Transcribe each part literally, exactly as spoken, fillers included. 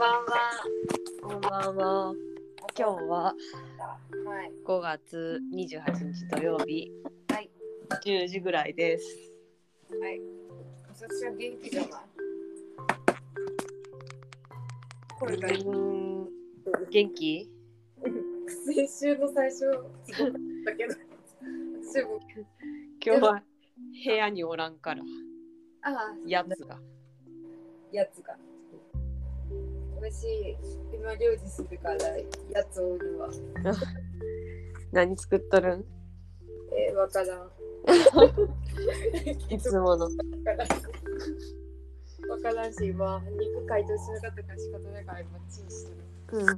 ばんは。 こんばんは。今日ははい。 ごがつにじゅうはちにち土曜日、 はい。 じゅうじぐらいです。 はい。私は元気じゃない。これがいい。 うん元気？ 先週の最初すごかったけど、私も今日は部屋におらんから。 ああ、 やつが。 やつが。私今料理するからやつを売るわ。 何作っとるん？ えー、わからん。 いつもの。 わからん。わからんし、今肉解凍しなかったから仕方ないから今チンしてる。 うん。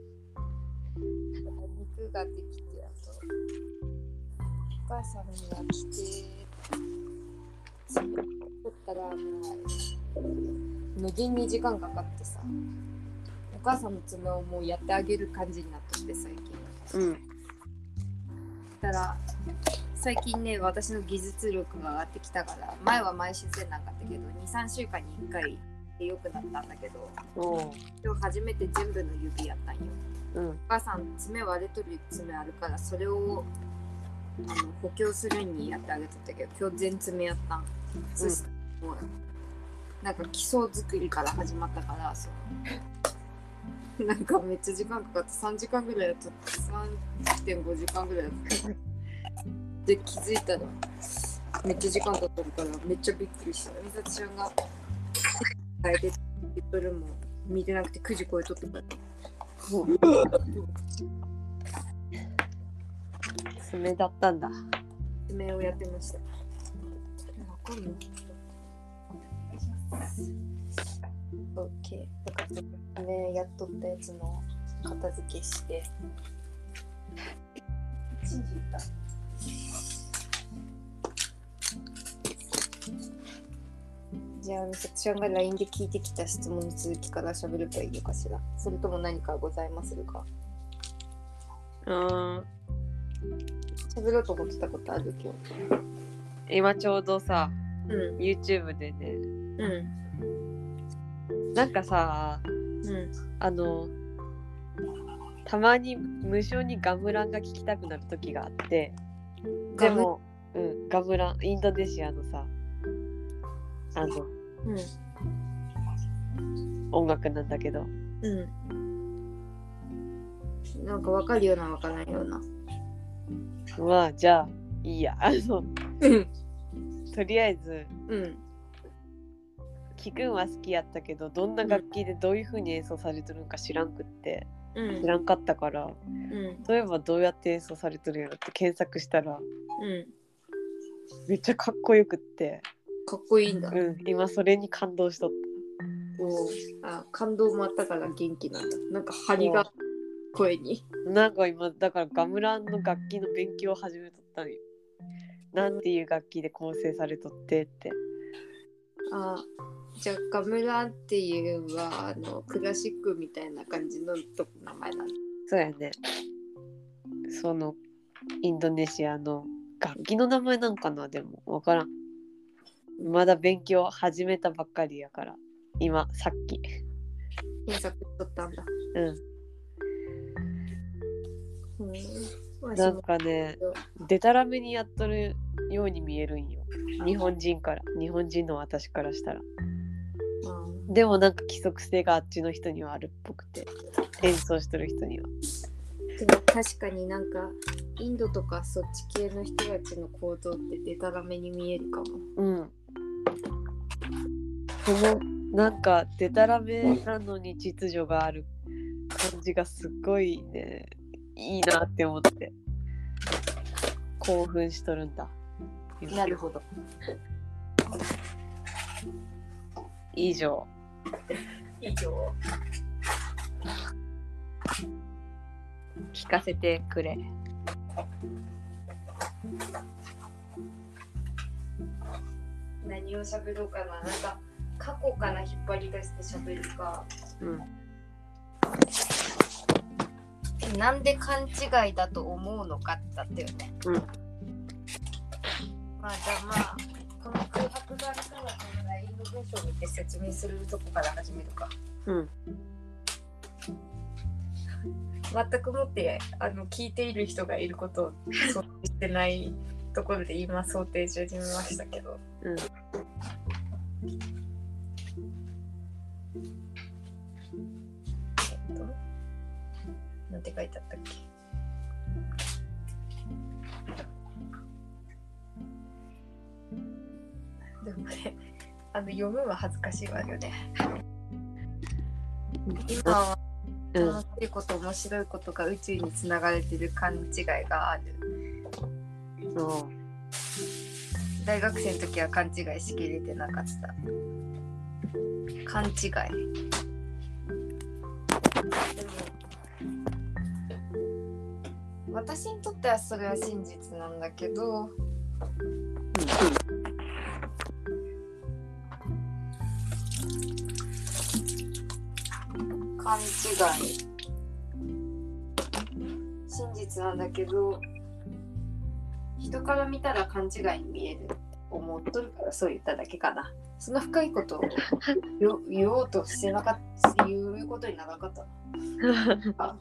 肉ができて、あとお母さんには来て作ったらもう無限に時間かかってさ、お母さんの爪をもうやってあげる感じになってて最近。 うん。 だから最近ね、私の技術力が上がってきたから、前は毎週せんなかったけどにさんしゅうかんにいっかいでよくなったんだけど、 お今日初めて全部の指やったんよ。 うん。 お母さん爪割れとる爪あるから、それをあの補強するにやってあげとったけど、今日全爪やったん。そしてもうなんか基礎作りから始まったから、そうなんかめっちゃ時間かかってさんじかんぐらいやっとって さんてんごじかんぐらいやってで気づいたらめっちゃ時間かかってるからめっちゃびっくりした。みさちゃんが変えて言っとるも見てなくてくじ超えとったから爪だったんだ。 爪をやってました。わかんない。オッケー。だから爪やっとったやつの片付けして。信じた。じゃあ、みさちゃんが ライン で聞いてきた質問の続きから喋ればいいのかしら。それとも何かございますか？ うん。 喋ろうと思ってたことある今日。今ちょうどさ、 うん、 YouTube でね、 うん、 なんかさ、 うん、 あのたまに無性にガムランが聞きたくなる時があって、でも、うん、ガムランインドネシアのさ、あの、 うん、 音楽なんだけど、 うん、なんかわかるようなわからんような。 まあじゃあいいや。あのとりあえず、 うん、 聞くんは好きやったけど、どんな楽器でどういう風に演奏されてるのか知らんくって、うん、知らんかったから、うん、そういえばどうやって演奏されてるんやろって検索したら、うん、めっちゃかっこよくって、 かっこいいんだ。 うん、今それに感動しとった。 おあ、感動もあったから元気なんだ。なんか張りが声に。 なんか今だからガムランの楽器の勉強を始めとったんよ。なんていう楽器で構成されとってって。 あ、じゃあガムランっていうのはあのクラシックみたいな感じのと名前なんだ。 そうやね。そのインドネシアの楽器の名前なんかな、でもわからん。まだ勉強始めたばっかりやから、今さっき検索しとったんだ。 うん。うん、なんかね、デタラメにやっとるように見えるんよ。日本人から、日本人の私からしたら。うん、でもなんか規則性があっちの人にはあるっぽくて、演奏してる人には。 でも確かになんかインドとかそっち系の人たちの行動ってデタラメに見えるかも。うん。 そのなんかデタラメなのに秩序がある感じがすごいね、いいなって思って興奮しとるんだ。 なるほど。 以上。 以上。 聞かせてくれ。 何を喋ろうかな。なんか過去から引っ張り出して喋るか。うん。なんで勘違いだと思うのかだったよね。うん。まあじゃあまあこの空白があるからこの ライン の文章を見て説明するとこから始めるか。うん。 全くもってあの聞いている人がいることを想定してないところで今想定中に見ましたけど、 うん、 えっとなんて書いてあったっけ。でもね、あの読むは恥ずかしいわよね。今は楽しいこと面白いことが宇宙につながれてる勘違いがある。 そう大学生の時は勘違いしきれてなかった。勘違い。でも私にとってはそれは真実なんだけど、うん勘違い真実なんだけど人から見たら勘違いに見える思っとるからそう言っただけかな。そんな深いことを言おうとしてなかった言うことにならなかったあ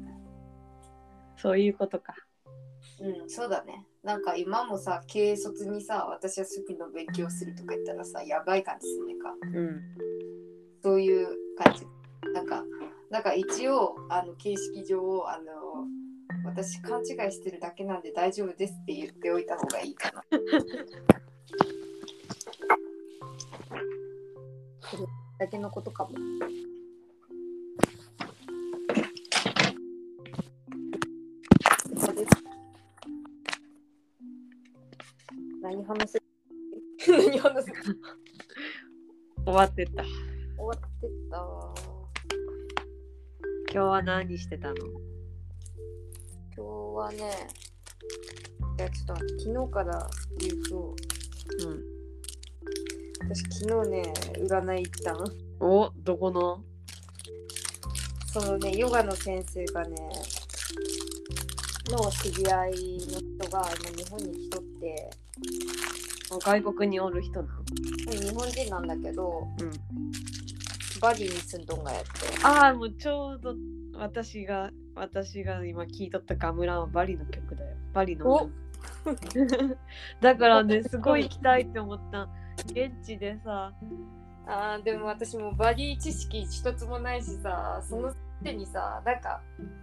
そういうことか。 うんそうだね。なんか今もさ軽率にさ私はスピの勉強するとか言ったらさやばい感じするねか、 うん、 そういう感じ。なんかなんか一応あの形式上あの私勘違いしてるだけなんで大丈夫ですって言っておいた方がいいかな。それだけのことかも。何話す何話す終わってた。 終わってたわ。 今日は何してたの？ 今日はね、いやちょっと昨日から言うと、 うん、 私昨日ね占い行ったの。 お、どこの？ そのねヨガの先生がねの知り合いの人が今日本に来とって、 外国におる人なの？ 日本人なんだけど、 うん、 バリに住んどんがやって。 ああもうちょうど私が私が今聴いとったガムランはバリの曲だよ。バリのだからねすごい行きたいって思った。現地でさあーでも私もバリ知識一つもないしさ、その手にさなんか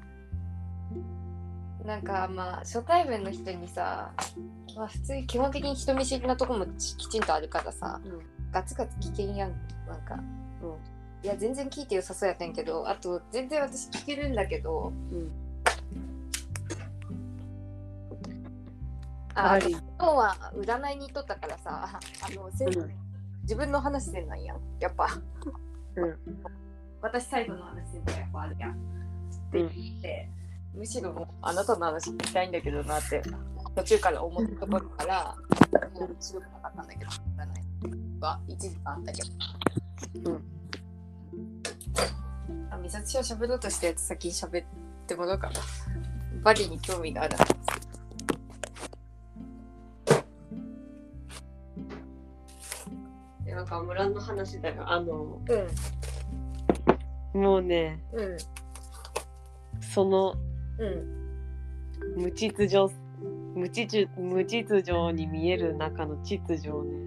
なんかまあ初対面の人にさ、まあ、普通に基本的に人見知りなとこもきちんとあるからさ、うん、ガツガツ危険やん。なんか、うん、いや全然聞いて良さそうやったんやけど、あと全然私聞けるんだけど、うん、あ今日は占いに行っとったからさ、あの先生、うん、自分の話せんなんやんやっぱ、うん、私最後の話せんとやっぱあるやんって言って、うん、むしろもうあなたの話聞きたいんだけどなって途中から思ったところからもう強くなかったんだけど、占いはいちじかんあったけど、うん、あ美咲は喋ろうとしたやつ先に喋ってもらおうかな。バリに興味がある。 なんか村の話だよ。あの、うん、もうね、うん、その、うん、無秩序無秩序無秩序に見える中の秩序をね。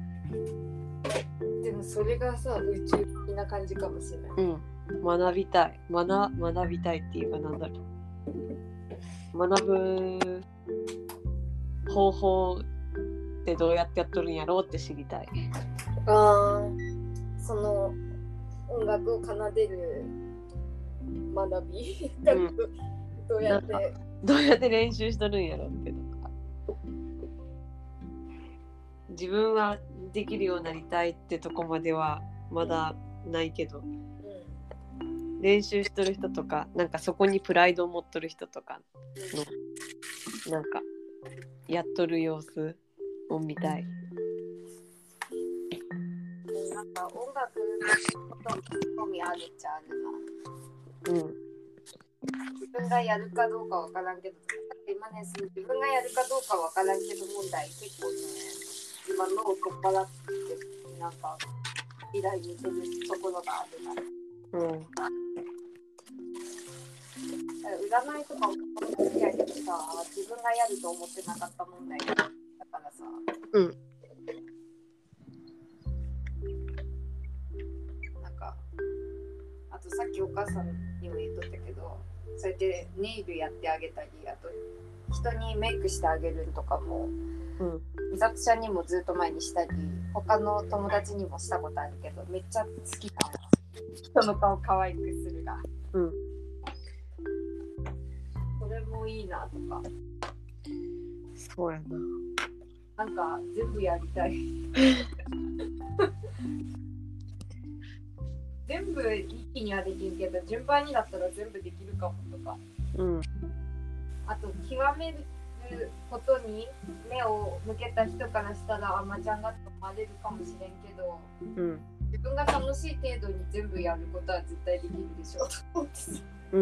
でもそれがさ宇宙的な感じかもしれない。 うん、学びたい学学びたいっていうかなんだろう。学ぶ方法ってどうやってやっとるんやろうって知りたい。 あその音楽を奏でる学び、うん、どうやってどうやって練習しとるんやろってとか、自分はできるようになりたいってとこまではまだないけど、うん、練習しとる人とかなんかそこにプライドを持っとる人とかのなんかやっとる様子を見たい。 なんか音楽の興味あるっちゃあるな。うん。自分がやるかどうかわからんけど、今ね、その自分がやるかどうかわからんけど問題結構ね、今のを取っ払ってなんか依頼にするところがあるな。うん。 占いとかも好きやけどさ、自分がやると思ってなかった問題だからさ。 うん。 なんか、あとさっきお母さんにも言っとったけど、そうやってネイルやってあげたり、あと人にメイクしてあげるとかも、 うん。 美里ちゃんにもずっと前にしたり、他の友達にもしたことあるけど、めっちゃ好きだな。人の顔可愛くするが。 うん。 それもいいなとか。 そうやな。なんか全部やりたい。全部一気にはできんけど、順番になったら全部できるかもとか。 うん。 あと極めることに目を向けた人からしたらあまちゃんが止まれるかもしれんけど、 うん。 自分が楽しい程度に全部やることは絶対できるでしょうと思ってさ。 うん。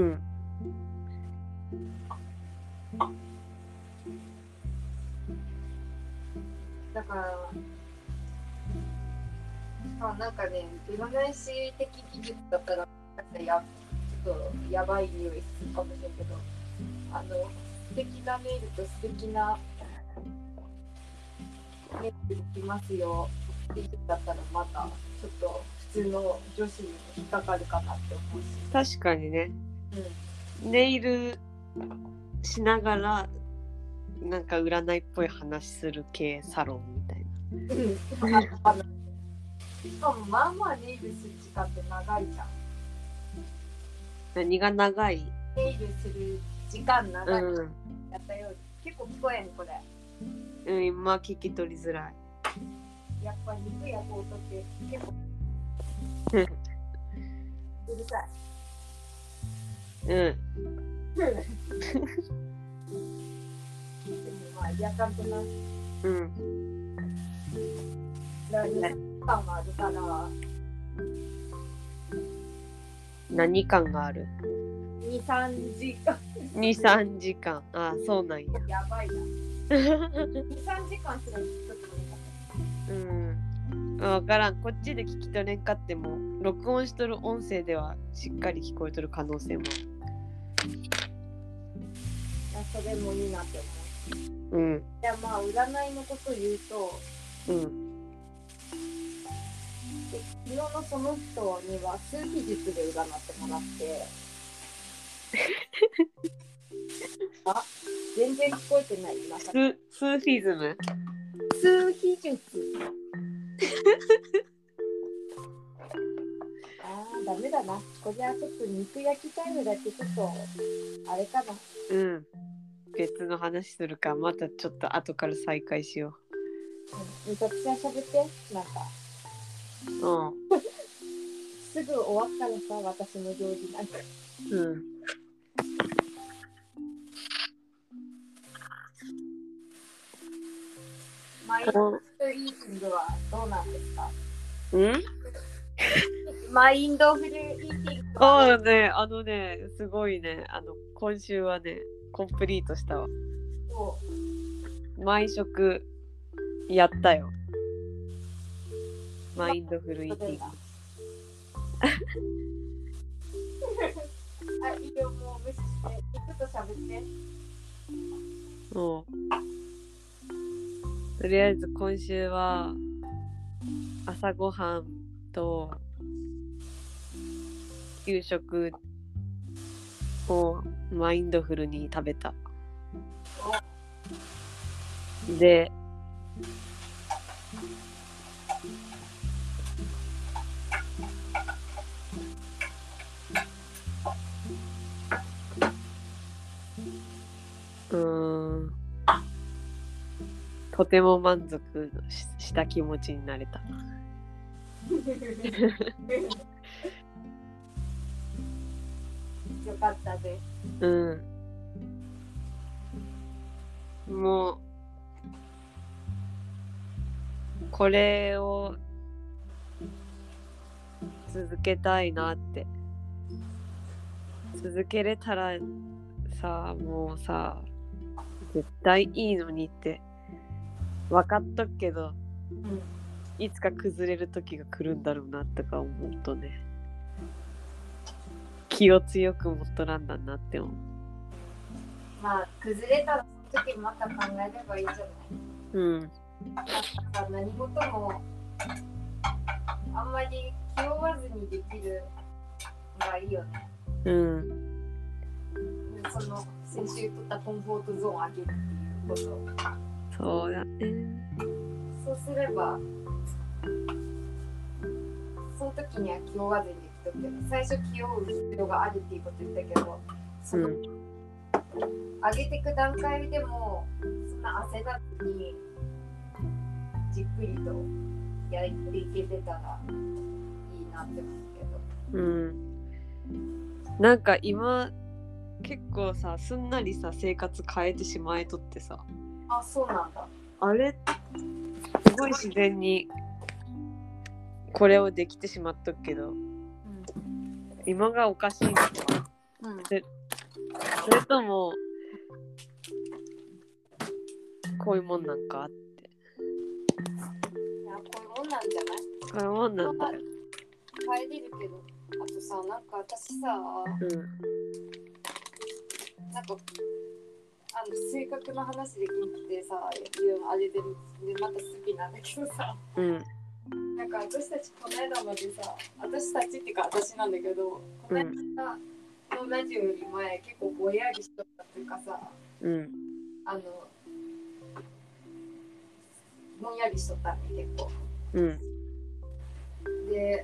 だからあなんかね、占い師的技術だったらやちょっとやばい匂いするかもしれんけど、あの素敵なネイルと素敵なネイルできますよって言ったったらまたちょっと普通の女子に引っかかるかなって思うし。 確かにね。 うん、 ネイルしながらなんか占いっぽい話する系サロンみたいな。 あのしかもまあまあネイルする時間って長いじゃん。 何が長い？ ネイルする時間長い、 うん、 やったよ。結構聞こえんこれ。 うん、今聞き取りづらい。 やっぱ肉やと音って結構うるさい。 うん。 でもまあやかんとな。 うん。 だからにじかんもあるから。 何間がある？ に、さんじかん。 に、さんじかん。ああ、そうなんや。 やばいな。に、さんじかんすら聞き取ってうん。わからん。こっちで聞き取れんかっても、録音しとる音声ではしっかり聞こえとる可能性も。 いや、それもいいなって思う。 うん。 いや、まあ、占いのこと言うと、 うん。 で昨日のその人には数秘術で占ってもらってあ、全然聞こえてない今ススーフィズム数秘術あーダメだな、これはちょっと肉焼きタイムだけちょっとあれかな。 うん、別の話するか、またちょっと後から再開しよめちゃくちゃ喋ってなんかう。うんすぐ終わったらさ、私の行事なんかうんマインドフルイーティングはどうなんですか？ うんマインドフルイーティングああね、あのね、すごいね、あの今週はね、コンプリートしたわ。毎食やったよ。マインドフルイーティング。 あ、いいよ、もう無視して、肉と喋って。 もうとりあえず今週は朝ごはんと給食をマインドフルに食べた。でうーんとても満足し、した気持ちになれた。 よかったです。 うんもうこれを続けたいなって。続けれたらさ、もうさ絶対いいのにって分かっとくけど、 うん、 いつか崩れる時が来るんだろうなとか思うとね、気を強く持っとらんだなって思う。 まあ崩れた時また考えればいいじゃない。 うん。 なんか何事もあんまり気負わずにできるのがいいよね。 うん。 その先週言ったコンフォートゾーンを上げるっていうこと。 そうやね。 そうすれば、その時には気負わずにできとくけど、最初気負う必要があるっていうこと言ったけど、その、うん、上げていく段階でもそんな焦らずにじっくりとやっていけてたらいいなって思うけど。うん。 なんか今結構さ、すんなりさ生活変えてしまえとってさ。 あ、そうなんだ。 あれすごい自然にこれをできてしまっとくけど、うん、今がおかしいのか、うん、でそれともこういうもんなんかって。 いや、こういうもんなんじゃない？ こういうもんなんだよ。 変えれるけど、あとさ、なんか私さ、うん、なんかあの性格の話で聞いてさ、あれでまた好きなんだけどさ、うん、なんか私たちこの間までさ、私たちっていうか私なんだけど、この間のラジオより前結構ぼやりしとったっていうかさ、うん、あのぼんやりしとったんで結構、うん、で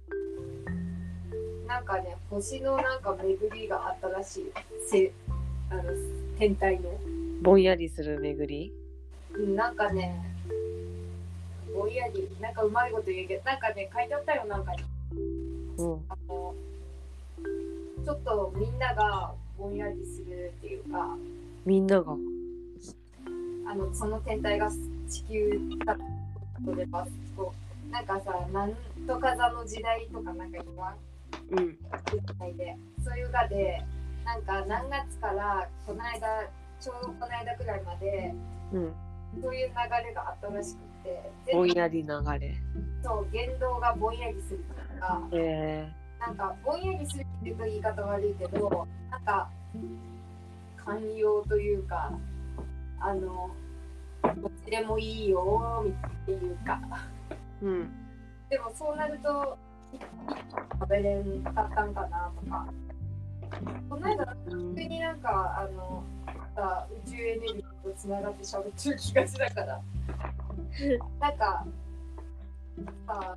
なんかね、星のなんか巡りがあったらしい。せあの天体のぼんやりする巡り、 うん、なんかねぼんやりなんかうまいこと言うけど、なんかね書いてあったよ、なんかに、うん、あのちょっとみんながぼんやりするっていうか、 みんながあのその天体が地球だとでますと、なんかさ、なんとか座の時代とかなんか今、うん、でそういうがでなんか何月からこの間ちょうどこの間くらいまで、うん、そういう流れがあったらしくて、 ぼんやり流れ、 そう言動がぼんやりするとか、えー、なんかぼんやりするっていうと言い方悪いけど、なんか寛容というか、あのどっちでもいいよっていうか、うん、でもそうなると食べれんかったんかなとか、この間普通になんかあの宇宙エネルギーとつながって喋ってる気がしだからなんかさ、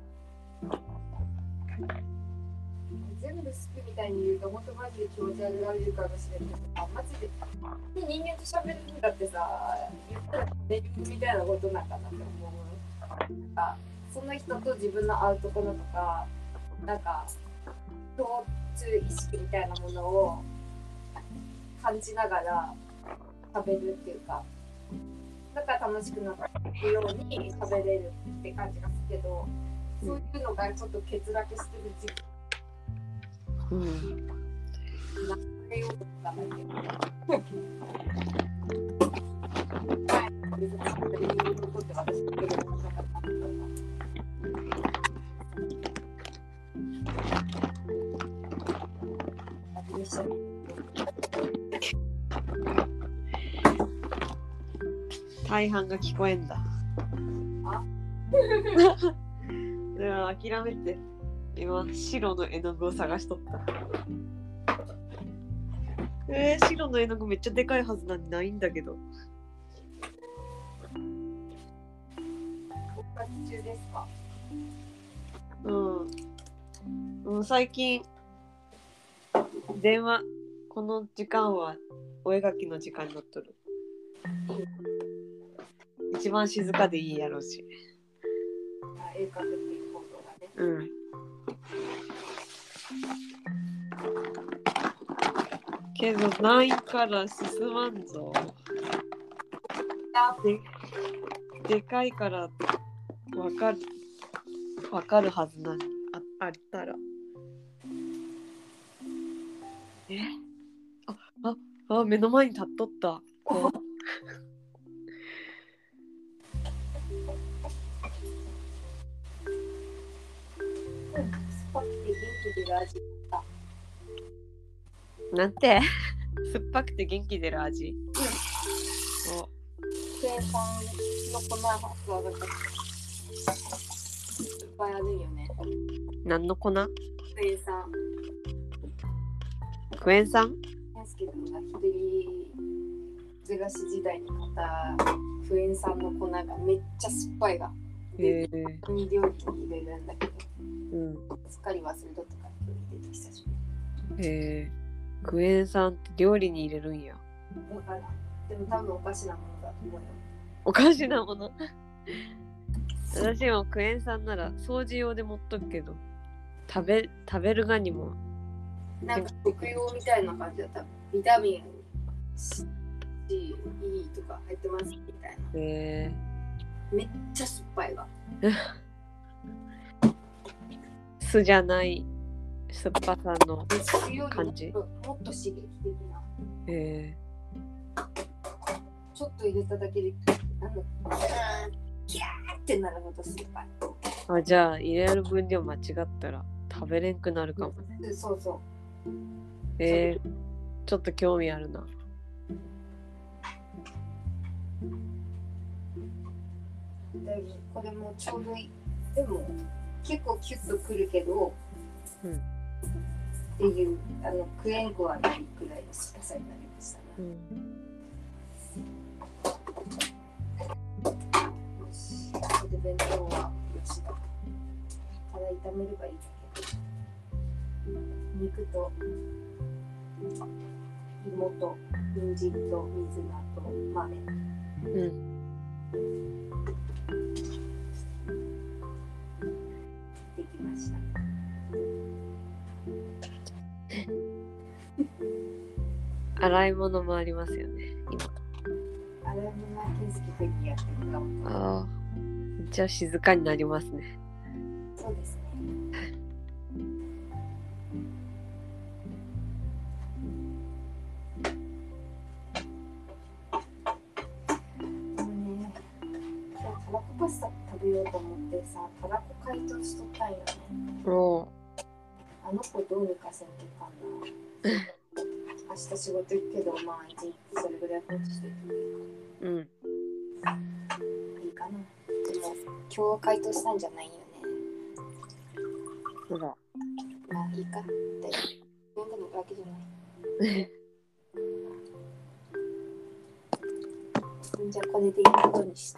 全部好きみたいに言うと本当マジで気持ち悪がられるかもしれないけど、マジで人間と喋るんだってさ、言ったらネギみたいなことなんかなって思う。なんかその人と自分の会うところとか、なんか共通意識みたいなものを感じながら食べるっていうか、だから楽しくなるように食べれるって感じがするけど、そういうのがちょっと欠落してる時期、うん、なれようとかだけどはい、別にそれに残って私だけでもなかったとか、 大半が聞こえんだ。あでも諦めて今白の絵の具を探しとった。えー、白の絵の具めっちゃでかいはずなんにないんだけど。 おかき中ですか？ うん。もう最近電話、この時間はお絵描きの時間になっとる。一番静かでいいやろうし。 あ、絵描くっていう行動がね。うん。 けどないから進まんぞ。で、でかいからわかるわかるはずなのに、あ、あったら。え？あ、あ、あ、目の前に立っとった。こう。なんて酸っぱくて元気出る味。うん。 お。クエン酸の粉が加わるといっぱいあるよね。 何の粉？クエン酸。 クエン酸？ 健介君が一人ずらし時代に買ったクエン酸の粉がめっちゃ酸っぱいが。 へえ。 に料理に入れるんだけど、 うん。 すっかり忘れとったから今日入れた久しぶり。へえ。クエン酸って料理に入れるんや。 だからでも多分おかしなものだと思うよ。 おかしなもの私もクエン酸なら掃除用で持っとくけど、食べ食べるがにもなんか食用みたいな感じだった。ビタミン C、E とか入ってますみたいな。 へえ。 めっちゃ酸っぱいわ。 酢じゃない酸っぱさの感じ。 もっと刺激的な。 へえ。 ちょっと入れただけであのキャーってなるほど酸っぱい。 あ、じゃあ入れる分量間違ったら食べれんくなるかもね。 うん、そうそう。 えー、ちょっと興味あるな。 でもこれもちょうどいい。でも結構キュッとくるけど、うん、っていうあのクエンコはないくらいの酸っぱさになりましたね。うん、よし、ここで弁当はよしだ。ただ炒めればいいけど、肉と芋と人参と水菜と豆。うん。できました。 洗い物もありますよね、今。 洗い物は健介君にやってもらおうと。 ああ、じゃあ静かになりますね。 そうですね。でもね、今日たらこパスタ食べようと思ってさ、たらこ解凍しとったんよね。おあの子どうにかせんとかな。明日仕事行くけど、まあ一日それぐらい放置しててもいいか。うん。いいかな。でも今日解凍したんじゃないよね。 ほら。 まあいいか。大丈夫。読んだわけじゃない。じゃあこれでいいことにして。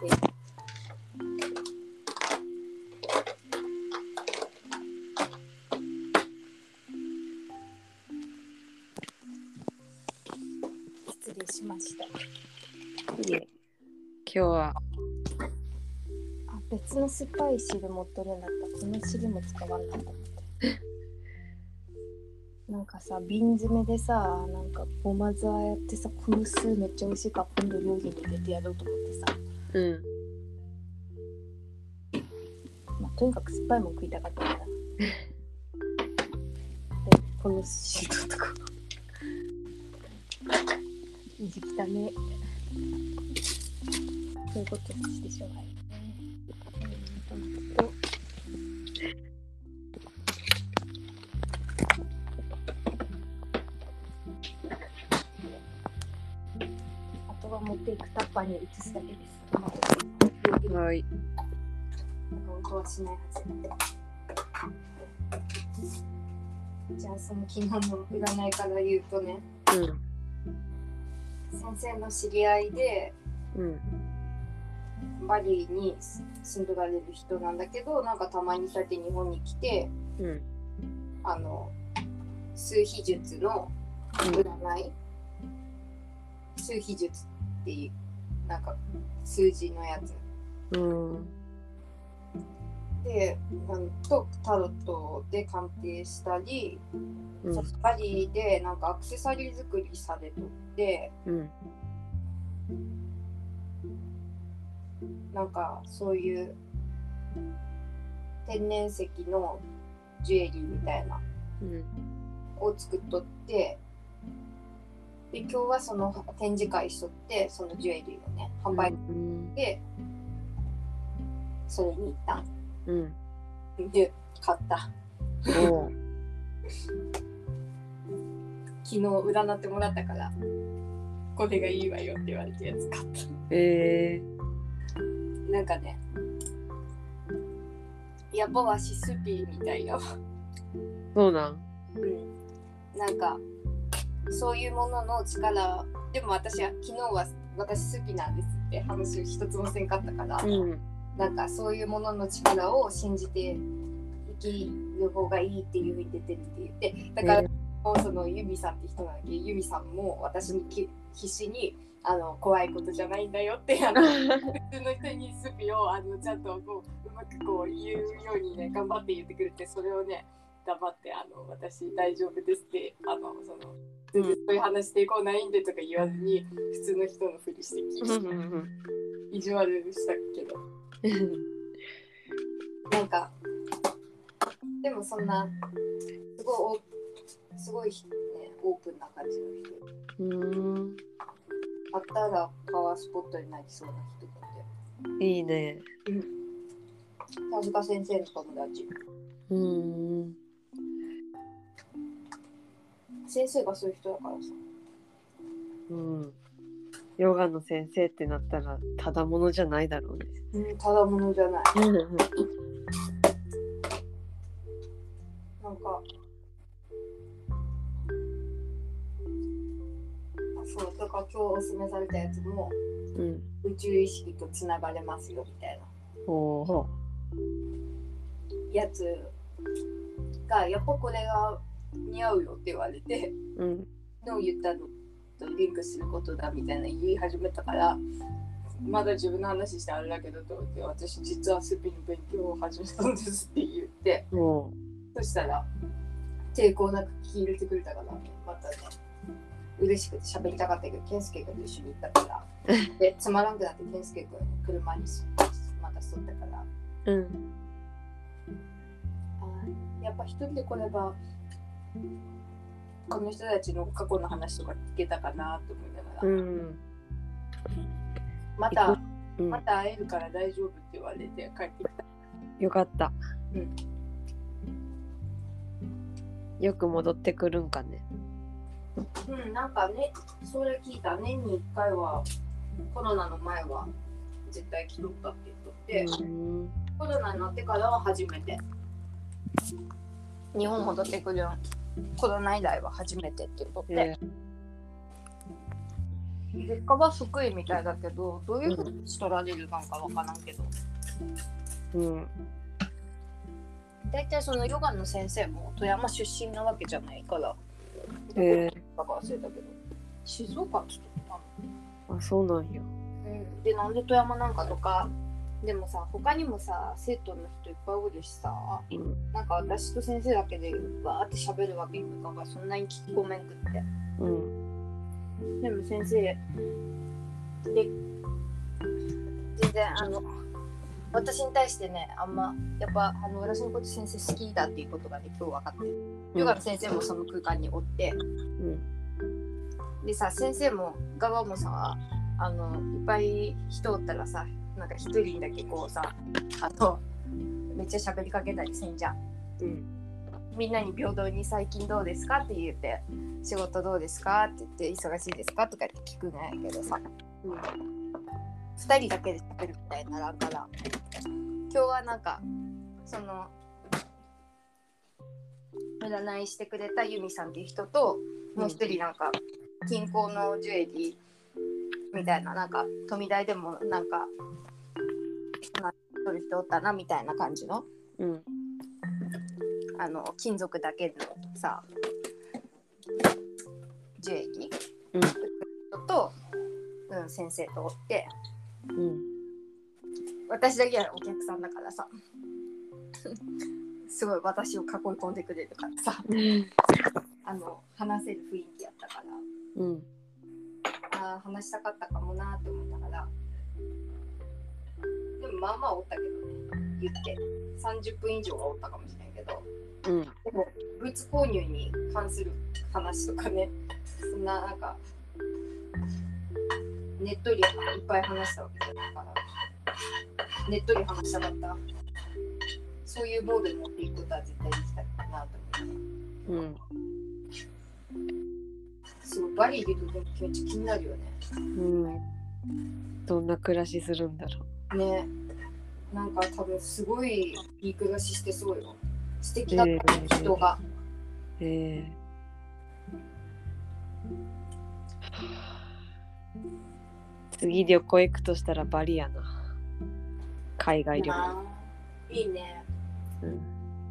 失礼しました。 いえ、今日はあ、別の酸っぱい汁持っとるんだったらこの汁も使わんなと思ってなんかさ、瓶詰めでさ、なんかごま酢あやってさ、この酢めっちゃ美味しいから今度料理に入れてやろうと思ってさ、うん、まあとにかく酸っぱいもん食いたかったからで、この汁とか意地汚ね。そういうことしてしょうがないね。とあとは持っていくタッパーに移すだけです。はい。音はしないはず。じゃあその昨日の占いから言うとね。うん。先生の知り合いで、うん、バリに住んでられる人なんだけど、なんかたまにそうやって日本に来て、うん、あの数秘術の占い、うん、数秘術っていうなんか数字のやつ、うん、でなんとタロットで鑑定したり、うん、バリでなんかアクセサリー作りされとって、うん、なんかそういう天然石のジュエリーみたいな、うん、を作っとって、で今日はその展示会しとってそのジュエリーをね販売で、うん、それに行った、うん、で買った。お昨日占ってもらったからこれがいいわよって言われてやつ買った。 えー、なんかねやっぱわしスピーみたいよ。 そうなん。 うん。なんかそういうものの力でも私は昨日は私スピなんですって話を一つもせんかったから、うん、なんかそういうものの力を信じて生きる方がいいっていう風に出てるって言ってだから、えー、そのユミさんって人なんだけどユミさんも私に必死にあの怖いことじゃないんだよってあの普通の人にスピをあのちゃんとこううまくこう言うようにね頑張って言ってくれてそれをね黙ってあの私大丈夫ですってあのそのそういう話していこうないんでとか言わずに普通の人のふりしてきて意地悪したけどなんかでもそんなすごいすごい、ね、オープンな感じの人うーんあったらパワースポットになりそうな人だっていいね。 田塚先生の友達うーん先生がそういう人だからさ。 うん。ヨガの先生ってなったらただものじゃないだろうね。 うん、ただものじゃない。なんか、そう、だから今日おすすめされたやつも、うん、宇宙意識とつながれますよみたいな。おー。やつが、やっぱこれが似合うよって言われて、うん、の言ったのとリンクすることだみたいな言い始めたからまだ自分の話してあれだけどと思って私実はスピの勉強を始めたんですって言って、うん、そしたら抵抗なく聞き入れてくれたからまたね嬉しくて喋りたかったけど健介君と一緒に行ったからでつまらんくなって健介君車にまた沿ったから、うん、あやっぱ一人で来ればこの人たちの過去の話とか聞けたかなと思いながら、うん、また、うん、また会えるから大丈夫って言われて帰ってきた。 よかった、うん、よく戻ってくるんかね。 うん、なんかね、それ聞いた年にいっかいはコロナの前は絶対来とったって言っとって、うん、コロナになってからは初めて日本戻ってくるよコロナ以来は初めてって言っとって、えー、実家は福井みたいだけどどういうふうにしとられるのかわからんけど、うん、だいたいそのヨガの先生も富山出身なわけじゃないから、えー、だから忘れたけど静岡って言ったの。あ、そうなんや、 うん、でなんで富山なんかとかでもさ他にもさ生徒の人いっぱいおるしさ、うん、なんか私と先生だけでバーって喋るわけにもいかんからそんなに聞き込めんくって、うん、でも先生で全然あの私に対してねあんまやっぱあの私のこと先生好きだっていうことがね今日分かってる、うん、ヨガの先生もその空間におって、うん、でさ先生も側もさあのいっぱい人おったらさなんか一人だけこうさあとめっちゃ喋りかけたりせんじゃん、うん、みんなに平等に最近どうですかって言って仕事どうですかって言って忙しいですかとかって聞くのやけどさ、うん、ふたりだけで喋るみたいにならんから今日はなんかその占いしてくれたユミさんっていう人ともう一人なんか近郊のジュエリーみたいななんか富大でもなんか取る人おったなみたいな感じの、うん、あの金属だけのさジュエリー、うん、と、うん、先生とおって、うん、私だけはお客さんだからさすごい私を囲い込んでくれるからさあの話せる雰囲気やったから、うんあ話したかったかもなって思いながらでもまあまあおったけどね言ってさんじゅっぷん以上はおったかもしれんけど、うん、でも物購入に関する話とかねそんななんかねっとりいっぱい話したわけじゃないからねっとり話したかったそういうモードに持っていくことは絶対できたかなと思って、うんすごいバリいるとめっちゃ気になるよね。 うん。どんな暮らしするんだろう。ね。なんか多分すごいいい暮らししてそうよ。素敵だった、えー、人が。 ええー。次旅行行くとしたらバリやな。海外旅行。 いいね。うん。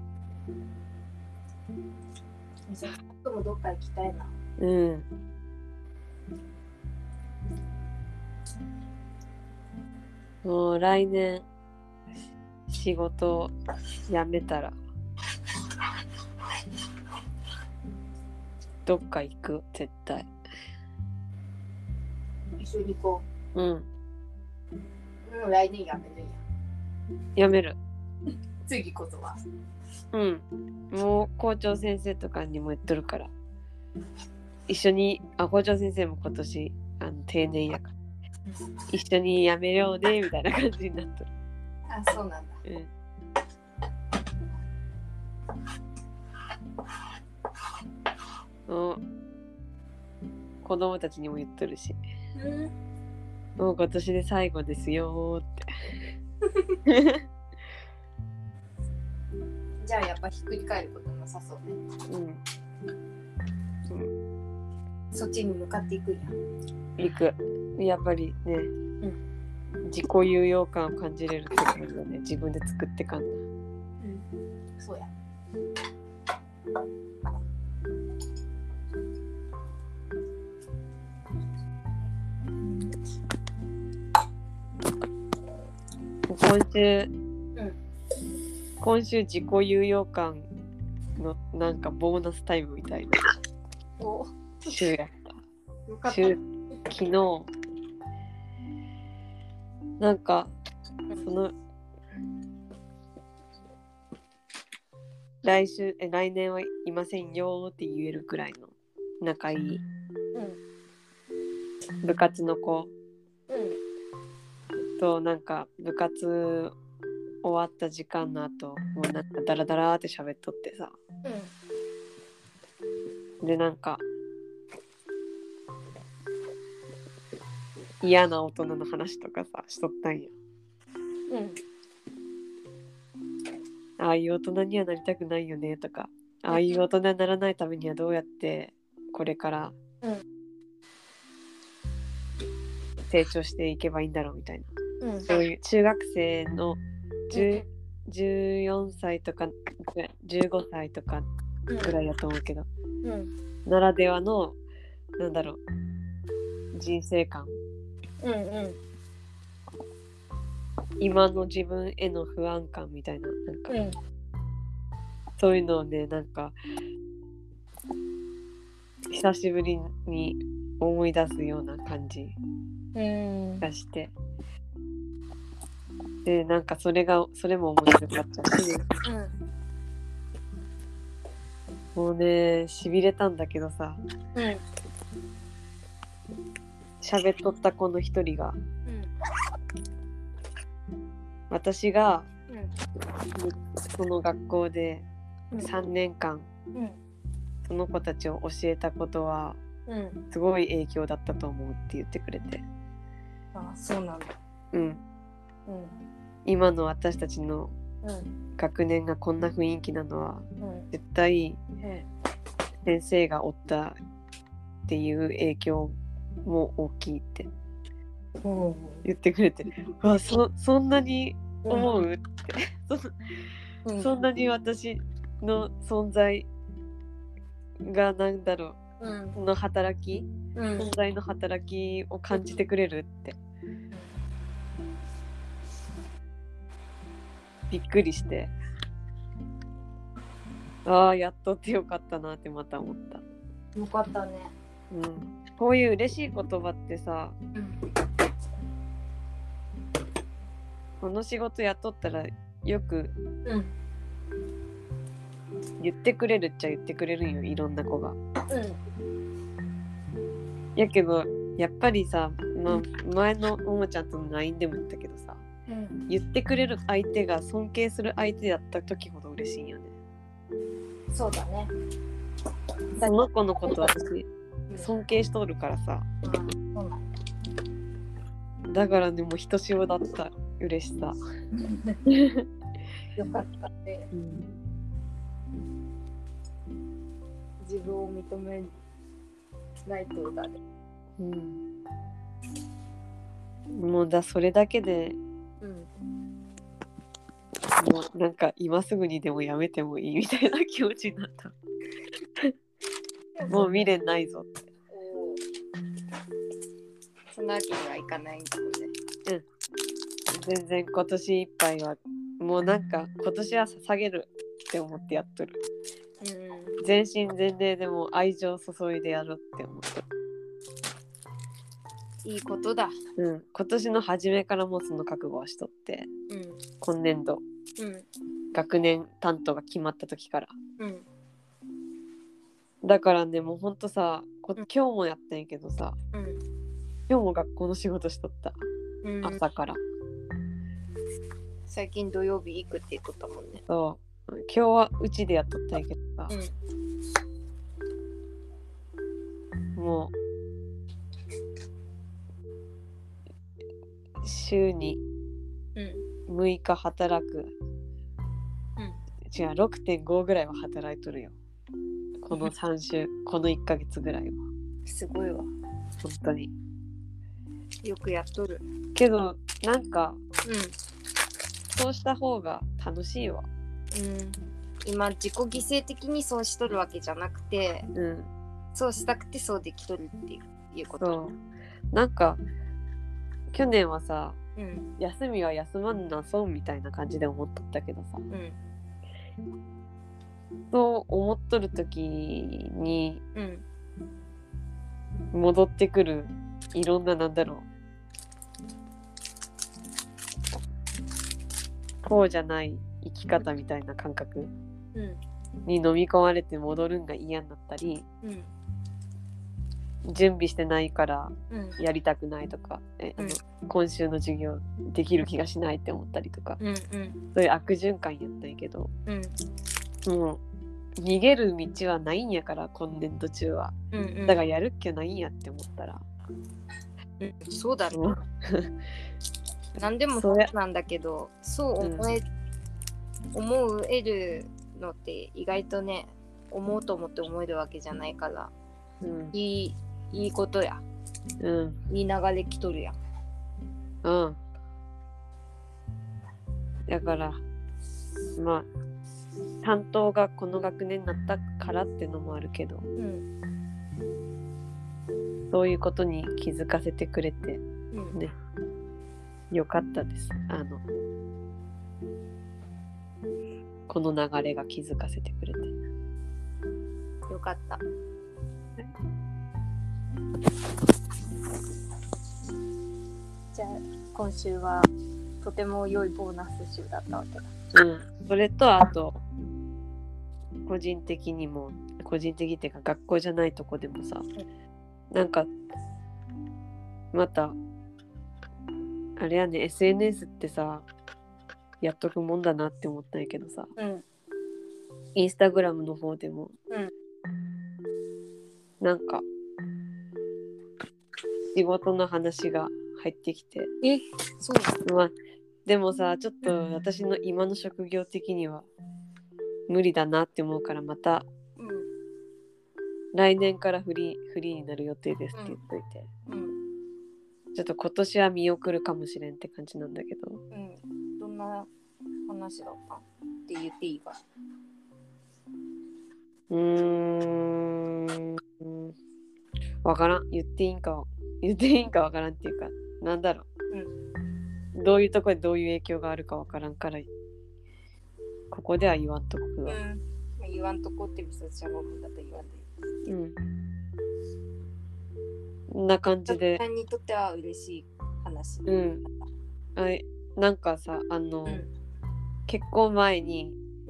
美咲さんともどっか行きたいな。うん。 もう来年仕事辞めたらどっか行く絶対。 一緒に行こう。うん。 うん、来年辞めるんや。 辞める。 次こそは。 うん。もう校長先生とかにも言っとるから。一緒に、あ、校長先生も今年あの定年やから。一緒に辞めようねみたいな感じになっとる。 あ、そうなんだ。 うん。お子供たちにも言っとるし。うん、もう今年で最後ですよって。 じゃあやっぱひっくり返ることなさそうね。うん。うん、そっちに向かっていくんや。 行く。やっぱりね、うん、自己有用感を感じれるってことだね。自分で作ってかんな。うん、 そうや。 今週、うん、今週自己有用感のなんかボーナスタイムみたいな週やった。よかった。週昨日なんかその来週え来年はいませんよって言えるくらいの仲いい、うん、部活の子、うん、となんか部活終わった時間の後もうなんかダラダラって喋っとってさ、うん、でなんか嫌な大人の話とかさしとったんや。うん。ああいう大人にはなりたくないよねとか、ああいう大人にならないためにはどうやってこれから成長していけばいいんだろうみたいな、うん、そういう中学生のじゅう、じゅうよんさいとかじゅうごさいとかぐらいだと思うけど、うん、ならではのなんだろう人生観、うんうん、今の自分への不安感みたいな、なんか、うん、そういうのをねなんか久しぶりに思い出すような感じがして、うん、でなんかそれがそれも面白かったし、うん、もうねしびれたんだけどさ、うん、喋っとった子の一人が、うん、私が、うん、その学校でさんねんかん、うん、その子たちを教えたことは、うん、すごい影響だったと思うって言ってくれて。 ああ、そうなんだ。 うん。うん、今の私たちの学年がこんな雰囲気なのは、うん、絶対、うん、先生がおったっていう影響も大きいって言ってくれて、うん、あ そ, そんなに思う、うん、ってそ, うん、そんなに私の存在がなんだろう、うん、の働き、うん、存在の働きを感じてくれるって、うん、びっくりして、ああやっとってよかったなってまた思った。 よかったね。 うん、こういう嬉しい言葉ってさ、うん、この仕事やっとったらよく言ってくれるっちゃ言ってくれるんよ、いろんな子が、うん、やけどやっぱりさ、まあ、前のももちゃんとの ライン でも言ったけどさ、うん、言ってくれる相手が尊敬する相手だった時ほど嬉しいんよね。 そうだね。 その子のこと私尊敬しとるからさ、 うん、そうなんだ。だからねもうひとしおだった嬉しさ。 よかったね、うん、自分を認めないとだね、 うん、もうだそれだけで、うん、もうなんか今すぐにでもやめてもいいみたいな気持ちになったもう未練ないぞって。 そんなわけにはいかないんだもんね。 うん。全然今年いっぱいはもうなんか今年は捧げるって思ってやっとる。うん。全身全霊でも愛情注いでやろうって思ってる。 いいことだ。 うん。今年の初めからもうその覚悟はしとって、うん、今年度、うん、学年担当が決まった時から。うん。だからねもうほんとさこ、うん、今日もやったんやけどさ、うん、今日も学校の仕事しとった、うん、朝から。 最近土曜日行くって言っとったもんね。 そう今日はうちでやっとったんやけどさ、うん、もう週にむいか働く、うん、違う ろくてんご ぐらいは働いとるよこのさん週このいっかげつぐらいは。 すごいわ本当によくやっとるけどなんか、うん、そうした方が楽しいわ、 うん、今自己犠牲的にそうしとるわけじゃなくて、うん、そうしたくてそうできとるっていうこと。 そうなんか去年はさ、うん、休みは休まんなそうみたいな感じで思っとったけどさ、うんそう思っとる時に、うん、戻ってくるいろんななんだろうこうじゃない生き方みたいな感覚に飲み込まれて戻るんが嫌になったり、うん、準備してないからやりたくないとか、うん、えあの今週の授業できる気がしないって思ったりとか、うんうん、そういう悪循環やったんやけど、うん、もう逃げる道はないんやから今年度中は、うんうん、だからやるっきゃないんやって思ったら、 うん、そうだろう何でもそうなんだけどそう思え、うん、思えるのって意外とね思うと思って思えるわけじゃないから、うん、いいいいことや、うん、いい流れ来とるやん。 うんだからまあ担当がこの学年になったからってのもあるけど、うん、そういうことに気づかせてくれて、うん、ねよかったです。あのこの流れが気づかせてくれてよかった。じゃあ今週はとても良いボーナス週だったわけだ。 うん、それとあと個人的にも個人的っていうか学校じゃないとこでもさ、うん、なんかまたあれやね エスエヌエス ってさやっとくもんだなって思ったんやけどさ、うん、インスタグラムの方でも、うん、なんか仕事の話が入ってきてえそうです、 まあ、でもさちょっと私の今の職業的には無理だなって思うからまた、うん、来年からフリーフリーになる予定ですって言っといて、うんうん、ちょっと今年は見送るかもしれんって感じなんだけど、 うん、どんな話だったって言っていいか。 うーんわからん言っていいんか言っていいんかわからんっていうかなんだろう、うん、どういうところでどういう影響があるかわからんからここでは言わんとこは、うんまあ、言わんとこってみそちゃんが思うんだと言わんでいい、うん、 こんな感じでさんにとっては嬉しい話、 うん、あなんかさあの、うん、結婚前に、うん、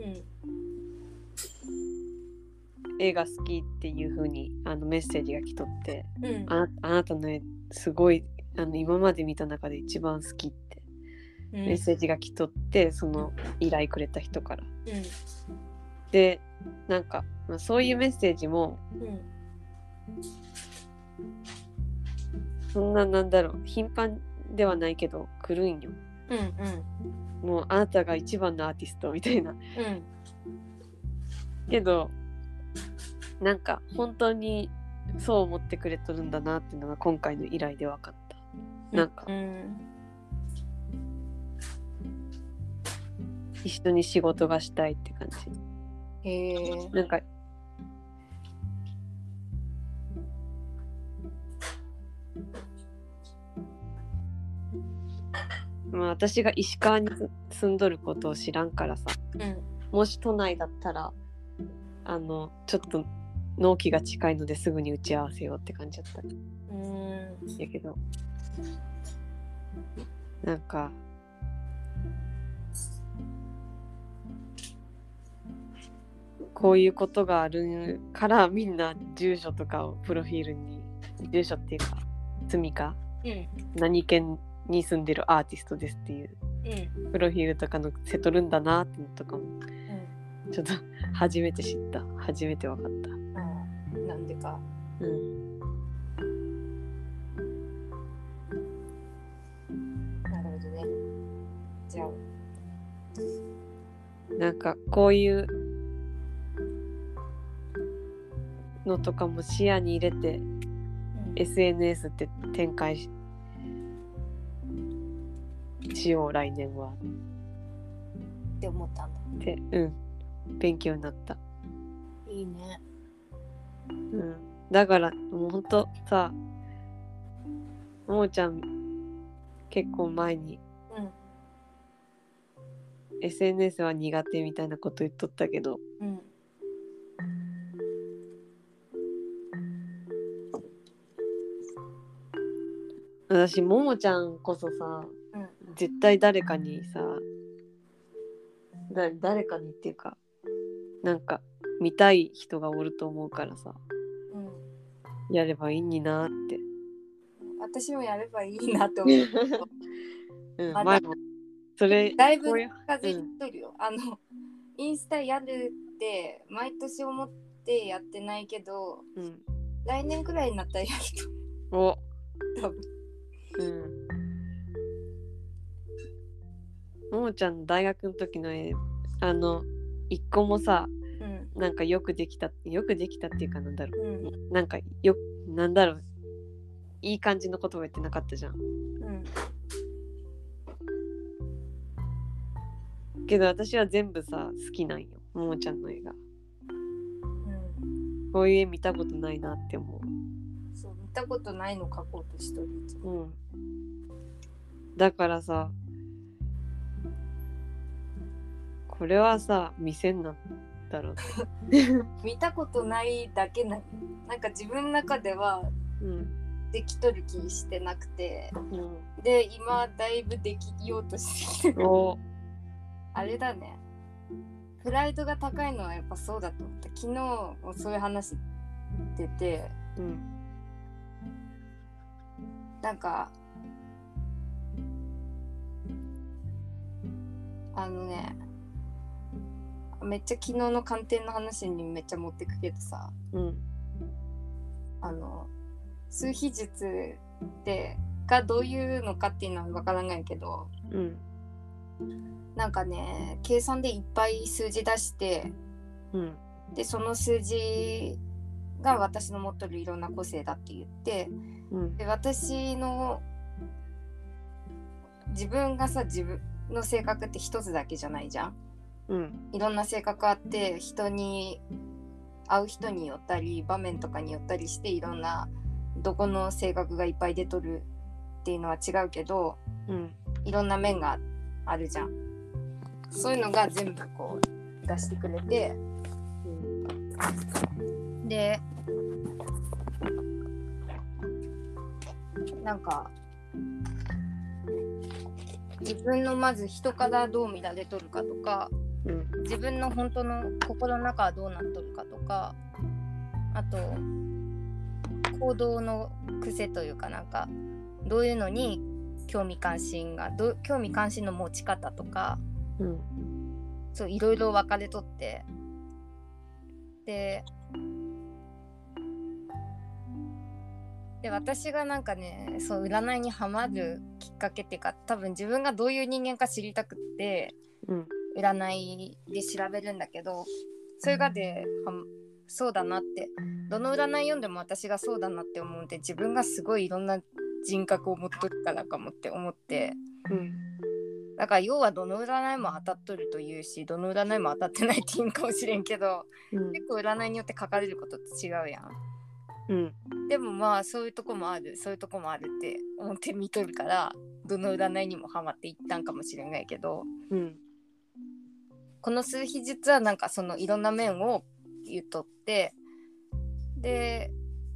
絵が好きっていう風にあのメッセージが来とって、うん、あ, あなたの絵すごいあの今まで見た中で一番好きってメッセージが来とって、うん、その依頼くれた人から、うん、でなんか、まあ、そういうメッセージも、うん、 そんななんだろう頻繁ではないけど来るんよ。 うんうん。もうあなたが一番のアーティストみたいな。 うんけどなんか本当にそう思ってくれとるんだなっていうのが今回の依頼で分かった。なんか、 うん、 一緒に仕事がしたいって感じ。 へえ。 なんかまあ私が石川に住んどることを知らんからさ、 うん、 もし都内だったらあのちょっと納期が近いのですぐに打ち合わせようって感じだった。 うんやけどなんかこういうことがあるからみんな住所とかをプロフィールに住所っていうか住みか、 うん、 何県に住んでるアーティストですっていううん、 プロフィールとかのせとるんだなってのとかもうん、 ちょっと初めて知った初めて分かった。 うん、なんでか。 うん。 なるほどね。じゃあなんかこういうのとかも視野に入れて、うん、エスエヌエス って展開 し, しよう来年はって思ったんだってうん勉強になった。 いいね。 うん。だからもうほんとさももちゃん結構前に、うん、エスエヌエス は苦手みたいなこと言っとったけど、うん、私ももちゃんこそさ、うん、絶対誰かにさだ誰かにっていうかなんか見たい人がおると思うからさ、うん、やればいいになって。 私もやればいいなって思う。 うん、ま前もそれだいぶ近づいてるよ、うん、あのインスタやるって毎年思ってやってないけど、うん、来年くらいになったらやると。お多分。 うん。ももちゃんの大学の時の絵あの一個もさ、うん、なんかよくできたよくできたっていうかなんだろう、うん、なんかよなんだろういい感じの言葉言ってなかったじゃん。うん。けど私は全部さ好きなんよももちゃんの絵が、うん、こういう絵見たことないなって思う。 そう見たことないの描こうとしとる。 うん。だからさこれはさ見せんなんだろう見たことないだけななんか自分の中では、うんできとる気してなくて、うん、で今だいぶできようとしてきてる。あれだねプライドが高いのはやっぱそうだと思った。昨日もそういう話出て、うん、なんかあのねめっちゃ昨日の鑑定の話にめっちゃ持ってくけどさ、うん、あの数秘術ってがどういうのかっていうのは分からないけど、うん、なんかね計算でいっぱい数字出して、うん、でその数字が私の持ってるいろんな個性だって言って、うん、で私の自分がさ自分の性格って一つだけじゃないじゃん、うん、いろんな性格あって人に会う人によったり場面とかによったりしていろんなどこの性格がいっぱい出とるっていうのは違うけど、うん、いろんな面があるじゃん。そういうのが全部こう出してくれて、うん、でなんか自分のまず人からどう見られとるかとか、うん、自分の本当の心の中はどうなっとるかとか、あと行動の癖というかなんかどういうのに興味関心がど興味関心の持ち方とか、うん、そういろいろ分かれとってでで私がなんかねそう占いにハマるきっかけっていうか多分自分がどういう人間か知りたくって、うん、占いで調べるんだけどそれがでそうだなってどの占い読んでも私がそうだなって思うんで自分がすごいいろんな人格を持っとるからかもって思って、うん、だから要はどの占いも当たっとるというしどの占いも当たってないって言うかもしれんけど、うん、結構占いによって書かれることって違うやん、うん、でもまあそういうとこもあるそういうとこもあるって思って見とるからどの占いにもハマっていったんかもしれないけど、うん、この数日実はなんかそのいろんな面を言っとってで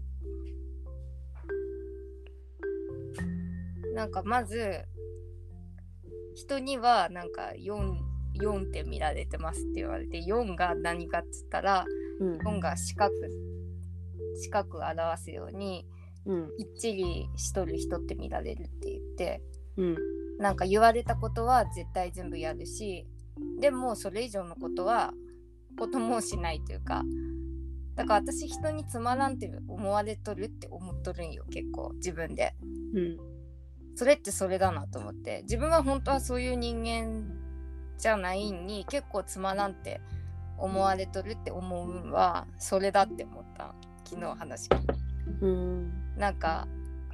なんかまず人にはなんか 4, 4って見られてますって言われてよんが何かっつったら、うん、よんが四角四角を表すように、うん、きっちりしとる人って見られるって言って、うん、なんか言われたことは絶対全部やるしでもそれ以上のことはこともしないというかだから私人につまらんって思われとるって思っとるんよ結構自分で、うん、それってそれだなと思って自分は本当はそういう人間じゃないに結構つまらんって思われとるって思うのはそれだって思った昨日話聞いて、うん、なんか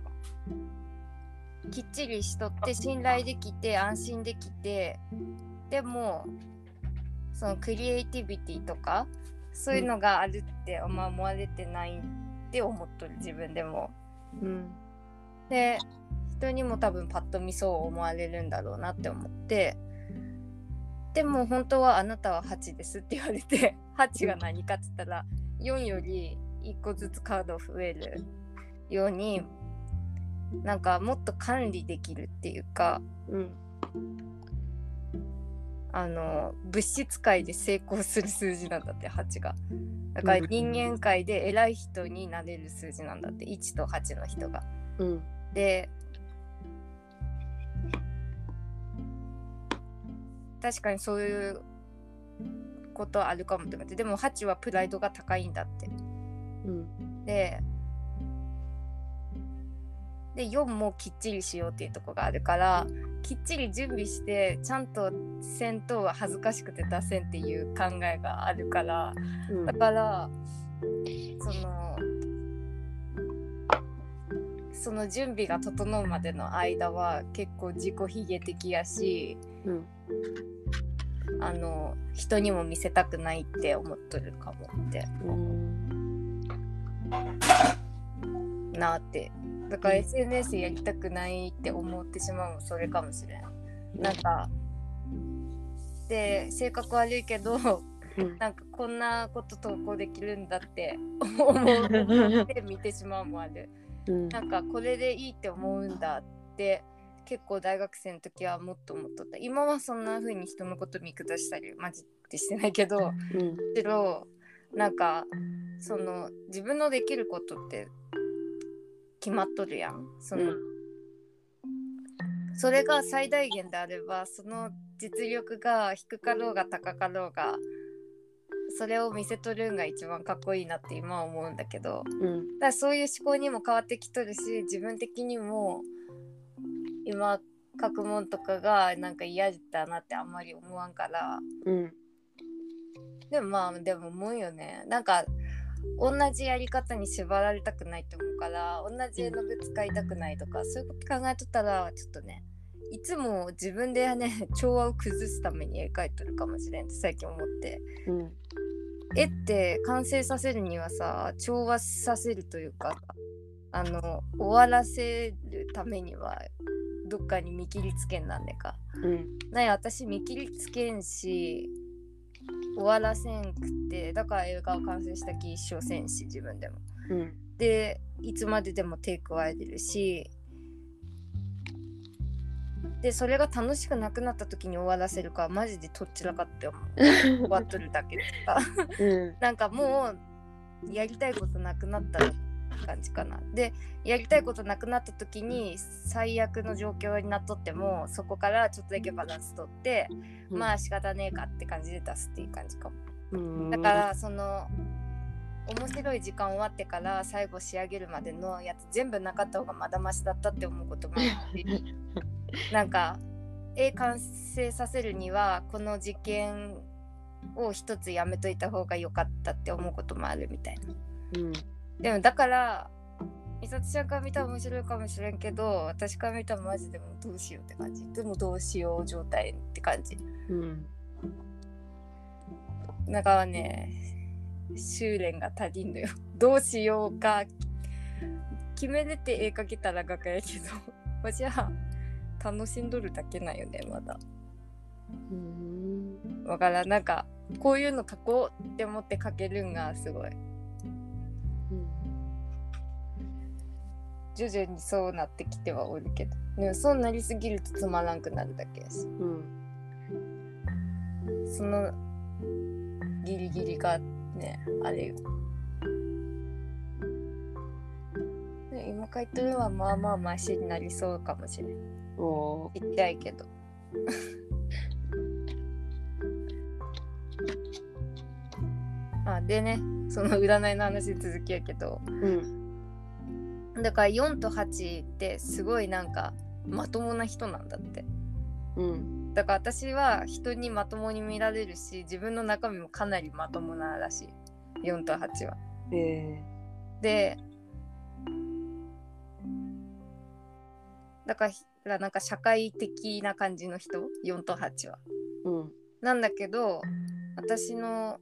きっちりしとって信頼できて安心できてでもそのクリエイティビティとかそういうのがあるってあんま思われてないって思っとる自分でも、うん、で人にも多分パッと見そう思われるんだろうなって思ってでも本当はあなたははちですって言われてはちが何かって言ったらよんよりいっこずつカード増えるようになんかもっと管理できるっていうか、うん、あの物質界で成功する数字なんだってはちがだから人間界で偉い人になれる数字なんだっていちとはちの人が、うん、で確かにそういうことあるかもって思ってでもはちはプライドが高いんだって、うん、ででよんもきっちりしようっていうところがあるからきっちり準備してちゃんとせんとは恥ずかしくて出せんっていう考えがあるから、うん、だからそのその準備が整うまでの間は結構自己卑下的やし、うん、あの人にも見せたくないって思っとるかもって、うん、なってだから エスエヌエス やりたくないって思ってしまうのそれかもしれんなんかで性格悪いけど、うん、なんかこんなこと投稿できるんだって思って見てしまうもある、うん、なんかこれでいいって思うんだって結構大学生の時はもっと思っとった今はそんな風に人のこと見下したりマジでしてないけど、うん、けどなんかその自分のできることって決まっとるやんその、うん、それが最大限であればその実力が低かろうが高かろうがそれを見せとるんが一番かっこいいなって今は思うんだけど、うん、だからそういう思考にも変わってきとるし自分的にも今書くもんとかがなんか嫌だなってあんまり思わんから、うん、でもまあでも思うよねなんか同じやり方に縛られたくないと思うから同じ絵の具使いたくないとか、うん、そういうこと考えとったらちょっとねいつも自分でね調和を崩すために絵描いとるかもしれんって最近思って、うん、絵って完成させるにはさ調和させるというかあの終わらせるためにはどっかに見切りつけんなんでか、うん、なに私見切りつけんし終わらせんくってだから映画を完成したき一生せんし自分でも、うん、でいつまででも手加えてるしでそれが楽しくなくなった時に終わらせるかマジでとっちらかって思う終わっとるだけとか、うん、なんかもうやりたいことなくなったら感じかなでやりたいことなくなった時に最悪の状況になっとってもそこからちょっとだけバランス取って、うん、まあ仕方ねえかって感じで出すっていう感じかも、うん、だからその面白い時間終わってから最後仕上げるまでのやつ全部なかった方がまだマシだったって思うこともあるしなんか絵完成させるにはこの実験を一つやめといた方が良かったって思うこともあるみたいな、うん、でもだから美里ちゃんから見たら面白いかもしれんけど私から見たらマジでもどうしようって感じでもどうしよう状態って感じ、うん、だからね修練が足りんのよどうしようか決めれて絵描けたら画家やけど私は楽しんどるだけなんよねまだ。うーんわからんなんかこういうの描こうって思って描けるんがすごい、うん、徐々にそうなってきてはおるけどでもそうなりすぎるとつまらんくなるだけやし、うん、そのギリギリがねあれよ今描いてるのはまあまあマシになりそうかもしれんおちっちゃいけどあでねその占いの話続きやけど、うん、だからよんとはちってすごいなんかまともな人なんだって、うん、だから私は人にまともに見られるし自分の中身もかなりまともならしいよんとはちは、えー、でだからなんか社会的な感じの人よんとはちは、うん、なんだけど私の、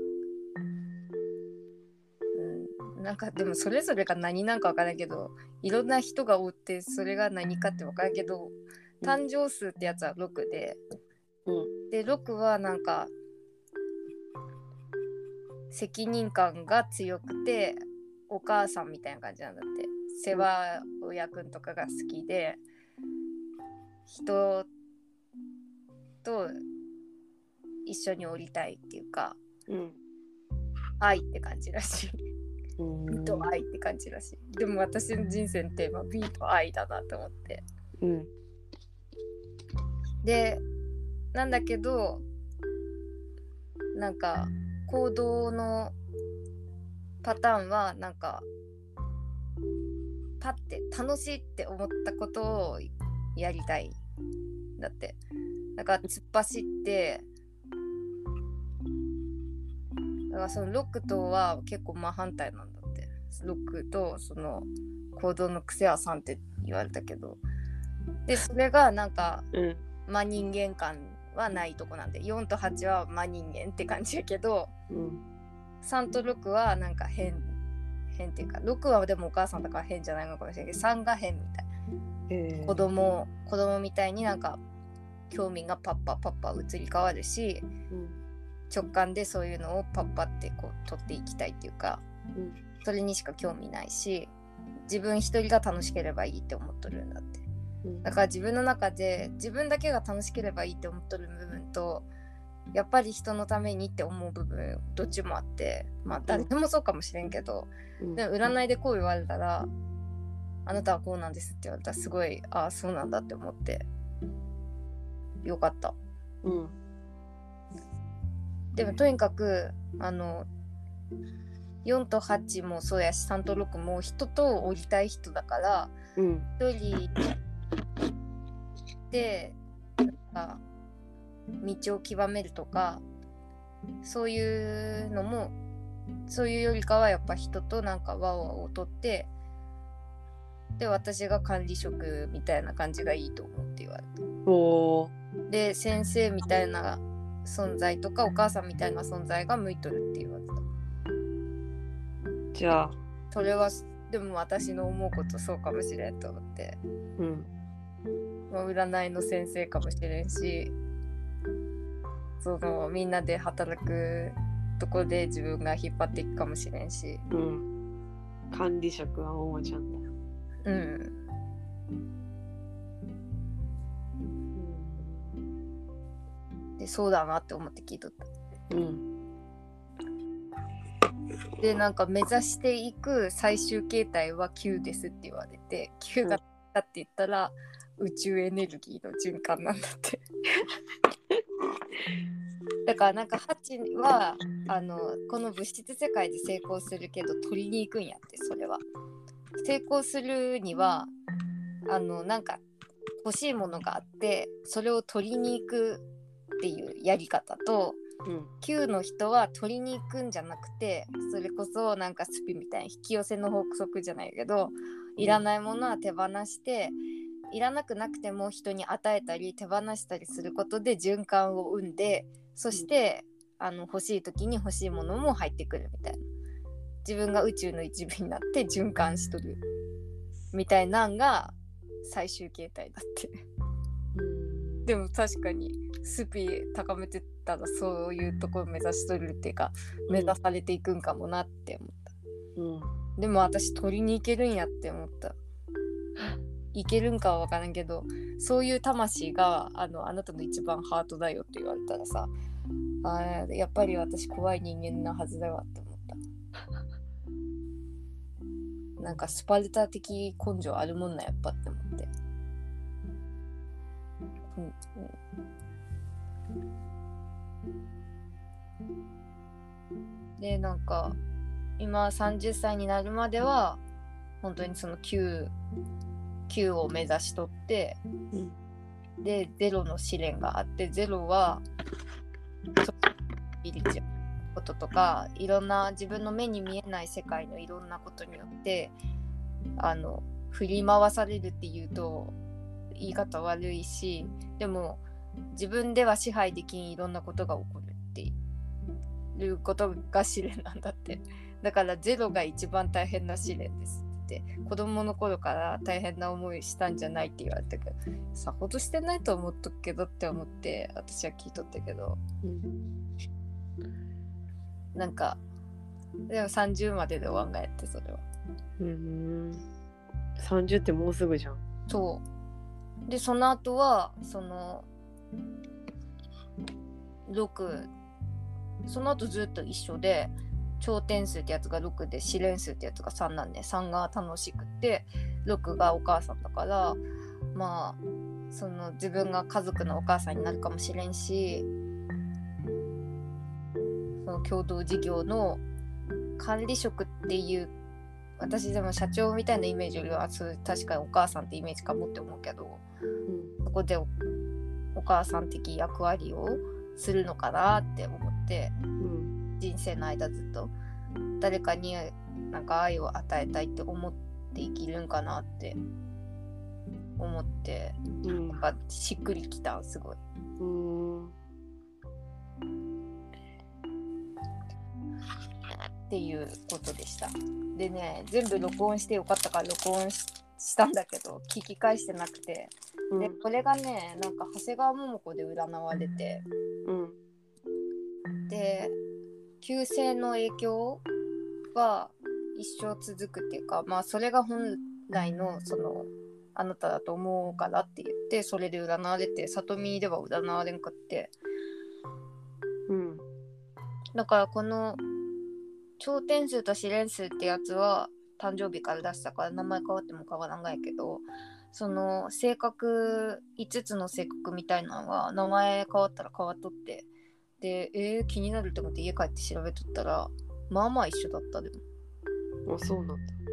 うん、なんかでもそれぞれが何なんか分からんけどいろんな人がおってそれが何かって分からんけど誕生数ってやつはろくで、うん、でろくはなんか責任感が強くてお母さんみたいな感じなんだって世話親くんとかが好きで人と一緒に降りたいっていうか、うん、愛って感じらしい美と愛って感じらしいでも私の人生のテーマは美と愛だなと思って、うん、でなんだけどなんか行動のパターンはなんかパッて楽しいって思ったことをやりたいだってだから突っ走ってだからそのロックとは結構真反対なんだってロックとその行動の癖はさんって言われたけどでそれがなんか、うん、真人間感はないとこなんでよんとはちは真人間って感じやけど、うん、さんとろくはなんか変変っていうかろくはでもお母さんだから変じゃないのかもしれないけどさんが変みたい、えー、子供子供みたいになんか興味がパッパパッパ移り変わるし、うん、直感でそういうのをパッパってこう取っていきたいっていうか、うん、それにしか興味ないし自分一人が楽しければいいって思っとるんだって、うん、だから自分の中で自分だけが楽しければいいって思っとる部分とやっぱり人のためにって思う部分どっちもあってまあ誰でもそうかもしれんけど、うん、でも占いでこう言われたらあなたはこうなんですって言われたらすごいああそうなんだって思ってよかった、うん、でもとにかくあのよんとはちもそうやしさんとろくも人と降りたい人だから、うん、一人でなんか道を極めるとかそういうのもそういうよりかはやっぱ人となんか輪を取ってで私が管理職みたいな感じがいいと思うって言われた。おで先生みたいな存在とかお母さんみたいな存在が向いとるって言われた。じゃあそれはでも私の思うことそうかもしれんと思って、うん、まあ、占いの先生かもしれんしそのみんなで働くとこで自分が引っ張っていくかもしれんし、うん、管理職はももちゃんだ。うん、でそうだなって思って聞いとった、うん、でなんか目指していく最終形態はきゅうですって言われてきゅうがだって言ったら、うん、宇宙エネルギーの循環なんだってだからなんかはちはあのこの物質世界で成功するけど取りに行くんやって。それは成功するにはあのなんか欲しいものがあってそれを取りに行くっていうやり方と、うん、きゅうの人は取りに行くんじゃなくてそれこそなんかスピみたいな引き寄せの法則じゃないけどいらないものは手放していらなくなくても人に与えたり手放したりすることで循環を生んでそして、うん、あの欲しい時に欲しいものも入ってくるみたいな自分が宇宙の一部になって循環しとるみたいなんが最終形態だってでも確かにスピ高めてたらそういうところ目指しとるっていうか目指されていくんかもなって思った、うん、でも私取りに行けるんやって思ったいけるんかは分からんけどそういう魂が あの、あなたの一番ハートだよって言われたらさあやっぱり私怖い人間なはずだわって思ったなんかスパルタ的根性あるもんなやっぱって思って、うんうん、でなんか今さんじゅっさいになるまでは本当にそのきゅうきゅうを目指しとって、うん、でゼロの試練があってゼロはビリチこととかいろんな自分の目に見えない世界のいろんなことによってあの振り回されるっていうと言い方悪いしでも自分では支配できんいろんなことが起こるっていうことが試練なんだってだからゼロが一番大変な試練ですって子供の頃から大変な思いしたんじゃないって言われたけどさほどしてないと思っとくけどって思って私は聞いとったけど、うん、なんかでもさんじゅうまでで終わんがやってそれはうんさんじゅうってもうすぐじゃんそうでその後はそのろくその後ずっと一緒で頂点数ってやつがろくで試練数ってやつがさんなんでさんが楽しくってろくがお母さんだからまあその自分が家族のお母さんになるかもしれんしその共同事業の管理職っていう私でも社長みたいなイメージよりは確かにお母さんってイメージかもって思うけど、うん、そこで お, お母さん的役割をするのかなって思って、うん、人生の間ずっと誰かになんか愛を与えたいって思って生きるんかなって思って、うん、なんかしっくりきたすごい、うんっていうことでした。でね全部録音してよかったから録音 し, したんだけど聞き返してなくて、うん、でこれがねなんか長谷川桃子で占われて、うん、で旧姓の影響は一生続くっていうかまあそれが本来のそのあなただと思うからって言ってそれで占われて里見では占われんかって、うん、だからこの頂点数と試練数ってやつは誕生日から出したから名前変わっても変わらないけどその性格いつつの性格みたいなのは名前変わったら変わっとってでえー、気になると思って家帰って調べとったらまあまあ一緒だったでもあそうなんだ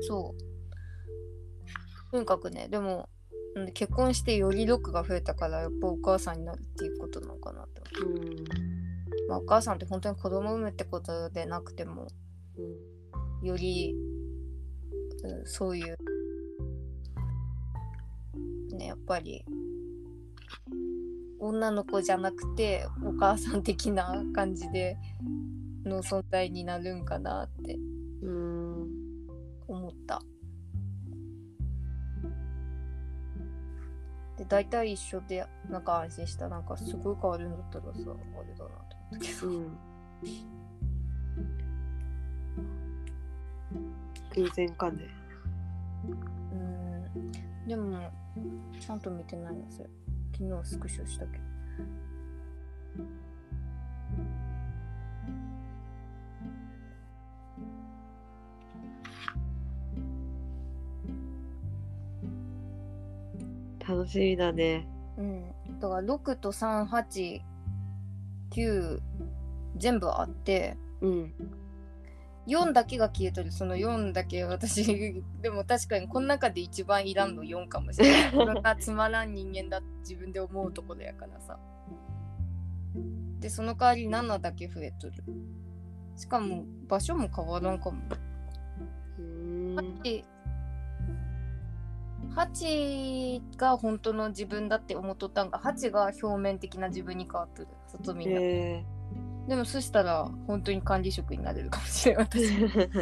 そうとにかくねでも結婚してよりろくが増えたからやっぱお母さんになるっていうことなのかなって思う、うんまあ、お母さんって本当に子供産むってことでなくてもうん、より、うん、そういうねやっぱり女の子じゃなくてお母さん的な感じでの存在になるんかなってうん思ったで大体一緒でなんか安心したなんかすごい変わるんだったらさあれだなと思ったけど、うん偶然かねうんでもちゃんと見てないのそれ昨日スクショしたけど楽しみだねうんだからろくとさんはちきゅう全部あって、 うん、 よんだけが消えとる。そのよんだけ私でも確かにこの中で一番いらんのよんかもしれない。これがつまらん人間だって自分で思うところやからさ。でその代わりななだけ増えとる。しかも場所も変わらんかも。 うーんはち、はちが本当の自分だって思っとったんが、はちが表面的な自分に変わっとる。外見が。 へでもそしたら本当に管理職になれるかもしれない私。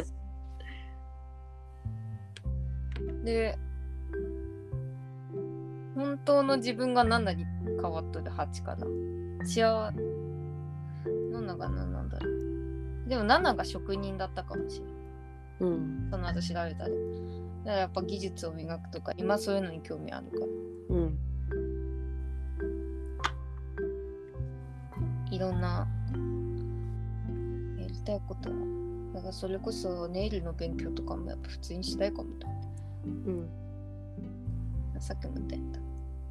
で本当の自分がななに変わっとる。はちから幸ななが何なんだろう。でもななが職人だったかもしれない。 うん、 その後調べたら。だからやっぱ技術を磨くとか今そういうのに興味あるから、 うん、 いろんなやりたいことは、だからそれこそネイルの勉強とかもやっぱ普通にしたいかもと思って、 うん、 さっきも言ったやんだ。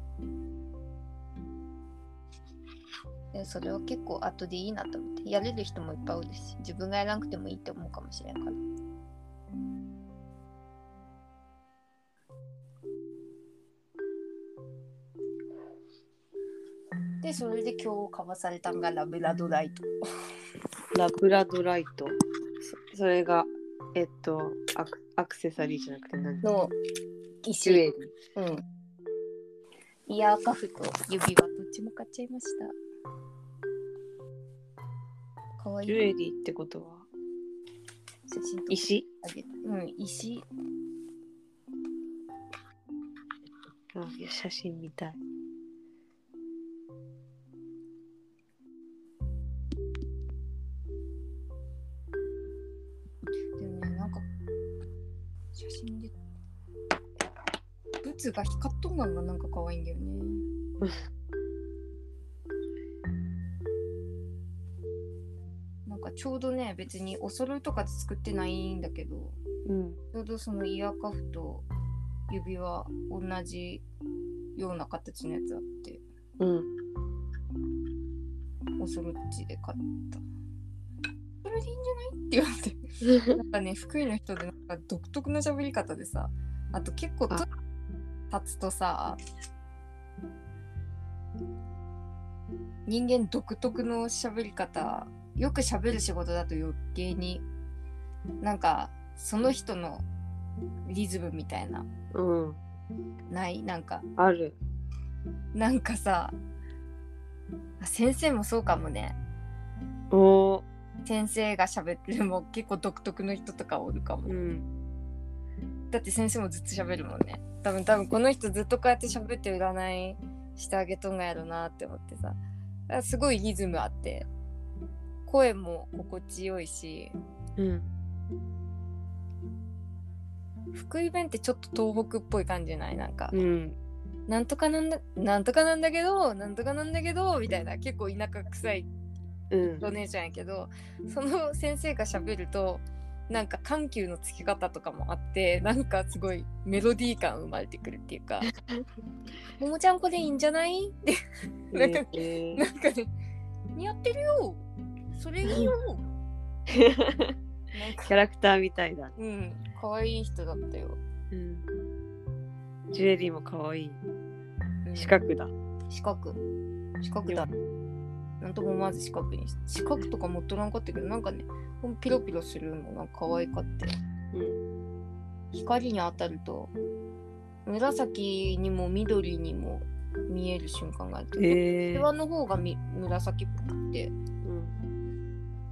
でそれは結構後でいいなと思って、やれる人もいっぱいおるし、自分がやらなくてもいいって思うかもしれんから。でそれで今日かわされたのがラブラドライト。 ラブラドライト。そ, それがえっとア ク, アクセサリーじゃなくて何のジュエリー。 うん。イヤーカフと指輪どっちも買っちゃいました。かわいい。 ジュエリーってことは写真と石？ あげた。うん、石。 あ、いや写真見たい。 でもね、なんか写真でブツが光っとんがんがなんか可愛いんだよね。なんかちょうどね、別にお揃いとかで作ってないんだけど、 うん、 ちょうどそのイヤーカフと指輪同じような形のやつあって、 うん、 おそろっちで買った。それでいいんじゃないって言われて。なんかね、福井の人でなんか独特な喋り方でさ、あと結構と立つとさ、人間独特の喋り方、よく喋る仕事だと余計になんかその人のリズムみたいな、 うん、 ないなんかある。 なんかさ、先生もそうかもね。 お、 先生が喋ってるも結構独特の人とかおるかも、 うん、 だって先生もずっと喋るもんね。多分多分この人ずっとこうやって喋って占いしてあげとんがやろなって思ってさ、すごいリズムあって声も心地よいし、 うん、 福井弁ってちょっと東北っぽい感じない？なんか、 うん、 なんとかなんだなんとかなんだけどなんとかなんだけどみたいな、結構田舎臭いお姉ちゃんやけど、うん、その先生が喋るとなんか緩急のつき方とかもあって、なんかすごいメロディー感生まれてくるっていうかももちゃんこれいいんじゃないってなんか、えー、なんかね、似合ってるよそれいいよキャラクターみたいだ。 うん、可愛い人だったよ、 うん、ジュエリーも可愛い、うん、四角だ四角四角だ、なんともまず四角に四角とか持っとらんかったけど、なんかねピロピロするのなんか可愛かって、うん、光に当たると紫にも緑にも見える瞬間があって、手話の方がみ紫っぽくて、うん、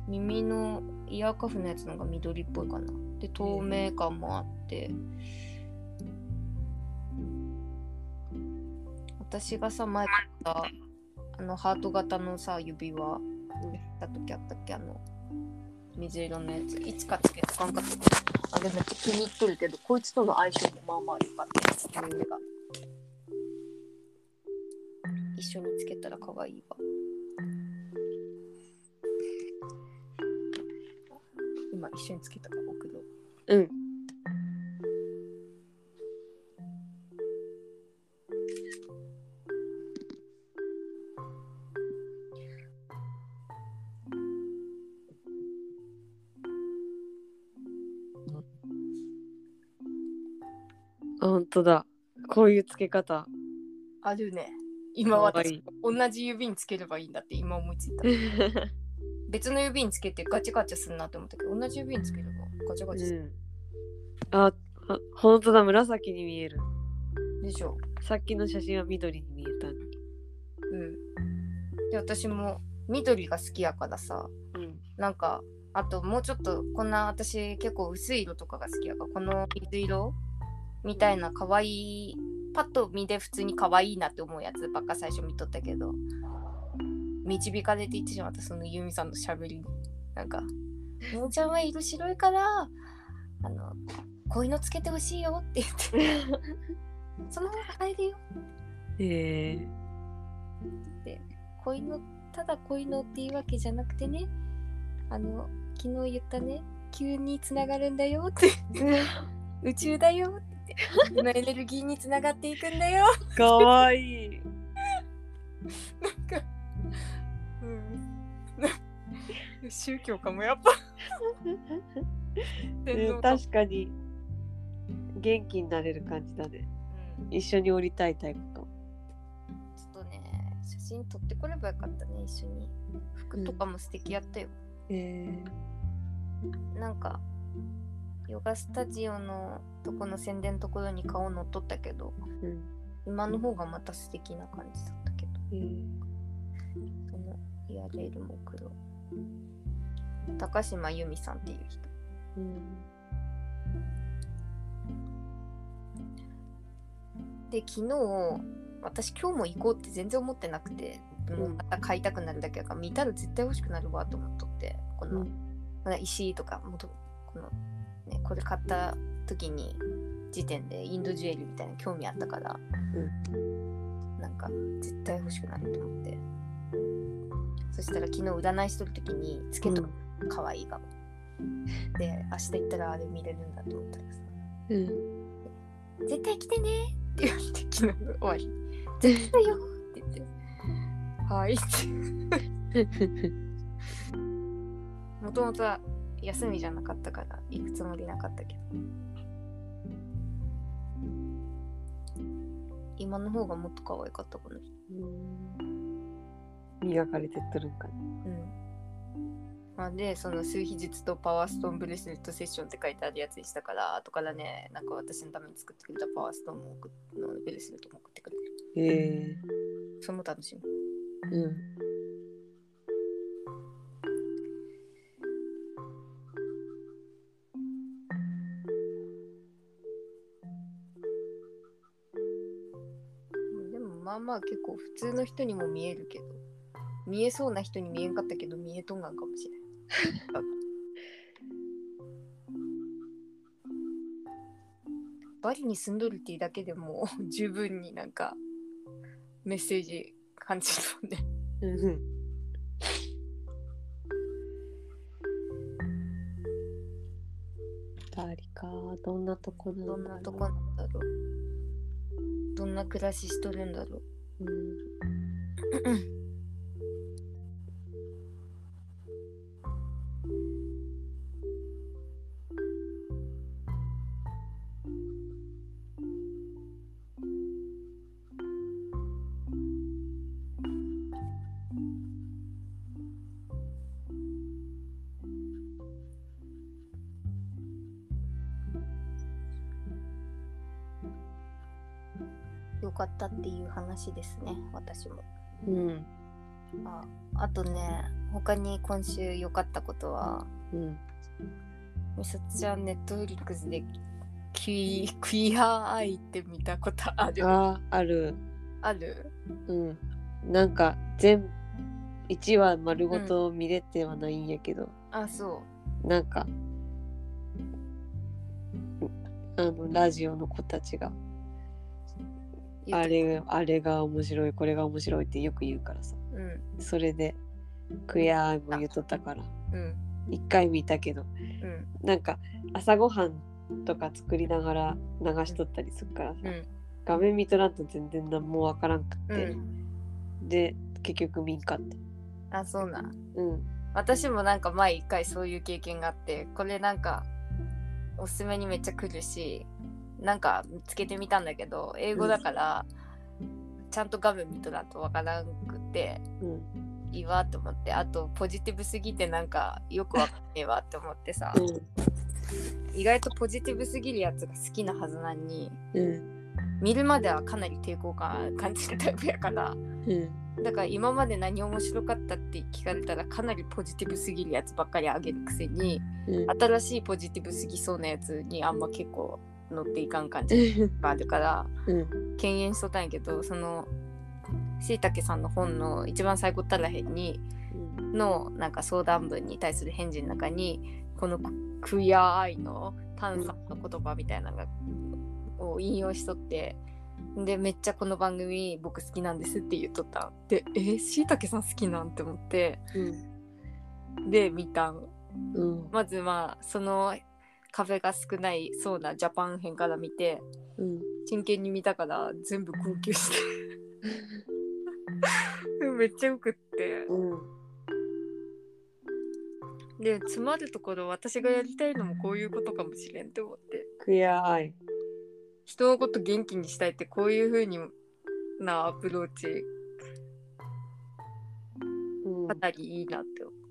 耳のイヤーカフのやつのが緑っぽいかな。で透明感もあって、私がさ前買ったあのハート型のさ指輪やった時あったっけ、あの水色のやついつかつけとかんかったけど、あれめっちゃ気に入っとるけど、こいつとの相性もまあまあ良かったです。が一緒につけたら可愛いわ。今一緒につけたから送ろう。 うん。 あ、ほんとだ。こういうつけ方あるね。今私同じ指につければいいんだって今思いついた。別の指につけてガチャガチャするなと思ったけど、同じ指につければガチャガチャする、 うん、あ、ほんとだ、紫に見えるでしょ。 さっきの写真は緑に見えたのに。 うん。で私も緑が好きやからさ、うん、なんかあともうちょっとこんな私結構薄い色とかが好きやから、この水色みたいな可愛いパッと見で普通に可愛いなって思うやつばっか最初見とったけど、導かれていってしまったそのユミさんのしゃべりに、なんか「ももちゃんは色白いからあのこういうのつけてほしいよ」って言ってその方が映えるよ。 へえー。で、こういうのただこういうのっていうわけじゃなくてね、あの昨日言ったね、急につながるんだよって宇宙だよってこのエネルギーにつながっていくんだよ。 かわいい。 なんか、うん、宗教かもやっぱ。 うん、確かに元気になれる感じだね。うん、一緒に降りたいタイプと。 ちょっとね、写真撮ってこればよかったね、一緒に。服とかも素敵やったよ。 うん、えー、なんかヨガスタジオのとこの宣伝のところに顔乗っとったけど、うん、今の方がまた素敵な感じだったけど、うん、そのイヤレールも黒。高島由美さんっていう人、うん、で昨日私今日も行こうって全然思ってなくて、もうまた買いたくなるだけだから見たら絶対欲しくなるわと思っとって、この、うん、まだ石とかもとこのね、これ買った時に時点でインドジュエルみたいな興味あったから、うん、なんか絶対欲しくなると思って、そしたら昨日占いしとる時につけとるかわいい顔、うん、で明日行ったらあれ見れるんだと思ったらさ、うん、絶対来てねって言われて、昨日の終わり絶対よって言ってはいってもともとは休みじゃなかったから行くつもりなかったけど、今の方がもっと可愛かったかな。 磨かれてっとるんかね。 うん。で、その数秘術とパワーストーンブレスレットセッションって書いてあるやつにしたから、後からね、なんか私のために作ってくれたパワーストーンも送のブレスレットも送ってくれる。へえ。それも楽しみ。うん。まあまあ結構普通の人にも見えるけど、見えそうな人に見えんかったけど見えとんがんかもしれないバリに住んどるっていうだけでも十分になんかメッセージ感じるね。うんバリか、どんなとこなんだろう。 どんなとこなんだろう。どんな暮らししとるんだろう。うんよかったっていう話ですね、私も。うん。あ、あとね、他に今週良かったことは、うん。みさちゃんネットフリックスでクイクイアアイって見たことある？ あ、ある。 ある？ うん。なんか全いちわ丸ごと見れてはないんやけど。 うん、あ、そう。 なんかあのラジオの子たちが。あれあれが面白いこれが面白いってよく言うからさ、うん、それでクイアアイも言っとったから一、うん、回見たけど、うん、なんか朝ごはんとか作りながら流しとったりするからさ、うん、画面見とらんと全然何もわからんくって、うん、で結局見んかった。 あ、そうな、うん、私もなんか前一回そういう経験があって、これなんかおすすめにめっちゃ来るしなんか見つけてみたんだけど英語だから、うん、ちゃんと画面見とらんとわからんくて、うん、いいわと思って、あとポジティブすぎてなんかよくわかんねえわって思ってさ、うん、意外とポジティブすぎるやつが好きなはずなのに、うん、見るまではかなり抵抗感感じるタイプやから、うん、だから今まで何面白かったって聞かれたらかなりポジティブすぎるやつばっかりあげるくせに、うん、新しいポジティブすぎそうなやつにあんま結構乗っていかん感じがあるから、うん、敬遠しとったんやけど、そのしいたけさんの本の一番最後ったらへんにのなんか相談文に対する返事の中にこのクイアアイの炭酸の言葉みたいなのを引用しとって、でめっちゃこの番組僕好きなんですって言っとったんで、えー、しいたけさん好きなんって思って、うん、で見たん、うん、まずまあその壁が少ないそうなジャパン編から見て、うん、真剣に見たから全部号泣してめっちゃよくって、うん、で詰まるところ私がやりたいのもこういうことかもしれんって思って、 クイアアイ、 人のこと元気にしたいってこういう風になアプローチ、うん、かなりいいなって思った。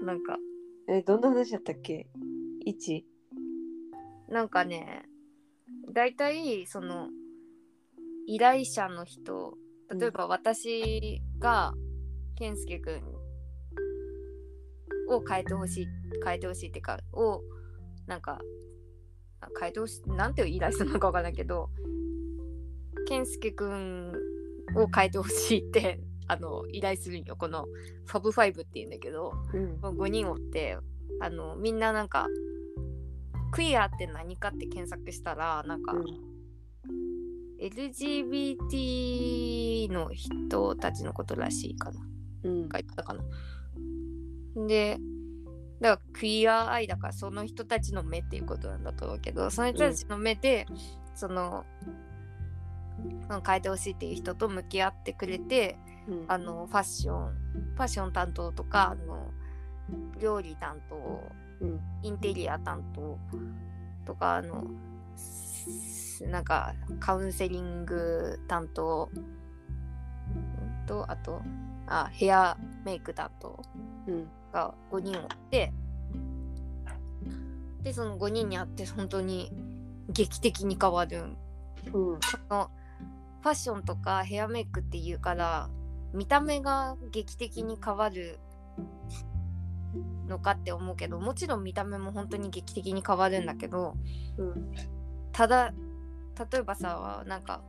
なんかえどんな話だったっけ？いちなんかね、だいたいその依頼者の人、例えば私が健介くんを変えてほしい変えてほしいってかをなんか変えてほしいなんていう依頼するのかわからないけど、健介くんを変えてほしいってあの依頼するんよ。このファブファイブって言うんだけど、うん、ごにんおってあのみんななんかクイアって何かって検索したらなんか、うん、エルジービーティー の人たちのことらしいかな、うん、書いてたかな。でだからクイアアイだからその人たちの目っていうことなんだと思うけど、その人たちの目で、うん、その変えてほしいっていう人と向き合ってくれて、うん、あのファッションファッション担当とかあの料理担当、うん、インテリア担当とかあのなんかカウンセリング担当とあとあヘアメイク担当がごにんおって、うん、でそのごにんに会って本当に劇的に変わるん、うん、そのファッションとかヘアメイクっていうから見た目が劇的に変わるのかって思うけど、もちろん見た目も本当に劇的に変わるんだけど、うん、ただ例えばさなんか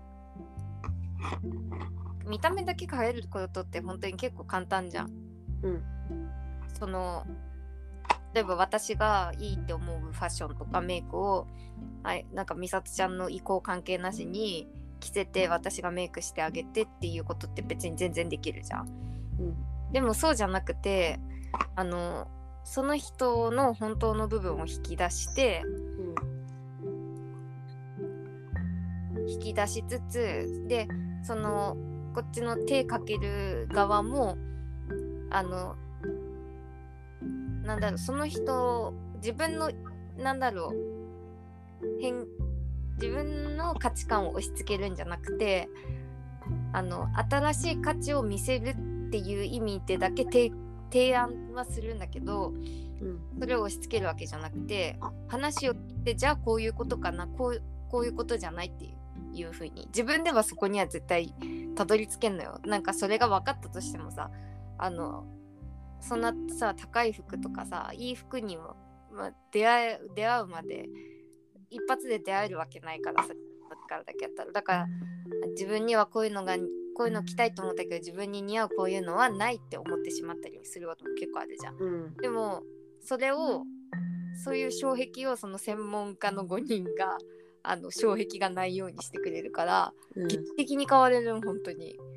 見た目だけ変えることって本当に結構簡単じゃん、うん、その例えば私がいいって思うファッションとかメイクを、はい、なんか美里ちゃんの意向関係なしに着せて私がメイクしてあげてっていうことって別に全然できるじゃん、うん、でもそうじゃなくてあのその人の本当の部分を引き出して、うん、引き出しつつでそのこっちの手かける側もあのなんだろうその人自分のなんだろう変自分の価値観を押し付けるんじゃなくてあの新しい価値を見せるっていう意味でだけ提提案はするんだけど、うん、それを押し付けるわけじゃなくて話を聞いてじゃあこういうことかなこう、こういうことじゃないっていう、いう風に自分ではそこには絶対たどり着けんのよ。なんかそれが分かったとしてもさあのそんなさ高い服とかさいい服にも、まあ、出会え出会うまで一発で出会えるわけないからさからだけやったらだから自分にはこういうのがこういうの着たいと思ったけど自分に似合うこういうのはないって思ってしまったりすることも結構あるじゃん、うん、でもそれをそういう障壁をその専門家のごにんがあの障壁がないようにしてくれるから、うん、劇的に変われる本当に、うん、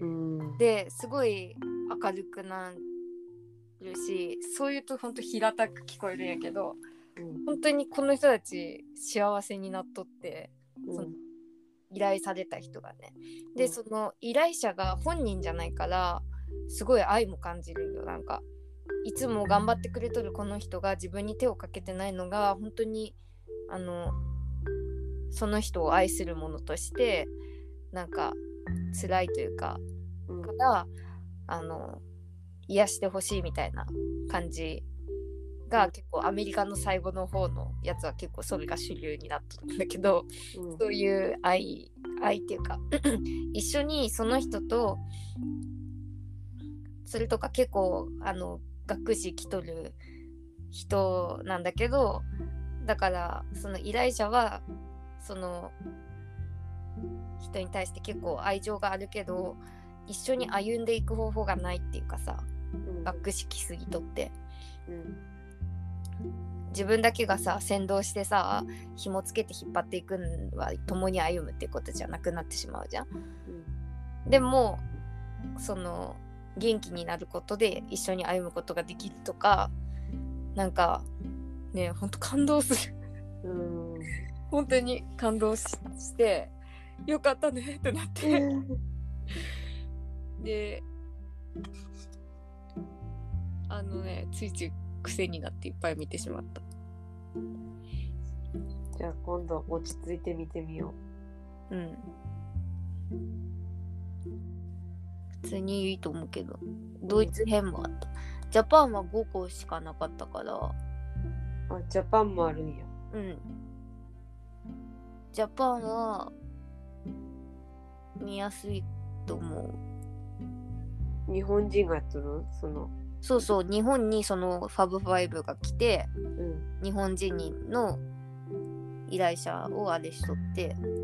ですごい明るくなるしそういうと本当平たく聞こえるんやけど、うん、本当にこの人たち幸せになっとって、うん、その依頼された人がねで、うん、その依頼者が本人じゃないからすごい愛も感じるよ。なんかいつも頑張ってくれとるこの人が自分に手をかけてないのが本当にあのその人を愛するものとしてなんか辛いというか、 うん、 からあの癒してほしいみたいな感じが結構アメリカの最後の方のやつは結構それが主流になってるんだけど、うん、そういう愛愛っていうか一緒にその人とそれとか結構あの学士来とる人なんだけど、だからその依頼者はその人に対して結構愛情があるけど一緒に歩んでいく方法がないっていうかさ、うん、学士来すぎとって、うん、自分だけがさ先導してさ紐つけて引っ張っていくのは共に歩むっていうことじゃなくなってしまうじゃん、うん、でもその元気になることで一緒に歩むことができるとかなんかねほんと感動するうん本当に感動 し, してよかったねってなってであのねついつい癖になっていっぱい見てしまった。 じゃあ今度落ち着いて見てみよう。うん普通にいいと思うけどドイツ編もあった。ジャパンはごこしかなかったから。あジャパンもあるんや。 うんジャパンは見やすいと思う。日本人がやっとるそのそうそう日本にそのファブファイブが来て、うん、日本人の依頼者をあれしとって、うん、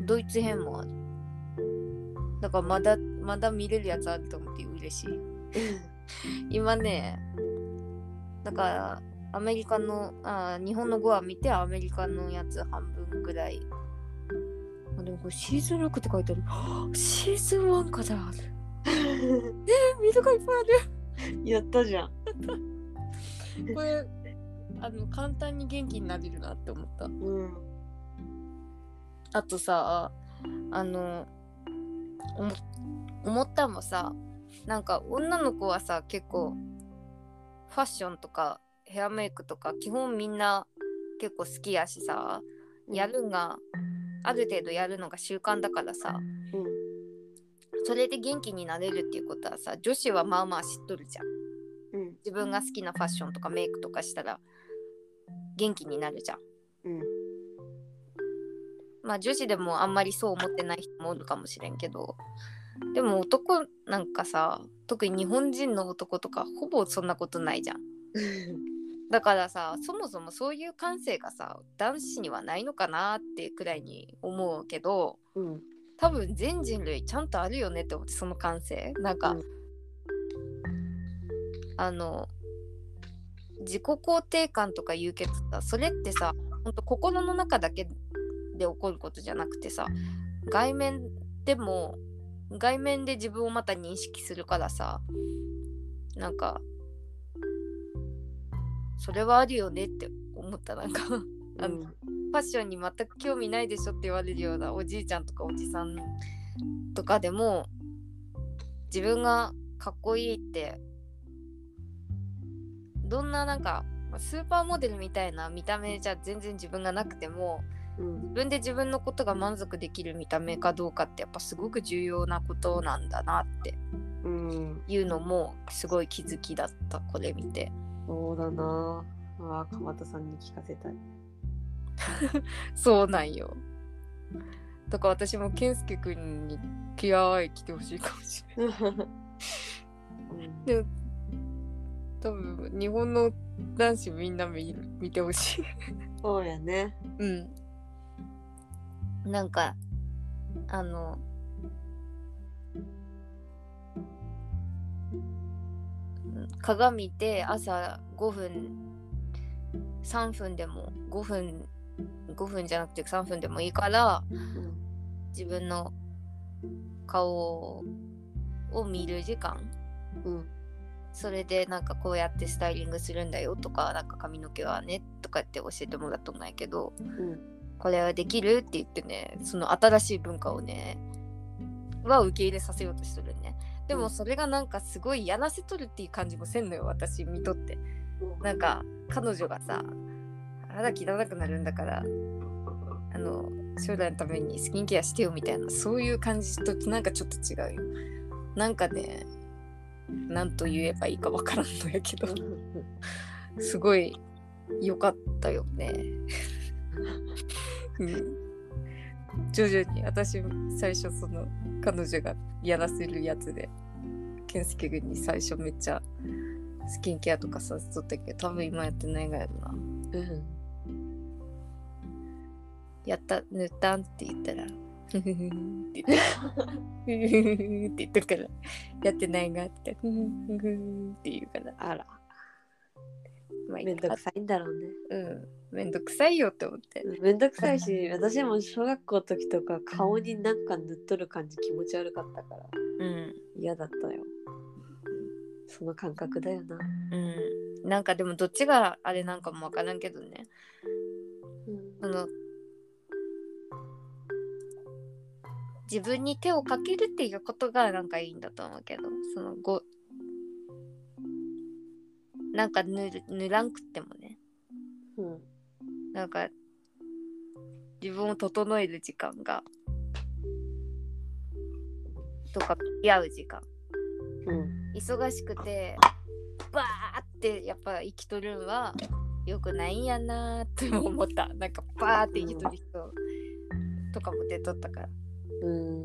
ドイツ編もある。だからまだまだ見れるやつあると思って嬉しい今ねだからアメリカのあ日本のごわ見てアメリカのやつ半分くらい。あでもこれシーズンろくって書いてあるシーズンワンからあるえー、水がいっぱいあるやったじゃんこれあの簡単に元気になれるなって思った、うん、あとさあの思, 思ったのもさなんか女の子はさ結構ファッションとかヘアメイクとか基本みんな結構好きやしさ、うん、やるんがある程度やるのが習慣だからさ、うん、それで元気になれるっていうことはさ女子はまあまあ知っとるじゃん、うん、自分が好きなファッションとかメイクとかしたら元気になるじゃん、うん、まあ女子でもあんまりそう思ってない人もおるかもしれんけどでも男なんかさ特に日本人の男とかほぼそんなことないじゃんだからさそもそもそういう感性がさ男子にはないのかなってくらいに思うけど、うん、多分全人類ちゃんとあるよねって思ってその感性なんか、うん、あの自己肯定感とか言うけどさそれってさほんと心の中だけで起こることじゃなくてさ外面でも外面で自分をまた認識するからさなんかそれはあるよねって思ったなんかあの、うん、ファッションに全く興味ないでしょって言われるようなおじいちゃんとかおじさんとかでも自分がかっこいいってどんななんかスーパーモデルみたいな見た目じゃ全然自分がなくても、うん、自分で自分のことが満足できる見た目かどうかってやっぱすごく重要なことなんだなっていうのもすごい気づきだったこれ見て。 そうだなあ川田さんに聞かせたいそうなんよだから私も健介くんに気合い来てほしいかもしれない、うん、でも多分日本の男子みんな 見, 見てほしいそうやねうんなんかあの鏡で朝ごふんさんぷんでもごふんごふんじゃなくてさんぷんでもいいから、うん、自分の顔を見る時間、うん、それでなんかこうやってスタイリングするんだよとかなんか髪の毛はねとかって教えてもらったんないけど、うん、これはできるって言ってねその新しい文化をねは受け入れさせようとしてるね。でもそれがなんかすごいやらせとるっていう感じもせんのよ私見とって。なんか彼女がさ肌汚くなるんだからあの将来のためにスキンケアしてよみたいな、そういう感じとなんかちょっと違うよ。なんかね、なんと言えばいいかわからんのやけどすごい良かったよね、うん、徐々に私最初その彼女がやらせるやつで健介君に最初めっちゃスキンケアとかさせとったけど、多分今やってないがやろな。うんやった塗ったんって言ったらふふふって言ってって言ってからやってないがってふふふって言うから、 あら、 まあ、 めんどくさいんだろうね。 うんめんどくさいよって思って、 めんどくさいし私も小学校の時とか顔になんか塗っとる感じ気持ち悪かったから、うん、嫌だったよ。その感覚だよな。 うんなんかでもどっちがあれなんかもわからんけどね、うん、あの自分に手をかけるっていうことがなんかいいんだと思うけど、そのごなんか塗る塗らんくってもね、うん、なんか自分を整える時間がとか付き合う時間、うん、忙しくてバーってやっぱ生きとるんは良くないんやなーって思った。なんかバーって生きとる人とかも出とったから、うん、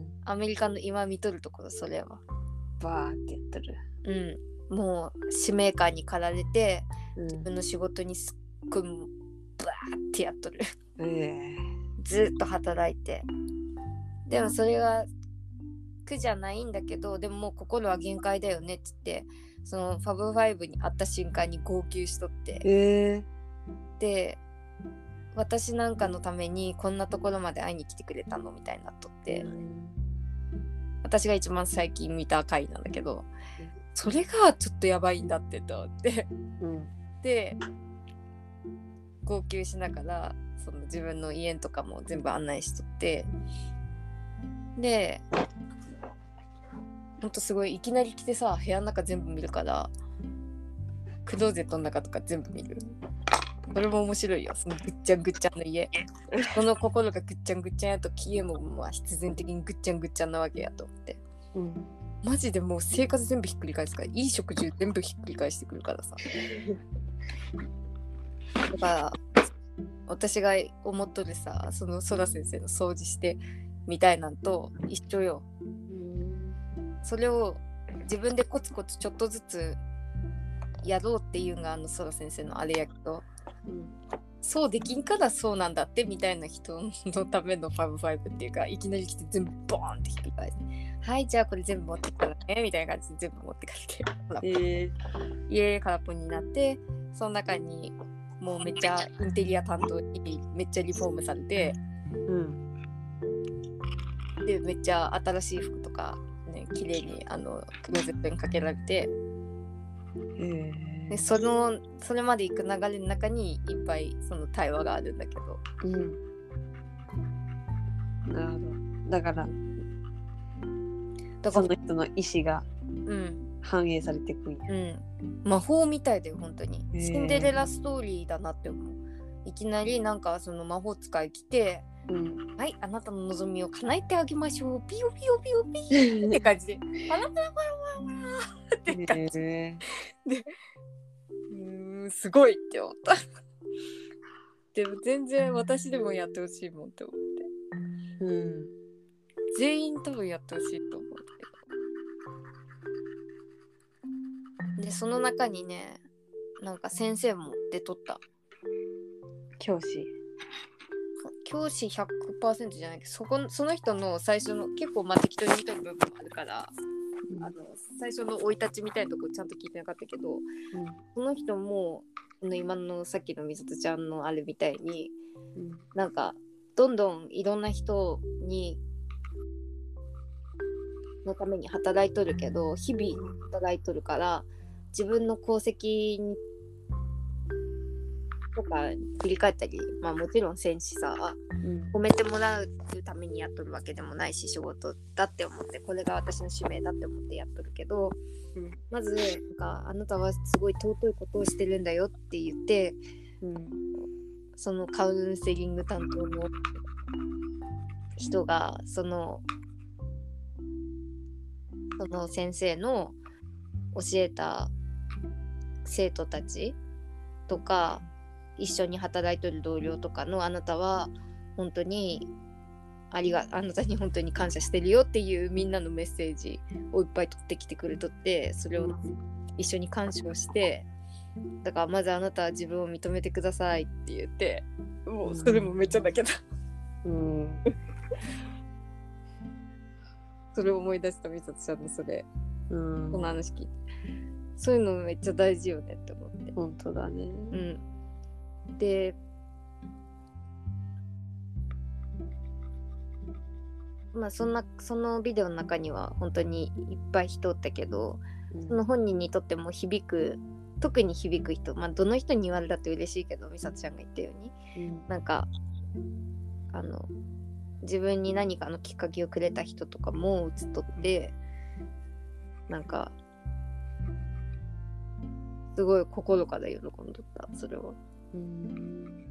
アメリカの今見とるところそれはバーってやってる。 うん、もう使命感に駆られて、うん、自分の仕事にすっごいバーってやっとる、えー、ずっと働いて、でもそれが苦じゃないんだけど、でももう心は限界だよねって言って、そのファブファイブに会った瞬間に号泣しとって、えー、で私なんかのためにこんなところまで会いに来てくれたのみたいになっとって、うん、私が一番最近見た回なんだけど、うん、それがちょっとやばいんだってと思って、うん、で号泣しながらその自分の家とかも全部案内しとって、でほんとすごいいきなり来てさ、部屋の中全部見るから、クローゼットの中とか全部見る。これも面白いよ、そのぐっちゃんぐっちゃんの家その心がぐっちゃんぐっちゃんやと家もまあ必然的にぐっちゃんぐっちゃんなわけやと思って、うん、マジでもう生活全部ひっくり返すから、いい食事全部ひっくり返してくるからさだから私が思っとるさ、そのソラ先生の掃除してみたいなんと一緒よ。それを自分でコツコツちょっとずつやろうっていうのがあのソラ先生のあれやけど、うん、そうできんからそうなんだってみたいな人のためのファブファイブっていうか、いきなり来て全部ボーンってひっくり返して、はいじゃあこれ全部持ってくからねみたいな感じで全部持ってかれて、えー、家空っぽになって、その中にもうめっちゃインテリア担当にめっちゃリフォームされて、うん、でめっちゃ新しい服とかね綺麗にあのクローゼットにかけられて、えー、でそのそれまで行く流れの中にいっぱいその対話があるんだけど、うん、 なるほど。だからだからその人の意思が反映されてくるんや、 うん、魔法みたいだよ本当に。シンデレラストーリーだなって思う。いきなりなんかその魔法使い来て、うん、はいあなたの望みを叶えてあげましょう、ピヨピヨピヨピヨって感じでパラパラパラパラパラって感じで、うーんすごいって思ったでも全然私でもやってほしいもんって思って、うん、全員多分やってほしいと思うけど、でその中にねなんか先生も出とった。 教師教師 ひゃくパーセント じゃないけど、そこその人の最初の結構まあ適当に見た部分もあるから、うん、あの最初の生い立ちみたいなとこちゃんと聞いてなかったけど、うん、その人も今のさっきのみさとちゃんのあれみたいに、うん、なんかどんどんいろんな人にのために働いとるけど、日々働いとるから自分の功績にとか振り返ったり、まあもちろんせんしさ、うん、褒めてもらうためにやっとるわけでもないし、仕事だって思ってこれが私の使命だって思ってやっとるけど、うん、まずなんかあなたはすごい尊いことをしてるんだよって言って、うん、そのカウンセリング担当の人がそのその先生の教えた生徒たちとか一緒に働いてる同僚とかのあなたは本当にありがあなたに本当に感謝してるよっていうみんなのメッセージをいっぱい取ってきてくれとって、それを一緒に鑑賞して、だからまずあなたは自分を認めてくださいって言って、もうそれもめっちゃだけど、うん、それを思い出した美里ちゃんのそれ、うん、この話聞いて、そういうのめっちゃ大事よねって思って。 本当だね。 うん。で、まあそんなそのビデオの中には本当にいっぱい人おったけど、うん、その本人にとっても響く、特に響く人、まあどの人に言われたって嬉しいけど、美里ちゃんが言ったように、うん、なんかあの自分に何かのきっかけをくれた人とかも映っとって、なんかすごい心から喜んどったそれは。うーん、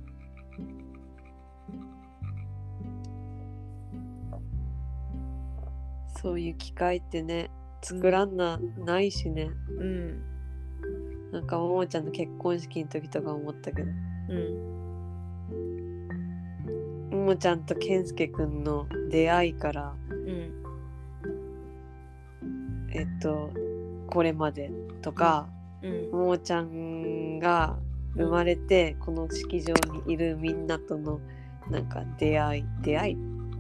そういう機会ってね作らんな、うん、ないしね。うん。なんかももちゃんの結婚式の時とか思ったけど、うん。ももちゃんと健介くんの出会いから、うん、えっとこれまでとか、うん、ももちゃんが生まれてこの式場にいるみんなとのなんか出会い出会い、うん、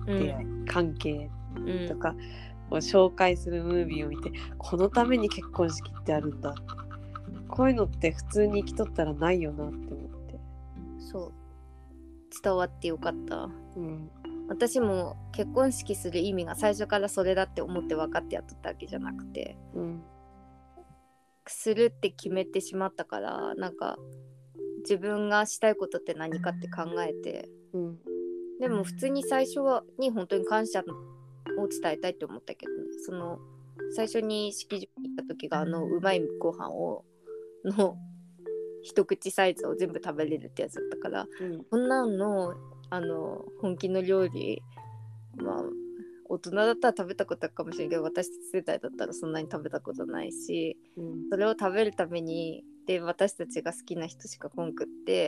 出会い関係とかを紹介するムービーを見て、このために結婚式ってあるんだ、こういうのって普通に生きとったらないよなって思って。 そう、伝わってよかった、うん、私も結婚式する意味が最初からそれだって思って分かってやっとったわけじゃなくて、うん、するって決めてしまったから、なんか自分がしたいことって何かって考えて、うん、でも普通に最初はに本当に感謝を伝えたいって思ったけどね。その最初に式場に行った時があのうまいご飯をの一口サイズを全部食べれるってやつだったから、うん、こんなんのあの本気の料理、まあ大人だったら食べたことあるかもしれないけど、私たち世代だったらそんなに食べたことないし、うん、それを食べるためにで私たちが好きな人しか来んくって、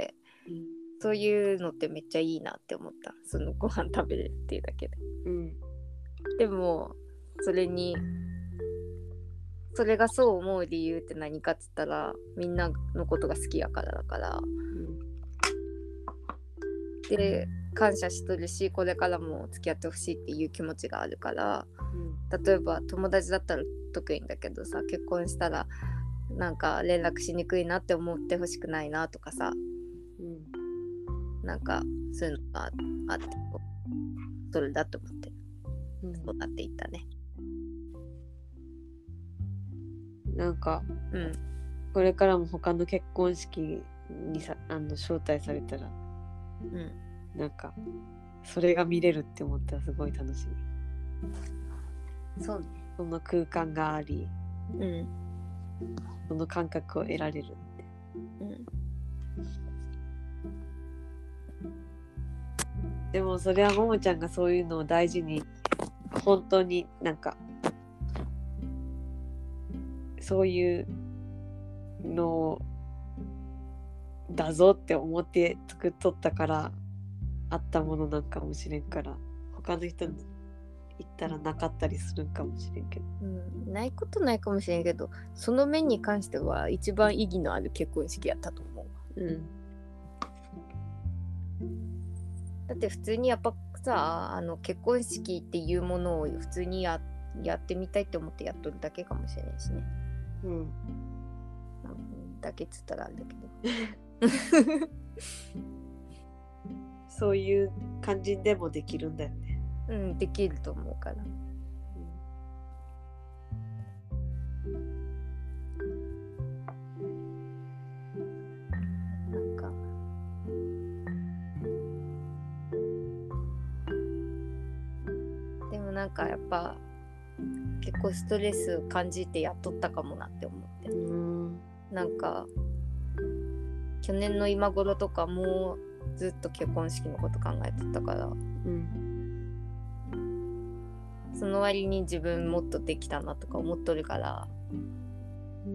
うん、そういうのってめっちゃいいなって思った。そのご飯食べれるっていうだけで、うん、でもそれにそれがそう思う理由って何かっつったら、みんなのことが好きやからだから、うん、で感謝しとるし、これからも付き合ってほしいっていう気持ちがあるから、うん、例えば友達だったら得意んだけどさ、結婚したらなんか連絡しにくいなって思ってほしくないなとかさ、うん、なんかそういうのがあって、それだと思って、うん、そうなっていったね。 なんか、うん、これからも他の結婚式にさあの招待されたら、うん、なんかそれが見れるって思ったらすごい楽しみ。そうね。 その空間があり、うん、その感覚を得られるって、うん、でもそれはももちゃんがそういうのを大事に、本当になんかそういうのだぞって思って作っとったからあったものなんかもしれんから、他の人に言ったらなかったりするんかもしれんけど、 うん、ないことないかもしれんけど、その面に関しては一番意義のある結婚式やったと思う、うん、だって普通にやっぱさ、あの結婚式っていうものを普通に や, やってみたいって思ってやっとるだけかもしれないしね、うん、だけっつったらあれだけどそういう感じでもできるんだよね。 うん、できると思うから、うん、なんかでもなんかやっぱ結構ストレス感じてやっとったかもなって思って、うん、なんか去年の今頃とかもずっと結婚式のこと考えてたから、うん、 その割に自分もっとできたなとか思っとるから、 うん、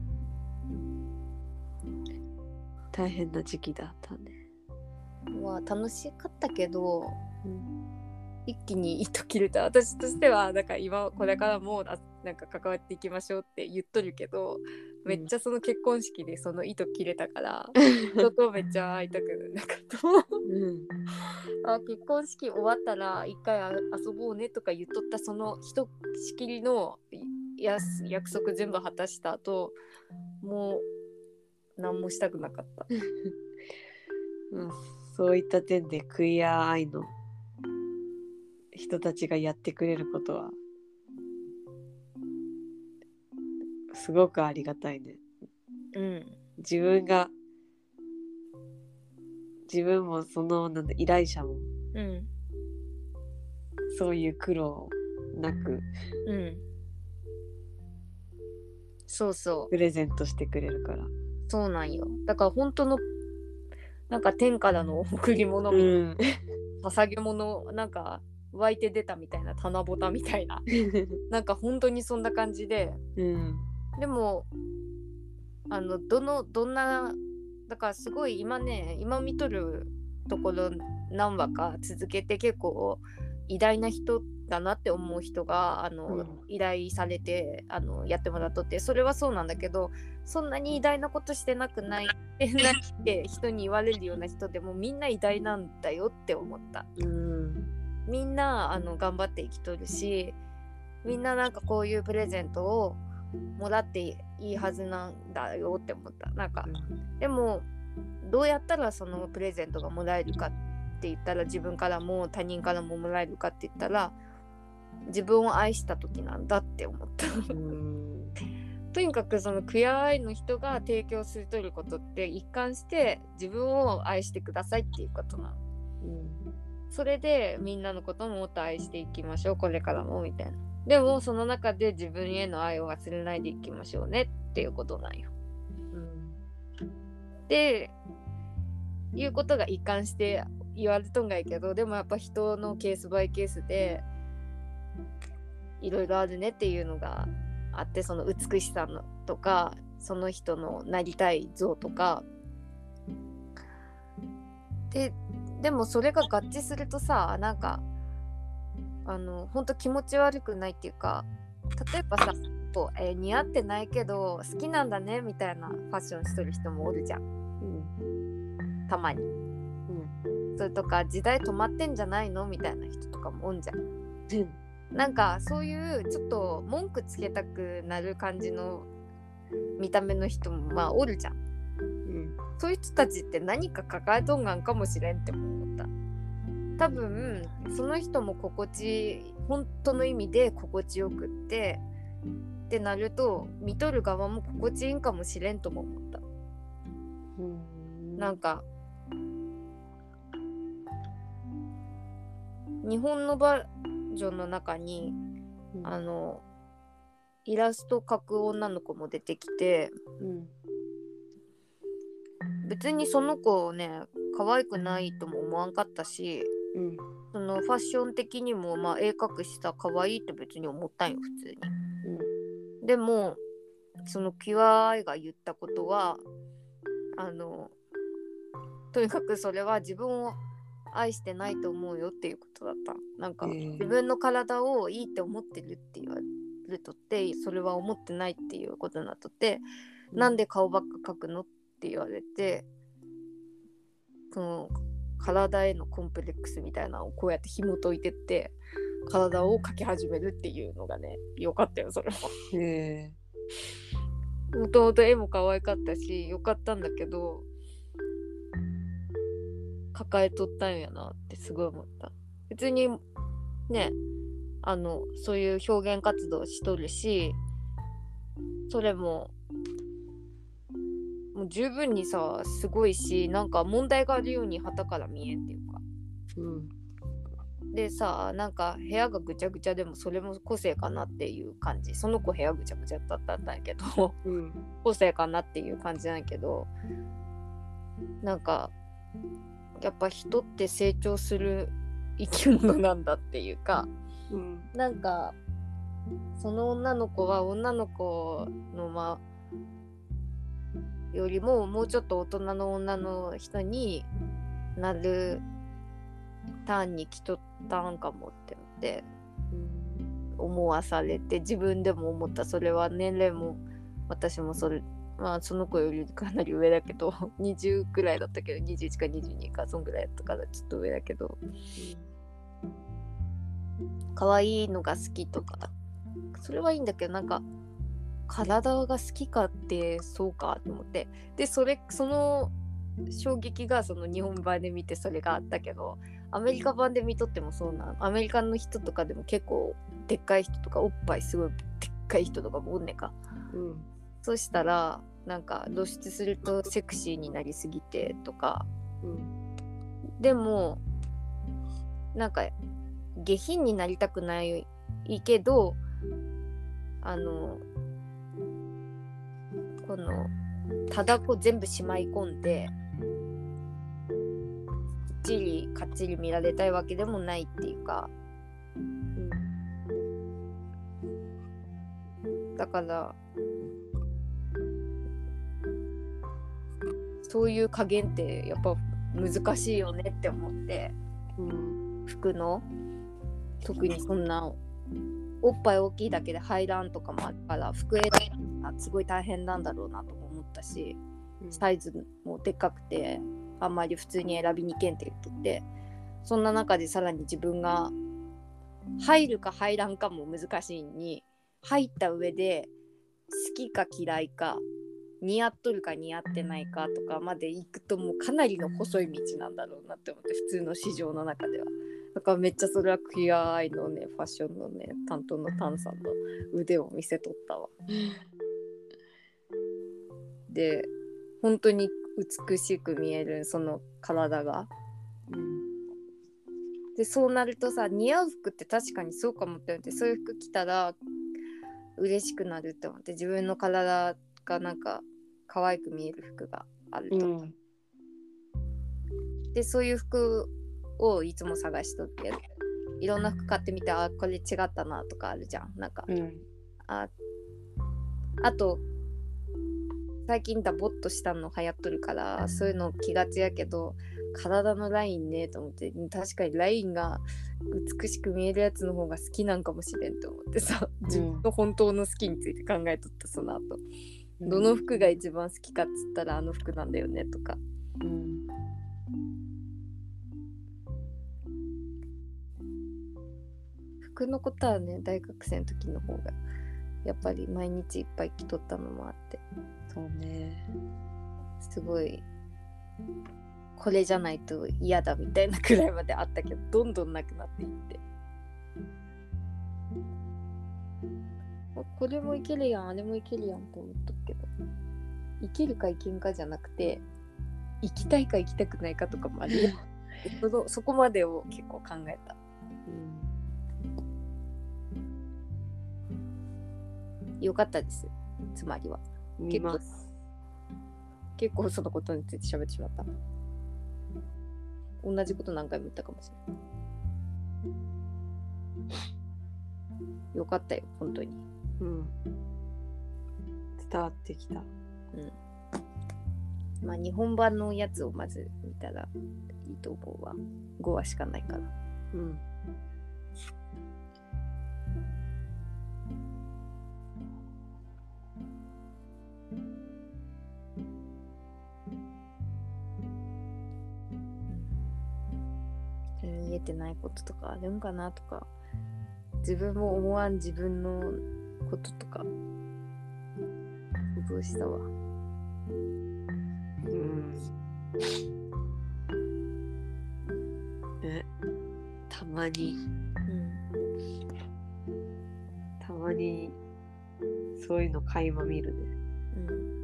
大変な時期だったね。 まあ楽しかったけど、 うん、 一気に糸切れた。私としてはなんか今これからもうなんか関わっていきましょうって言っとるけど、めっちゃその結婚式でその糸切れたから、人とめっちゃ会いたくなかった。うん、あ、結婚式終わったら一回遊ぼうねとか言っとったそのひとしきりのや約束全部果たした後、もう何もしたくなかった。 うん、そういった点でクイア愛の人たちがやってくれることはすごくありがたいね。 うん、 自分が自分もそのなんだ依頼者も、うん、そういう苦労なく、うん、 そうそうプレゼントしてくれるから。 そうなんよ。だから本当のなんか天からの贈り物みたいな、うん、捧げ物なんか湧いて出たみたいな、棚ぼたみたいななんか本当にそんな感じで、うん、でもあのどのどんなだからすごい今ね今見とるところ何話か続けて結構偉大な人だなって思う人があの、うん、依頼されてあのやってもらっとって、それはそうなんだけど、そんなに偉大なことしてなくないって人に言われるような人でもみんな偉大なんだよって思った、うん、みんなあの頑張って生きとるし、みんななんかこういうプレゼントをもらっていいはずなんだよって思った。なんか、うん、でもどうやったらそのプレゼントがもらえるかって言ったら、自分からも他人からももらえるかって言ったら自分を愛した時なんだって思ったうんとにかくそのクヤ愛の人が提供するということって一貫して自分を愛してくださいっていうことなの、うん、それでみんなのことももっと愛していきましょうこれからもみたいな。でもその中で自分への愛を忘れないでいきましょうねっていうことなんよ、うん、でいうことが一貫して言われとんがいけど、でもやっぱ人のケースバイケースでいろいろあるねっていうのがあって、その美しさのとかその人のなりたい像とかで、でもそれが合致するとさ、なんかあの本当気持ち悪くないっていうか、例えばさこう、えー、似合ってないけど好きなんだねみたいなファッションしてる人もおるじゃん、うん、たまに、うん、それとか時代止まってんじゃないのみたいな人とかもおんじゃん、うん、なんかそういうちょっと文句つけたくなる感じの見た目の人もまあおるじゃん、うん、そういう人たちって何か抱えとんがんかもしれんって思った。多分その人も心地本当の意味で心地よくってってなると見とる側も心地いいんかもしれんとも思った。うんなんか日本のバージョンの中に、うん、あのイラスト描く女の子も出てきて、うん、別にその子をね可愛くないとも思わんかったし、うん、そのファッション的にもまあ絵描くしさ可愛いって別に思ったんよ普通に、うん、でもそのキュアアイが言ったことはあのとにかくそれは自分を愛してないと思うよっていうことだった。なんか、えー、自分の体をいいって思ってるって言われるとってそれは思ってないっていうことになっとって、うん、なんで顔ばっか描くのって言われて、その体へのコンプレックスみたいなのをこうやって紐解いてって体を描き始めるっていうのがねよかったよそれも。へー、もともと絵も可愛かったしよかったんだけど抱えとったんやなってすごい思った。別にねあのそういう表現活動しとるしそれももう十分にさすごいし、なんか問題があるように旗から見えんっていうか、うん、でさなんか部屋がぐちゃぐちゃでもそれも個性かなっていう感じ。その子部屋ぐちゃぐちゃだったんだけど、うん、個性かなっていう感じなんやけど、なんかやっぱ人って成長する生き物なんだっていうか、 うん、 なんかその女の子は女の子のまよりももうちょっと大人の女の人になるターンに来とったんかもって思って思わされて、自分でも思った。それは年齢も私もそれまあその子よりかなり上だけどにじゅうくらいだったけどにじゅういちかにじゅうにかそんぐらいだったからちょっと上だけど、可愛いのが好きとかそれはいいんだけど、なんか体が好きかってそうかと思って、でそれその衝撃がその日本版で見てそれがあったけど、アメリカ版で見とってもそうな、アメリカの人とかでも結構でっかい人とかおっぱいすごいでっかい人とかもおんねんか、うん、そしたらなんか露出するとセクシーになりすぎてとか、うん、でもなんか下品になりたくないけど、あのこのただこ全部しまい込んできっちりかっちり見られたいわけでもないっていうか、うん、だからそういう加減ってやっぱ難しいよねって思って、うん、服の特にそんなおっぱい大きいだけで排卵とかもあるから服選ぶのはすごい大変なんだろうなと思ったし、サイズもでっかくてあんまり普通に選びにけんって言っとって、そんな中でさらに自分が入るか入らんかも難しいに、入った上で好きか嫌いか似合っとるか似合ってないかとかまで行くともうかなりの細い道なんだろうなって思って、普通の市場の中では。だからめっちゃそれはクリアアイのねファッションのね担当のタンさんの腕を見せとったわ。で本当に美しく見えるその体が、うん、でそうなるとさ、似合う服って確かにそうかもって思って、そういう服着たら嬉しくなるって思って、自分の体がなんか可愛く見える服があると、うん、でそういう服をいつも探しとって、いろんな服買ってみて、あこれ違ったなとかあるじゃん、なんか、うん、ああと最近ダボっとしたの流行っとるからそういうの気がちやけど、体のラインねと思って、確かにラインが美しく見えるやつの方が好きなんかもしれんと思ってさ、自分の本当の好きについて考えとった。その後、うん、どの服が一番好きかっつったらあの服なんだよねとか、うん、服のことはね大学生の時の方がやっぱり毎日いっぱい着とったのもあって、 そうね、 すごいこれじゃないと嫌だみたいなくらいまであったけど、どんどんなくなっていって、これもいけるやんあれもいけるやんと思っとくけど、いけるかいけんかじゃなくて行きたいか行きたくないかとかもあるそ, のそこまでを結構考えた、うん、よかったです。つまりは見ます。 結構そのことについて喋ってしまった。同じこと何回も言ったかもしれない。よかったよ本当に。 うん。伝わってきた。うん。 まあ日本版のやつをまず見たらいいと思うわ。ごわしかないから。うん。見えてないこととかあるんかなとか、自分も思わん自分のこととか想像したわ。うんえたまに、うん、たまにそういうの垣間見るね。うん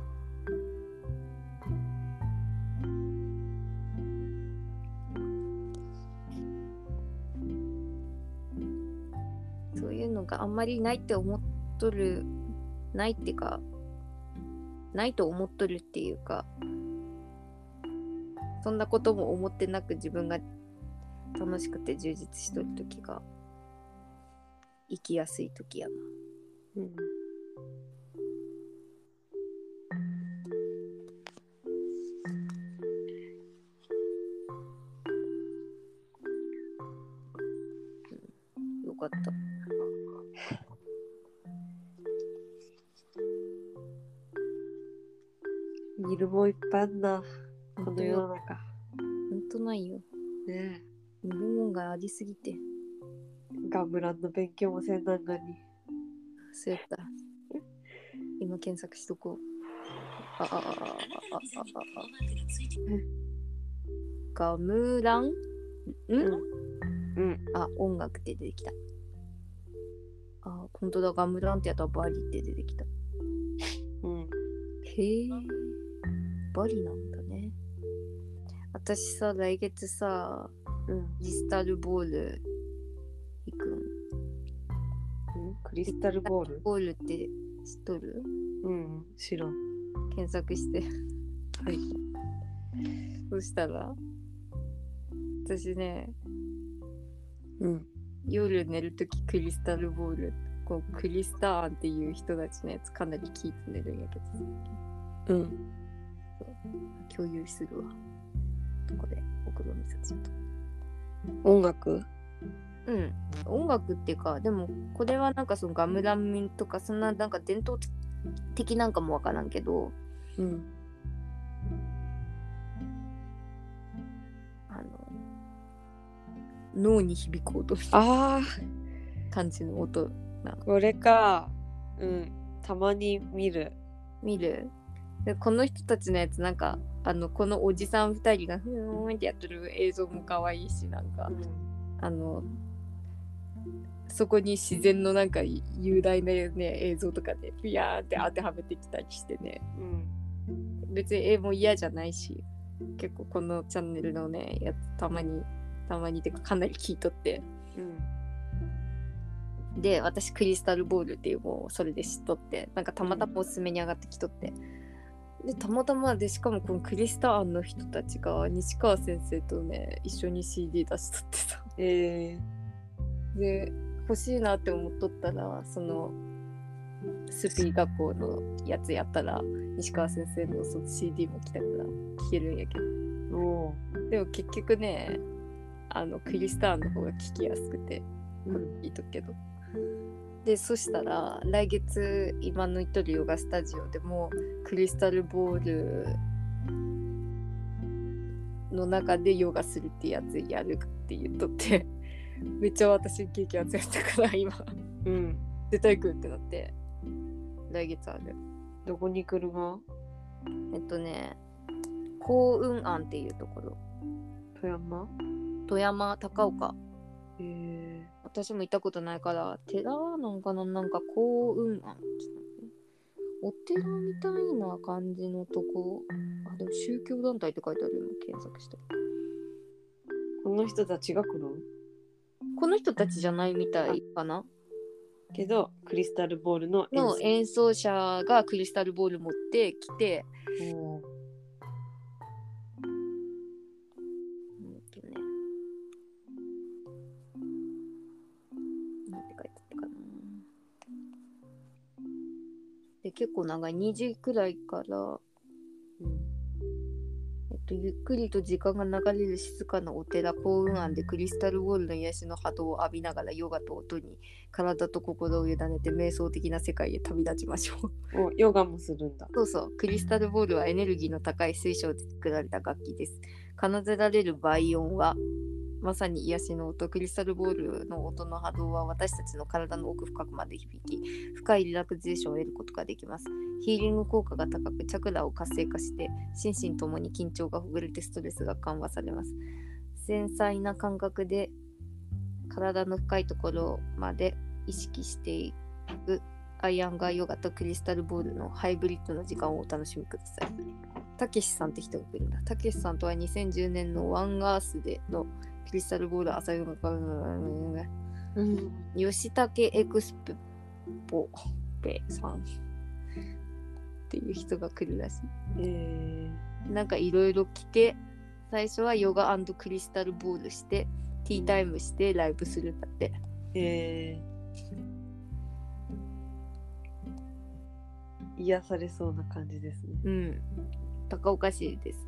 があんまりないって思っとる、ないっていうかないと思っとるっていうか、そんなことも思ってなく自分が楽しくて充実しとる時が行きやすい時やな。 うん。 よかった。 見るもんいっぱいあんな、この世の中。 ほんとないよ。 ねえ。 見るもんがありすぎて。 ガムランの勉強もせんなんがに。 そうやった。今検索しとこう。ああああああああ。ガムラン？ん？ うん。うん。 あ、音楽って出てきた。あ、ほんとだ、ガムランってやったらバリって出てきた。 うん。 へえ、バリなんだね。私さ、来月さ、 うん、 クリスタルボール行くん。 うん、クリスタルボールボールって知っとる？ うん、知らん。 検索して。 はい。 そしたら、私ね、 うん、 夜寝るときクリスタルボール、こうクリスターンっていう人たちのやつかなり聞いて寝るんやけど、 うん、 共有するわ。どこで送るみさちゃんと。 音楽？ うん、音楽っていうか、でもこれはなんかそのガムランとかそんななんか伝統的なんかもわからんけど、 うん、 あの脳に響く音みたいな感じの音な。 これか。うん、たまに見る。 見る？でこの人たちのやつなんかあのこのおじさんふたりがふーんってやってる映像も可愛いし、なんか、うん、あのそこに自然のなんか雄大な、ね、映像とかでピヤーって当てはめてきたりしてね、うん、別に絵も嫌じゃないし、結構このチャンネルのねやつたまにたまにてかかなり聞いとって、うん、で私クリスタルボールっていうもうそれで知っとって、なんかたまたまおすすめに上がってきとって、でたまたまでしかもこのクリスターンの人たちが西川先生とね一緒に シーディー 出しとってさ、えー、で欲しいなって思っとったら、そのスピー学校のやつやったら西川先生のその シーディー も来たから聴けるんやけど、おでも結局ねあのクリスターンの方が聴きやすくてこれ聞いとくけど、うん、でそしたら来月今の言っとるヨガスタジオでもクリスタルボールの中でヨガするってやつやるって言っとってめっちゃ私激アツやったから今、うん、絶対来るってなって来月ある。 どこに来るが？ えっとね幸運庵っていうところ。 富山？ 富山高岡。 へえ。 私も行ったことないから寺なんかな、なんか幸運庵、お寺みたいな感じのとこ。あでも宗教団体って書いてあるよ、検索した。 この人たちが来る？ この人たちじゃないみたいかな。 けどクリスタルボールの演奏の演奏者がクリスタルボール持ってきて、おで結構長いにじくらいから、うんえっと、ゆっくりと時間が流れる静かなお寺幸運庵でクリスタルボールの癒しの波動を浴びながらヨガと音に体と心を委ねて瞑想的な世界へ旅立ちましょう。 おヨガもするんだ。 そうそう、クリスタルボールはエネルギーの高い水晶で作られた楽器です。奏でられる倍音はまさに癒しの音。クリスタルボールの音の波動は私たちの体の奥深くまで響き、深いリラクゼーションを得ることができます。ヒーリング効果が高く、チャクラを活性化して、心身ともに緊張がほぐれてストレスが緩和されます。繊細な感覚で体の深いところまで意識していくアイアンガーヨガとクリスタルボールのハイブリッドの時間をお楽しみください。たけしさんって人が来るんだ。たけしさんとはにせんじゅうねんのワンアースでのクリスタルボール朝ヨガ、うん、吉武エクスポペさんっていう人が来るらしい。えー、なんかいろいろ来て、最初はヨガ&クリスタルボールしてティータイムしてライブするんだって。えー癒されそうな感じですね。 うん。高岡市です。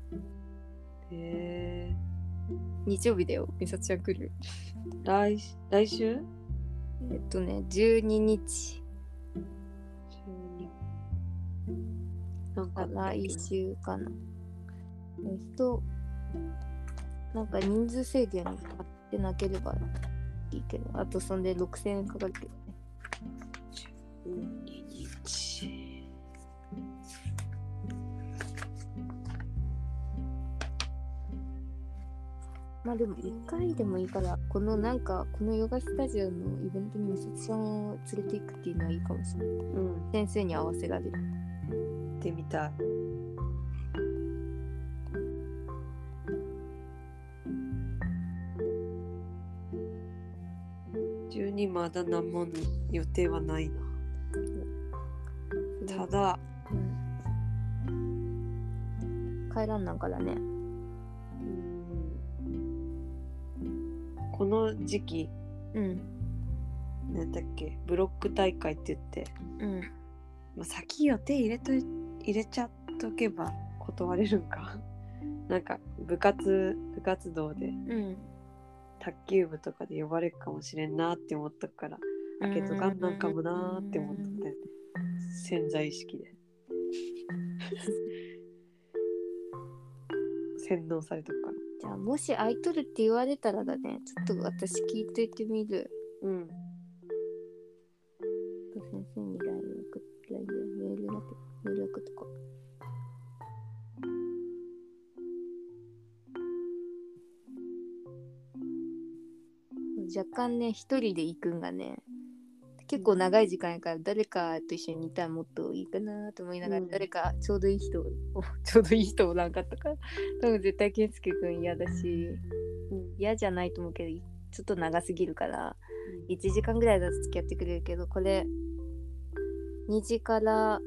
へえ。 日曜日だよ。美里ちゃん来る？ 来来週？ えっとね、じゅうににち。 じゅうに。なんか来週かな。えっと、なんか人数制限かかってなければいいけど、あとそんでろくせんえんかかるけどね。 じゅうににち。 まあでもいっかいでもいいから、このなんかこのヨガスタジオのイベントに美里ちゃんを連れていくっていうのはいいかもしれない。うん。先生に合わせられる。 行ってみたい。じゅうにまだ何も予定はないな。ただ、 うん、帰らんなんからね。 この時期、 うん、 なんだっけ、ブロック大会って言って、 うん、 まあ、先予定入れと入れちゃっとけば断れるんか。なんか部活部活動で、うん、卓球部とかで呼ばれるかもしれんなって思ったから、あけどがんなんかもなーって思ったんだよね。潜在意識で洗脳されとくから。 じゃあもし空いとるって言われたらだね、ちょっと私聞いといてみる。 うん。 先生に ライン 送って、ライン でメールだけメール送っとこう。若干ね、一人で行くんがね、結構長い時間やから誰かと一緒にいたらもっといいかなと思いながら、うん、誰かちょうどいい人ちょうどいい人おらんかったから多分絶対健介くん嫌だし、うん、嫌じゃないと思うけどちょっと長すぎるから、うん、いちじかんぐらいだと付き合ってくれるけど、これにじから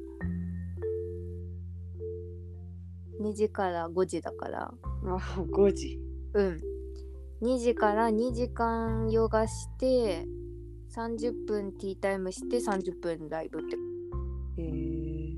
にじからごじだから。 あ、ごじ。 うん。にじからにじかんヨガしてさんじゅっぷんティータイムしてさんじゅっぷんライブって。へー。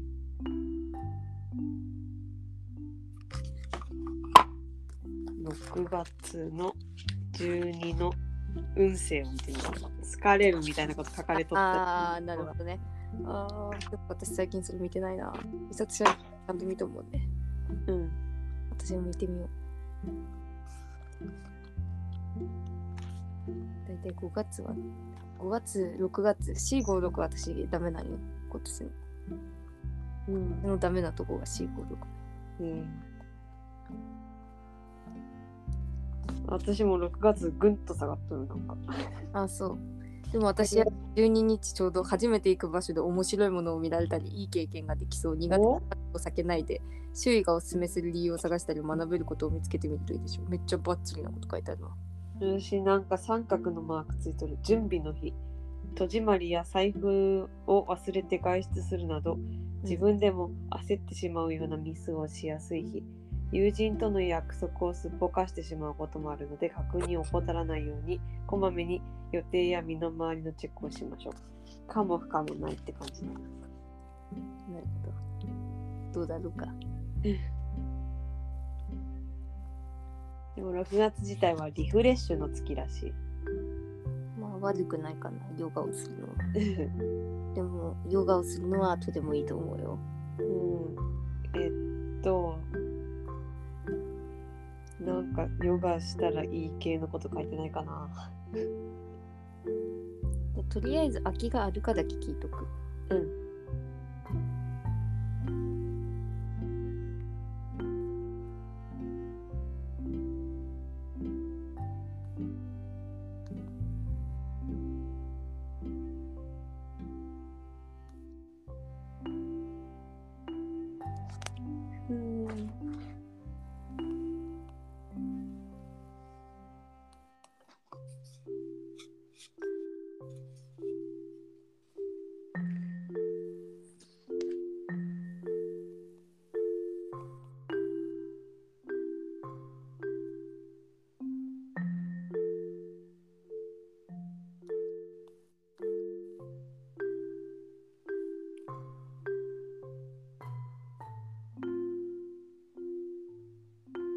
ろくがつのじゅうにの運勢を見てみた。好かれるみたいなこと書かれとった。 ああ、なるほどね。ああ、私最近それ見てないな。美里ちゃんちゃんと見と思うね。うん。私も見てみよう。だいたいごがつはごがつろくがつ シーごじゅうろく 私ダメなんよ今年の。うん。でもダメなとこが シーごじゅうろく。うん。 私もろくがつぐんと下がっとるなんか。 あ、そう。でも私はじゅうににちちょうど初めて行く場所で面白いものを見られたりいい経験ができそう。苦手なことを避けないで周囲がおすすめする理由を探したり学べることを見つけてみるといいでしょう。めっちゃバッチリなこと書いてあるわ。 私なんか三角のマークついとる。準備の日、戸締まりや財布を忘れて外出するなど自分でも焦ってしまうようなミスをしやすい日、友人との約束をすっぽかしてしまうこともあるので確認を怠らないようにこまめに予定や身の回りのチェックをしましょう。かも不可もないって感じ。なるほど。どうだろうか。 でもろくがつ自体はリフレッシュの月らしい。 まあ悪くないかな、ヨガをするのは。でもヨガをするのはとてもいいと思うよ。 うん。えっとなんかヨガしたらいい系のこと書いてないかな。 とりあえず空きがあるかだけ聞いとく。うん。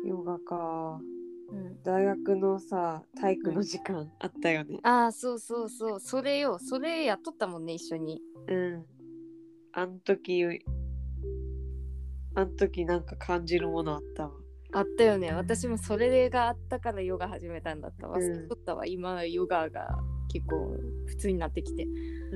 ヨガか。 うん、 大学のさ体育の時間あったよね。 ああそうそうそう、それよ、それやっとったもんね一緒に。 うん。あん時あん時なんか感じるものあったわ。 あったよね。私もそれがあったからヨガ始めたんだったわ。 うん忘れとったわ。今ヨガが結構普通になってきて。 うん。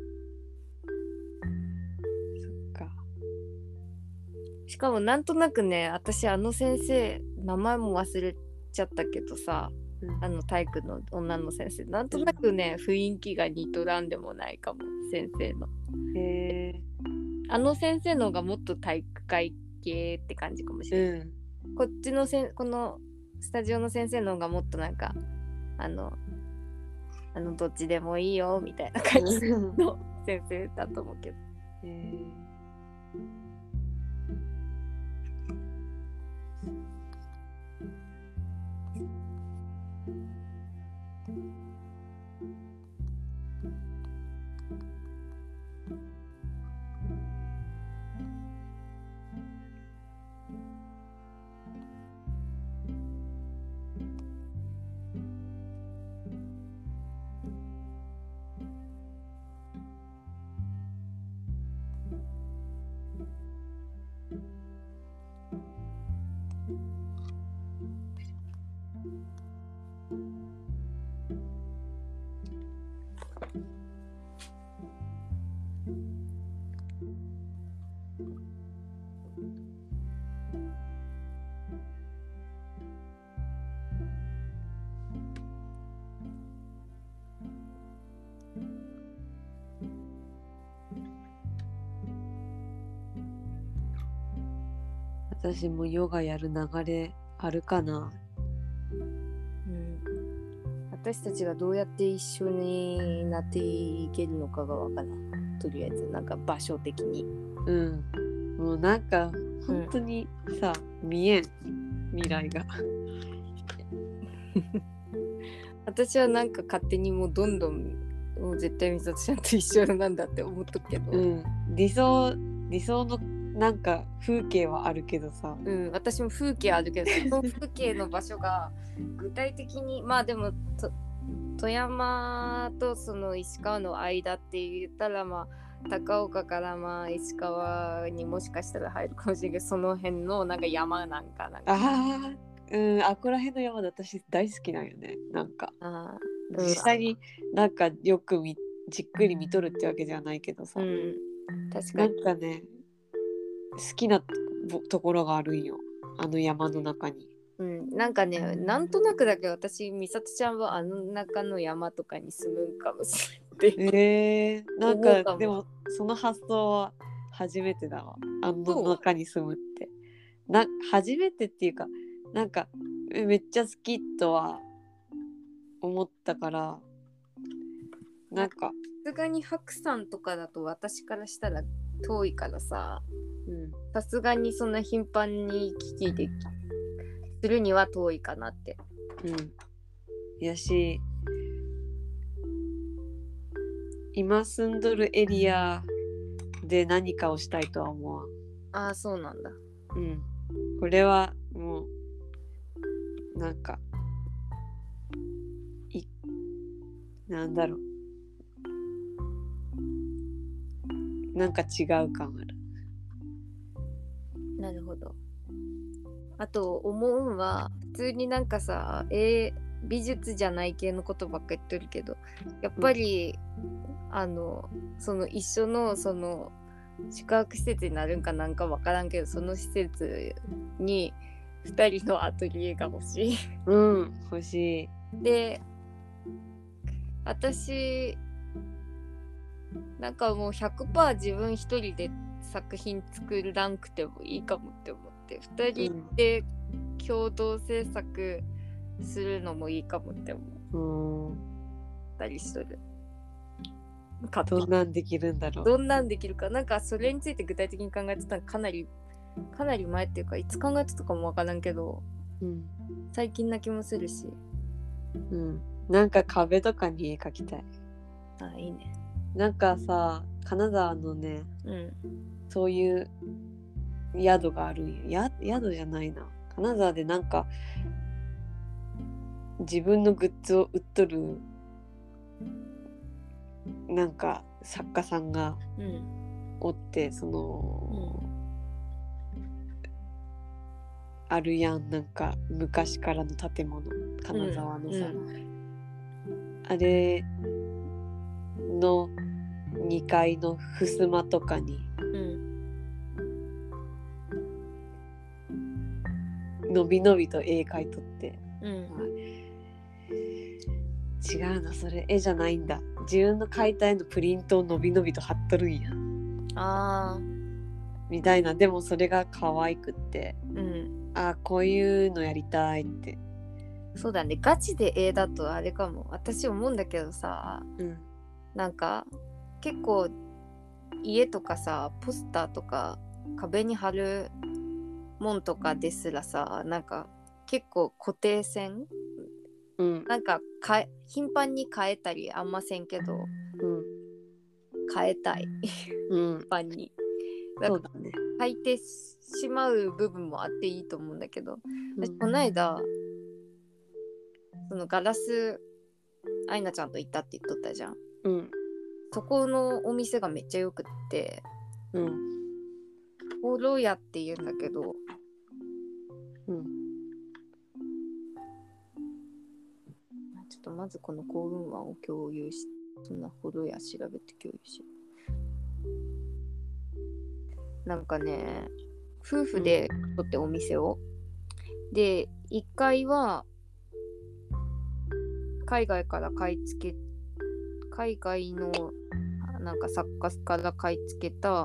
そっか。 しかもなんとなくね、私あの先生名前も忘れちゃったけどさ、うん、あの体育の女の先生なんとなくね、うん、雰囲気が似とらんでもないかも、先生の。へえ。あの先生の方がもっと体育会系って感じかもしれない。うん、こっちのせんこのスタジオの先生の方がもっとなんかあのあのどっちでもいいよみたいな感じの先生だと思うけど。へえ。 私もヨガやる流れあるかな。 うん、私たちがどうやって一緒になっていけるのかがわからん。とりあえずなんか場所的に。 うん。もうなんか本当にさ、うん、見えん未来が。 私はなんか勝手にもうどんどんもう絶対美里ちゃんと一緒なんだって思っとくけど、 うん、理想理想のなんか風景はあるけどさ、 うん、私も風景あるけどその風景の場所が具体的にまあでもと富山とその石川の間って言ったらまあ高岡からまあ石川にもしかしたら入るかもしれないけど、その辺のなんか山なんかなんか、 ああ、うん、あこら辺の山で私大好きなんよね。なんかあ、うん、実際になんかよくみじっくり見とるってわけじゃないけどさ、うん、確かになんかね好きなところがあるんよ、あの山の中に。 うん、なんかね、なんとなくだけど私美里ちゃんはあの中の山とかに住むんかもしれない。 えー、なんかかでもその発想は初めてだわ、あの中に住むって。な初めてっていうかなんかめっちゃ好きとは思ったから、なんかさすがに白山とかだと私からしたら遠いからさ、さすがにそんな頻繁に行き来できするには遠いかなって。 うん。やし今住んどるエリアで何かをしたいとは思わん。 ああ、そうなんだ。 うん。これはもうなんかいなんだろう、なんか違う感ある。 なるほど。あと思うんは普通になんかさ、えー、美術じゃない系のことばっか言ってるけど、やっぱり、うん、あのその一緒のその宿泊施設になるんかなんかわからんけど、その施設にふたりのアトリエが欲しい。 うん欲しい。で私なんかもう ひゃくパーセント 自分一人で作品作らなくてもいいかもって思って、ふたりで共同制作するのもいいかもって思う。うん。ふたりしとる。 どんなんできるんだろう。 どんなんできるか。なんかそれについて具体的に考えてたのかなりかなり前っていうかいつ考えてたかもわからんけど、うん、最近な気もするし。 うん。なんか壁とかに絵描きたい。 あ、いいね。 なんかさ、金沢のね、うん、そういう宿があるんよ。や宿じゃないな。 金沢でなんか自分のグッズを売っとるなんか作家さんがおって、うん、その、うん、あるやんなんか昔からの建物金沢のさ、うん、あれのにかいの襖とかに、うん、のびのびと絵描いとって、うん、違うなそれ絵じゃないんだ自分の描いた絵のプリントをのびのびと貼っとるんやあみたいな。でもそれが可愛くって、うん、あこういうのやりたいって。 そうだねガチで絵だとあれかも私思うんだけどさ、うん、なんか結構家とかさポスターとか壁に貼るもんとかですらさなんか結構固定線、うん、なんかかえ頻繁に変えたりあんませんけど、うん、変えたい、うん、頻繁にそうだね変えてしまう部分もあっていいと思うんだけど、うん、私この間そのガラスアイナちゃんと行ったって言っとったじゃん、うん、そこのお店がめっちゃよくって、うん、ホロ屋って言うんだけど、うん、ちょっとまずこの幸運湾を共有しそんなホロ屋調べて共有しよう。なんかね夫婦で取ってお店を、うん、でいっかいは海外から買い付け海外のなんか作家から買い付けた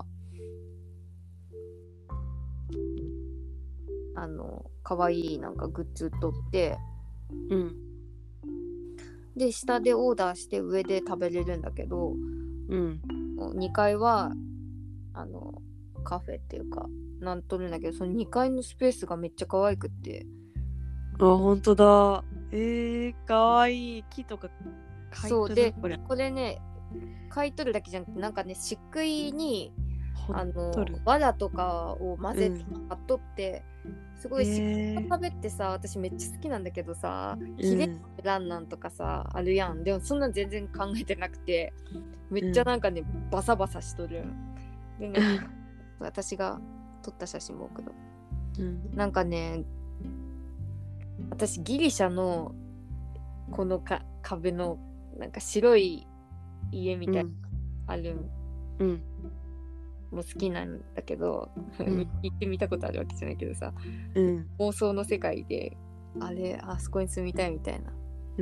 あの可愛いなんかグッズ取って、うん、で下でオーダーして上で食べれるんだけど、うん、にかいはあのカフェっていうかなんとるんだけどそのにかいのスペースがめっちゃ可愛くってあ本当だえー、可愛い木とか買い取るそうでこれ、これね買い取るだけじゃなくてなんかね漆喰にあの藁とかを混ぜて貼っとって、うん、すごい漆喰の壁ってさ私めっちゃ好きなんだけどさ綺麗なランナンとかさ、うん、あるやんでもそんなん全然考えてなくてめっちゃなんかね、うん、バサバサしとるでね私が撮った写真も送る、うん、なんかね私ギリシャのこのか壁のなんか白い家みたいな、うん、ある、うん、もう好きなんだけど、うん、行ってみたことあるわけじゃないけどさ、うん、妄想の世界であれあそこに住みたいみたいな、うん、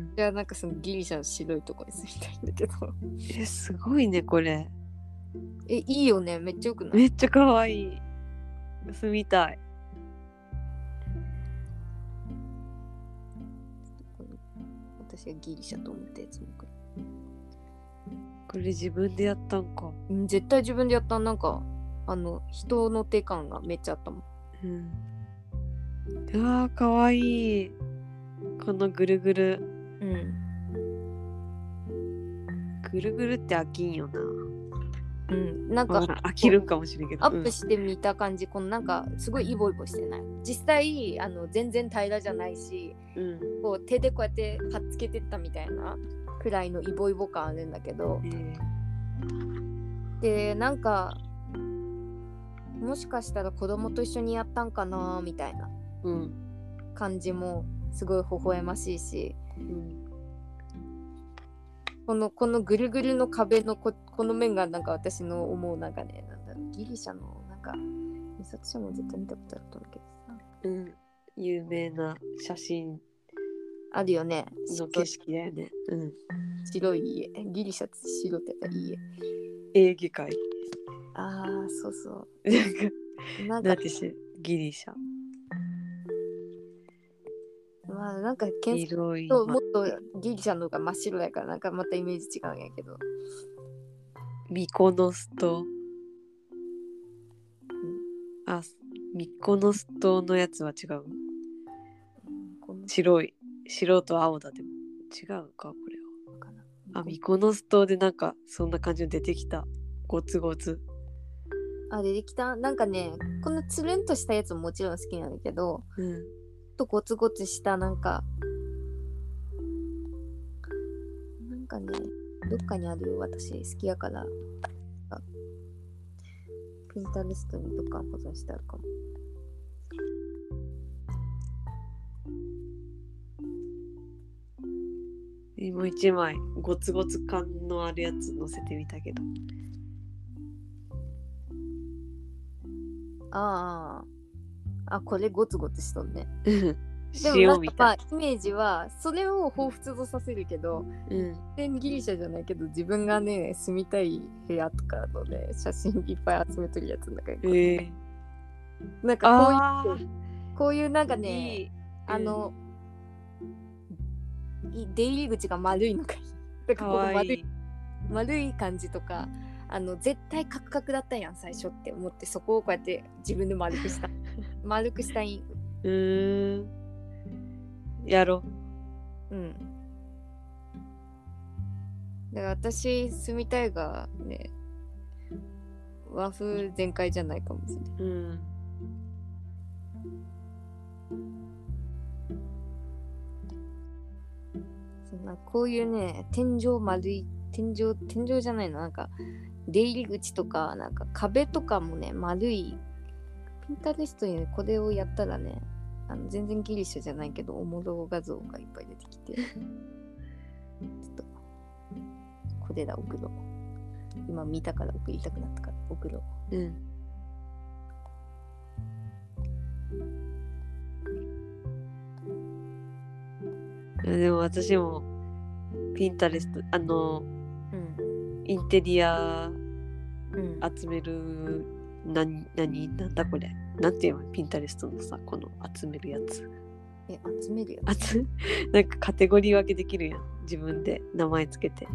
じゃあなんかそのギリシャの白いとこに住みたいんだけどえすごいねこれえいいよねめっちゃよくないめっちゃ可愛い住みたい私がギリシャと思ったやつもこれ自分でやったんか絶対自分でやったんなんかあの人の手感がめっちゃあったもん、 うん、あーかわいいこのぐるぐるうんぐるぐるって飽きんよなうん、なんか飽きるんかもしれんけどアップしてみた感じ、うん、このなんかすごいイボイボしてない実際あの全然平らじゃないし、うん、こう手でこうやって貼っつけてったみたいなくらいのイボイボ感あるんだけど、えー、でなんかもしかしたら子供と一緒にやったんかなみたいな感じもすごい微笑ましいし、うんこのこのぐるぐるの壁の こ, この面がなんか私の思うなんかねなんだろうギリシャのなんか美作者も絶対見たことあると思うけどさ、 うん、有名な写真あるよねの景色だよね、うん、 白い家ギリシャって白ってた家エーゲ海ああそうそうなんかなんてしギリシャまあなんか検索ともっとギリシャの方が真っ白やからなんかまたイメージ違うんやけどミコノス島、うん、あミコノス島のやつは違う、うん、白い白と青だでも違うかこれはあミコノス島でなんかそんな感じの出てきたゴツゴツあ、出てきた。なんかね、このつるんとしたやつももちろん好きなんだけど、 うん、 とゴツゴツしたなんか、なんかね、どっかにあるよ、私好きやから。ピンタレストにとか保存してあるかも。 もう一枚ゴツゴツ感のあるやつ載せてみたけど。 ああ、あ、これゴツゴツしとんね。でも塩なんかまあみたい。 イメージはそれを彷彿とさせるけど、 うん、 全然ギリシャじゃないけど自分がね住みたい部屋とかのね写真いっぱい集めてるやつの中に、 えー、 なんかこういうあこういうなんかーねいい、 あの、い出入り口が丸いのがいい。なんかここ丸い丸い感じとか、あの絶対カクカクだったやん最初って思って、そこをこうやって自分で丸くした丸くしたい。 うーん、やろう。うん。だから私住みたいがね和風全開じゃないかもしれない。 う。うん。 そんなこういうね天井丸い天井天井じゃないの、なんか出入り口とかなんか壁とかもね丸い。ピンタレストに、ね、これをやったらね、あの全然ギリシャじゃないけどおもろ画像がいっぱい出てきてちょっとこれだ送ろう。今見たから送りたくなったから送ろう。 うん。でも私もピンタレストあの、うん、インテリア集める、うん、何何なんだこれなんていうのピンタレストのさこの集めるやつ。 え集めるやつなんかカテゴリー分けできるやん自分で名前つけて。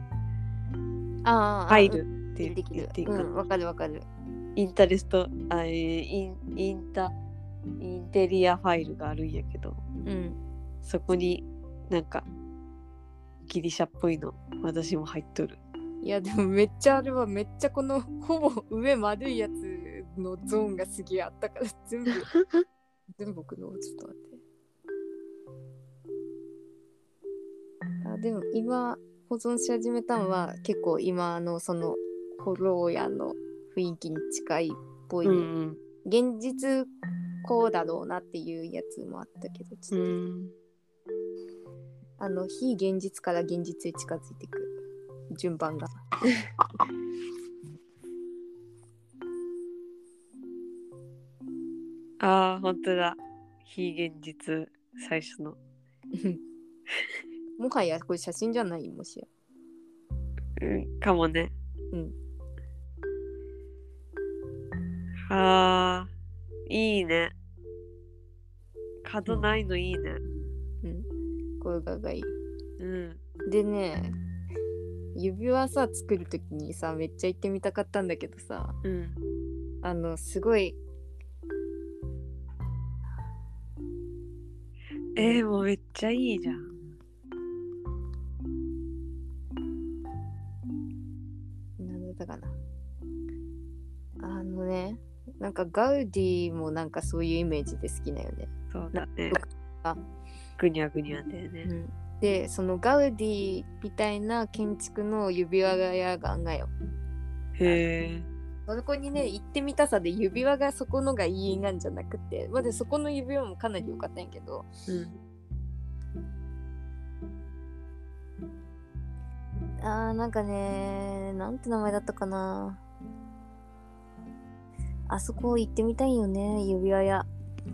ああ入るって言っていいかな。 うん、わかるわかる。 インタレストあインインタインテリアファイルがあるんやけど、 うん、 そこになんかギリシャっぽいの私も入っとる。 いやでもめっちゃあれはめっちゃこのほぼ上丸いやつのゾーンがすげえあったから全部全部僕のちょっと待って。あでも今保存し始めたのは結構今のそのホローヤの雰囲気に近いっぽい、ね、うん、現実こうだろうなっていうやつもあったけどちょっと、うん、あの非現実から現実へ近づいていく順番があーほんとだ非現実最初のもはやこれ写真じゃないもしや、 うん、かもね。 うんはあいいね角ないのいいね。 うん、うん、これががいい。 うん。 でね指輪さ作るときにさめっちゃ行ってみたかったんだけどさ、 うん、 あのすごいえー、もうめっちゃいいじゃん。 なんだったかなあのねなんかガウディもなんかそういうイメージで好きだよね。 そうだね。ぐにゃぐにゃだよね、 うん、でそのガウディみたいな建築の指輪がやがんがよ。 へえ。 そこにね行ってみたさで指輪がそこのがいいなんじゃなくて、まだそこの指輪もかなり良かったんやけど、うん、あーなんかねなんて名前だったかな、あそこ行ってみたいよね指輪屋。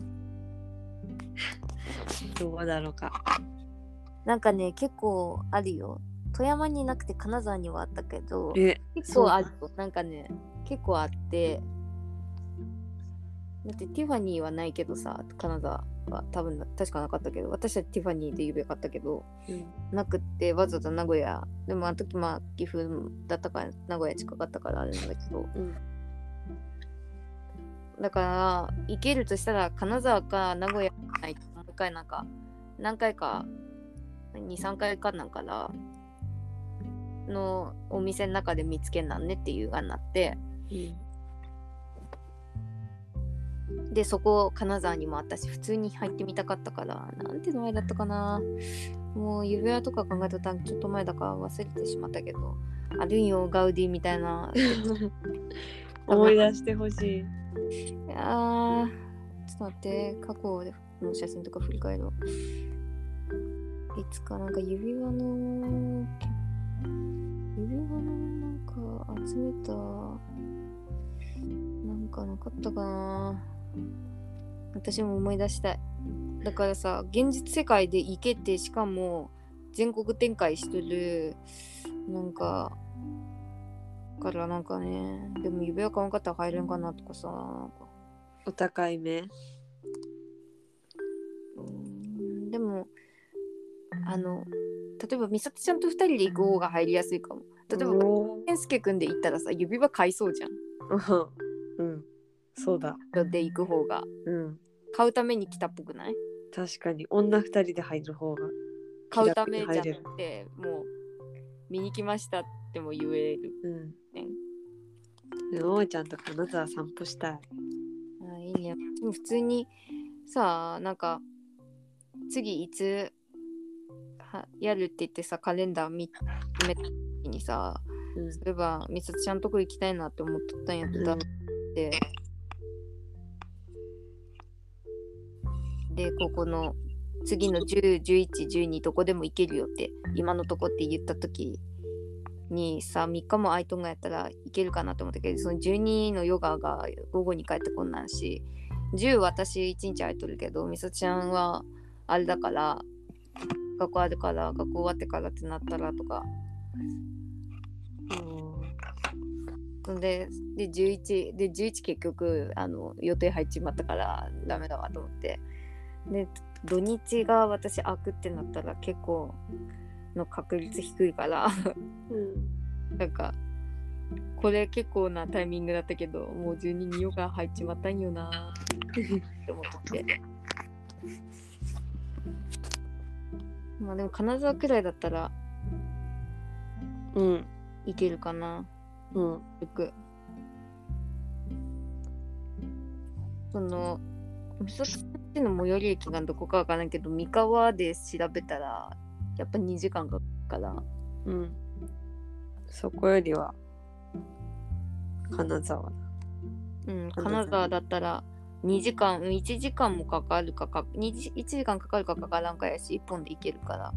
どうだろうか。 なんかね結構あるよ。富山になくて金沢にはあったけど結構あるよ。なんかね結構あってだってティファニーはないけどさ金沢は多分確かなかったけど私はティファニーで指輪買ったけど、うん、なくってわざわざ名古屋でもあの時まあ岐阜だったから名古屋近かったからあれなんだけど、うん、だから行けるとしたら金沢か名古屋ないともう一回なんか何回かにさんかいかなんからのお店の中で見つけんなんねっていうがになって、 でそこ金沢にもあったし普通に入ってみたかったから、なんて名前だったかな、もう指輪とか考えたらちょっと前だから忘れてしまったけど、あるんよガウディみたいな思い出してほしい。 いやーちょっと待って、過去の写真とか振り返ろう。いつかなんか指輪の指輪のなんか集めたなんかなかったかな。私も思い出したい。だからさ、現実世界で行けて、しかも全国展開してるなんかからなんかね、でも指輪買わんかったら入れんかなとかさ、なんかお高い目。 うーんでもあの例えば美里ちゃんとふたりで行く方が入りやすいかも。例えば健介くんで行ったらさ、指輪買いそうじゃん。 うん、そうだ。 で行く方が、 うん、 買うために来たっぽくない？ 確かに女ふたりで入る方が買うためじゃなくて、もう見に来ましたっても言える。 うん。ね、おーちゃんと金沢散歩したい。 あ、いいね。でも普通にさ、なんか次いつはやるって言ってさ、カレンダー見決めた時にさ、うん、そういえば美里ちゃんとこ行きたいなって思っとったんやった、うん、ででここの次のじゅう、じゅういち、じゅうにどこでも行けるよって今のとこって言った時にさ、みっかも空いとんがやったらいけるかなと思ったけど、そのじゅうにのヨガが午後に帰ってこんなんし、じゅう私いちにち空いとるけど、みさちゃんはあれだから学校あるから学校終わってからってなったらとか、うん、ででじゅういちでじゅういち結局あの予定入っちまったからダメだわと思って、で土日が私空くってなったら結構の確率低いから、うん、なんかこれ結構なタイミングだったけど、もうじゅうににヨガ入っちまったんよなって思ってまあでも金沢くらいだったらうんいけるかな。うん。よくその美里さんちの最寄り駅がどこかわからんけど、三河で調べたらやっぱにじかんかかるから、 うん、そこよりは金沢だ。 うん、金沢だったらにじかん、いちじかんもかかるかかいちじかんかかるかかからんかやし、いっぽんで行けるから、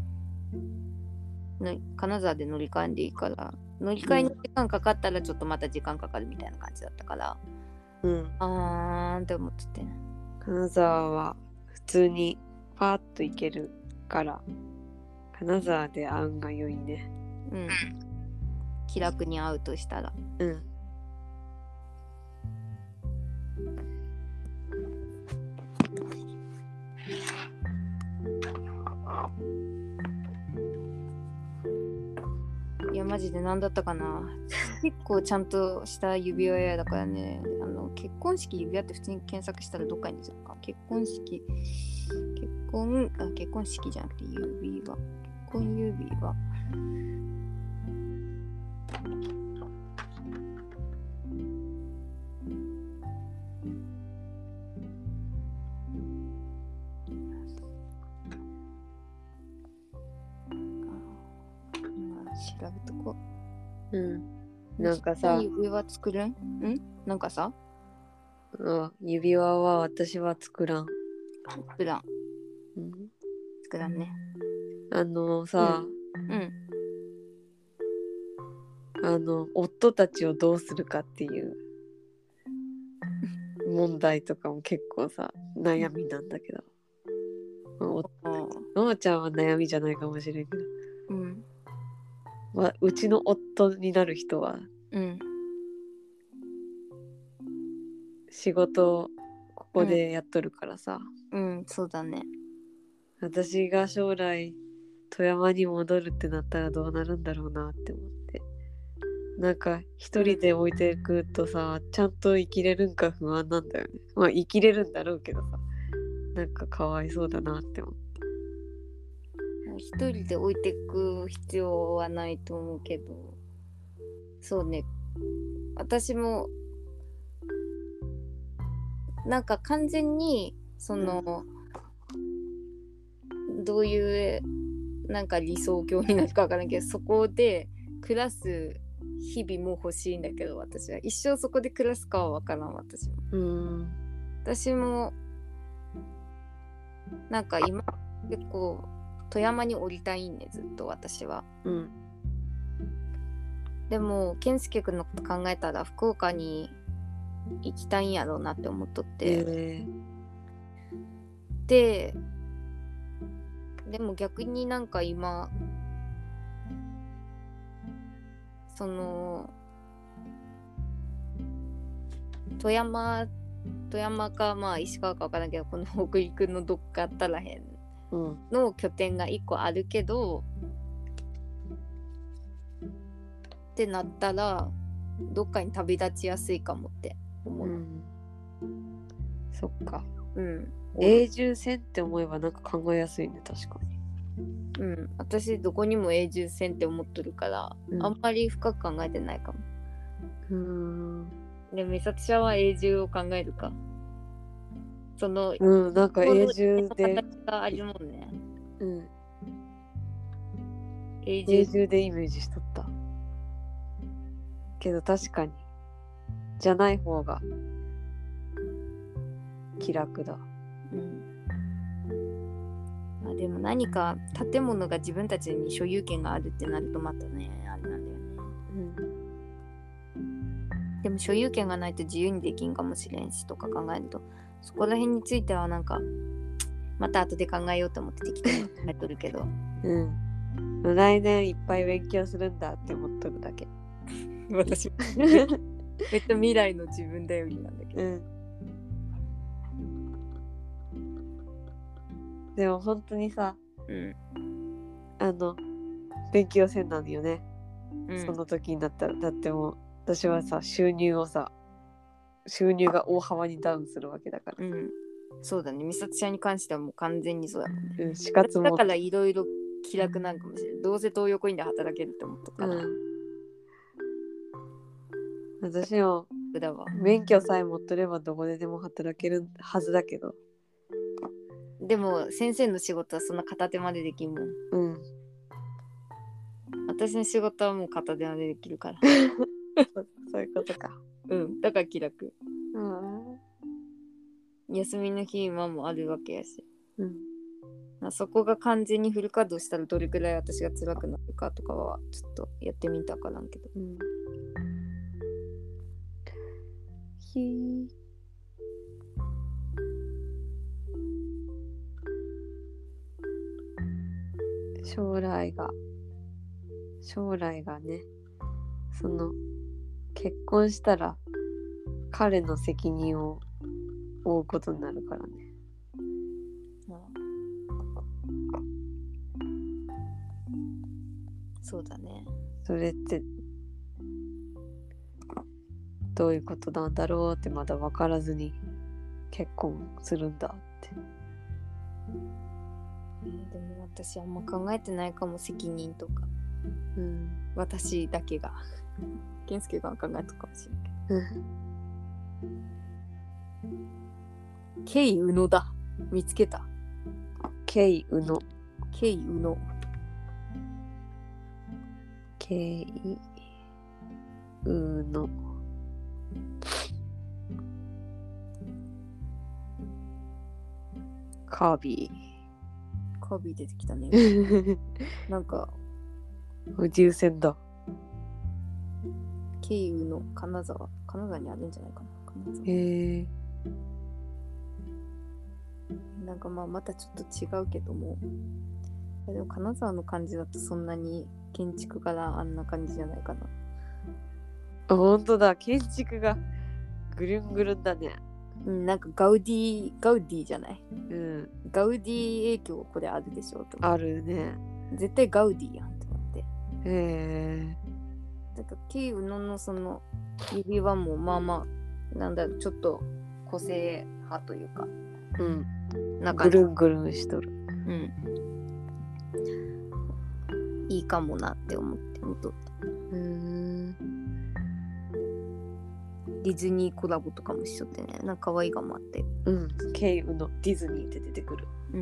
金沢で乗り換えんでいいから、乗り換えに時間かかったらちょっとまた時間かかるみたいな感じだったから、うん、あーって思ってて、 金沢は普通にパーッと行けるから金沢で会うんが良いね。 うん、気楽に会うとしたら、うん、いやマジで何だったかな結構ちゃんとした指輪屋だからね。あの結婚式指輪って普通に検索したらどっかに出てるか。結婚式結婚あ結婚式じゃなくて指輪、結婚指輪、調べとこう。うん。なんかさ、指輪作るん？ん？なんかさ、 あ、指輪は私は作らん。 作らん。うん。作らんね。 あのさ、 うん。うん、 あの夫たちをどうするかっていう問題とかも結構さ悩みなんだけど、おのーちゃんは悩みじゃないかもしれんけど、うんまあ、うちの夫になる人は、うん、仕事をここでやっとるからさ、 うん、うん、そうだね。 私が将来富山に戻るってなったらどうなるんだろうなって思って、なんか一人で置いていくとさ、ちゃんと生きれるんか不安なんだよね。まあ生きれるんだろうけどさ、なんかかわいそうだなって思って。 一人で置いていく必要はないと思うけど、そうね、私もなんか完全にその、うん、どういうなんか理想郷になるか分からんけど、そこで暮らす日々も欲しいんだけど、私は一生そこで暮らすかは分からん。私も、 うん、 私もなんか今結構富山に降りたいんね、ずっと私は、 うん、 でも健介くんのこと考えたら福岡に行きたいんやろうなって思っとって、えー、ででも逆になんか今その富山富山かまあ石川か分からんけど、この北陸のどっかあったらへんの拠点がいっこあるけど、うん、ってなったらどっかに旅立ちやすいかもって思う、うん、 そっか、 うん、 永住せんって思えばなんか考えやすいね、確かに。 うん、私どこにも永住せんって思っとるから、うん、あんまり深く考えてないかも。うーん。でも美里ちゃんは永住を考えるか。その、 うん、なんか永住で形があるもんね。 うん。 永住、 永住でイメージしとった。けど確かにじゃない方が気楽だ。うん。 まあ、でも何か建物が自分たちに所有権があるってなるとまたね、あれなんだよね。うん。でも所有権がないと自由にできんかもしれんしとか考えると、そこら辺についてはなんかまた後で考えようと思って適当に考えとるけど。 うん。来年いっぱい勉強するんだって思っとるだけ。 私めっちゃ未来の自分だよりなんだけど。うん。 でも本当にさ、 うん、 あの勉強せんなんよね、 うん、 その時になったら。だってもう私はさ収入をさ収入が大幅にダウンするわけだから、 うん、そうだね。美里ちゃんに関してはもう完全にそうだもんね、 うん、死活もだからいろいろ気楽なんかもしれない。どうせ東横インで働けるって思ったから、うん、 私も免許さえ持っとればどこででも働けるはずだけど、 でも先生の仕事はそんな片手までできんもん。うん。私の仕事はもう片手までできるから。 そういうことか。 うん。だから気楽。うん。休みの日今もあるわけやし。うん。そこが完全にフル稼働したらどれくらい私が辛くなるかとかはちょっとやってみたからんけど。うん。ひー。将来が将来がね、その結婚したら彼の責任を負うことになるからね。うん、そうだね。それってどういうことなんだろうってまだ分からずに結婚するんだって。えー、でも私あんま考えてないかも、責任とか。うん、私だけが健介が考えたかもしれんけど。ケイウノだ。見つけた。ケイウノ。ケイウノ。ケイウノ。カービィ。カービィ出てきたね。なんか宇宙船だ。ケイウノ金沢。金沢にあるんじゃないかな。金沢。へえ。なんかまあまたちょっと違うけども、でも金沢の感じだとそんなに建築からあんな感じじゃないかな。あ、ほんとだ、建築がぐるんぐるんだね。うん、なんかガウディガウディじゃない。うん。ガウディ影響これあるでしょと。あるね。絶対ガウディやんって思って。へえ。だからケイウノのその指輪もまあまあなんだろう、ちょっと個性派というか。うん。なんかぐるんぐるんしとる。うん。いいかもなって思って見とった。うーん。 ディズニーコラボとかもしちゃってね、なんか可愛いがもあって、 うん、ケイウのディズニーって出てくる。 うん。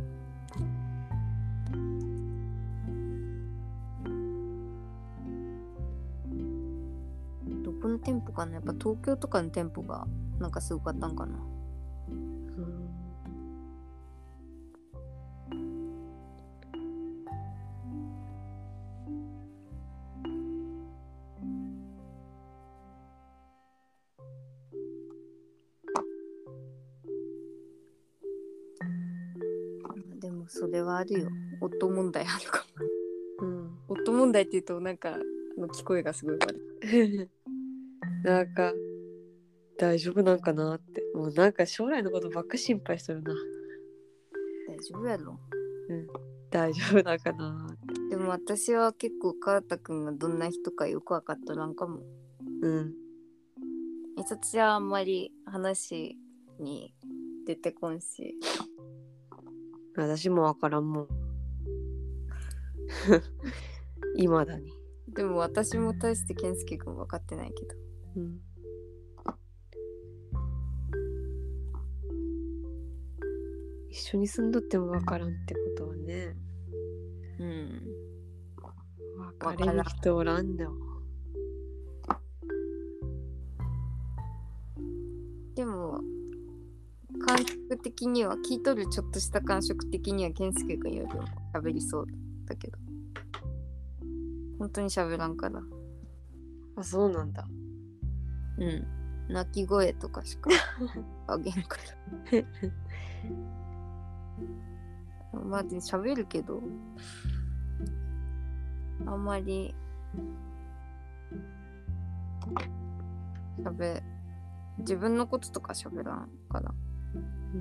どこの店舗かな、やっぱ東京とかの店舗がなんかすごかったんかな。 うん。 でもそれはあるよ、夫問題あるかも。うん。 夫問題って言うとなんかあの聞こえがすごい悪い。 なんか大丈夫なんかなって、もうなんか将来のことばっか心配してるな。 大丈夫やろ。 うん、大丈夫なんかなって。 でも私は結構川田くんがどんな人かよく分かったなんかも。 うん。 美里はあんまり話に出てこんし。 私もわからんもん。いまだに。 でも私も大して健介くん分かってないけど。 うん。一緒に住んどってもわからんってことはね。 うん。 分かれる人おらんだよ。 でも感触的には聞いとるちょっとした感触的には健介くんよりも喋りそうだけど、本当に喋らんから。 あ、そうなんだ。 うん。泣き声とかしかあげんから。まあで喋るけど、あんまり喋自分のこととか喋らんから。 うん。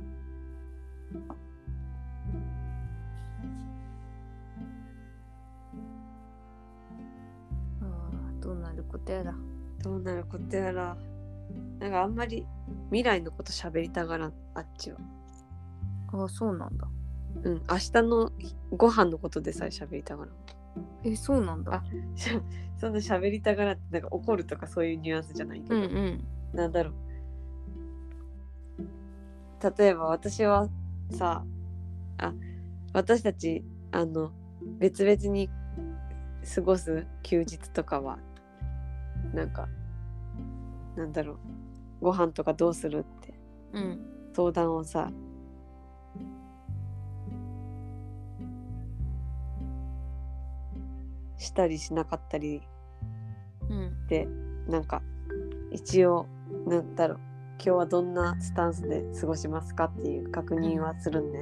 ああ、どうなることやら。 どうなることやら。なんかあんまり未来のこと喋りたがらん、あっちは。 ああ、そうなんだ。 うん、明日のご飯のことでさえ喋りたがらん。 え、そうなんだ。 あ、そんな喋りたがらってなんか怒るとかそういうニュアンスじゃないけど、 うんうん、 なんだろう。例えば私はさ、あ、私たちあの別々に過ごす休日とかはなんかなんだろう、ご飯とかどうするって相談をさ、したりしなかったりで、うん、なんか一応なんだろう、今日はどんなスタンスで過ごしますかっていう確認はするんね、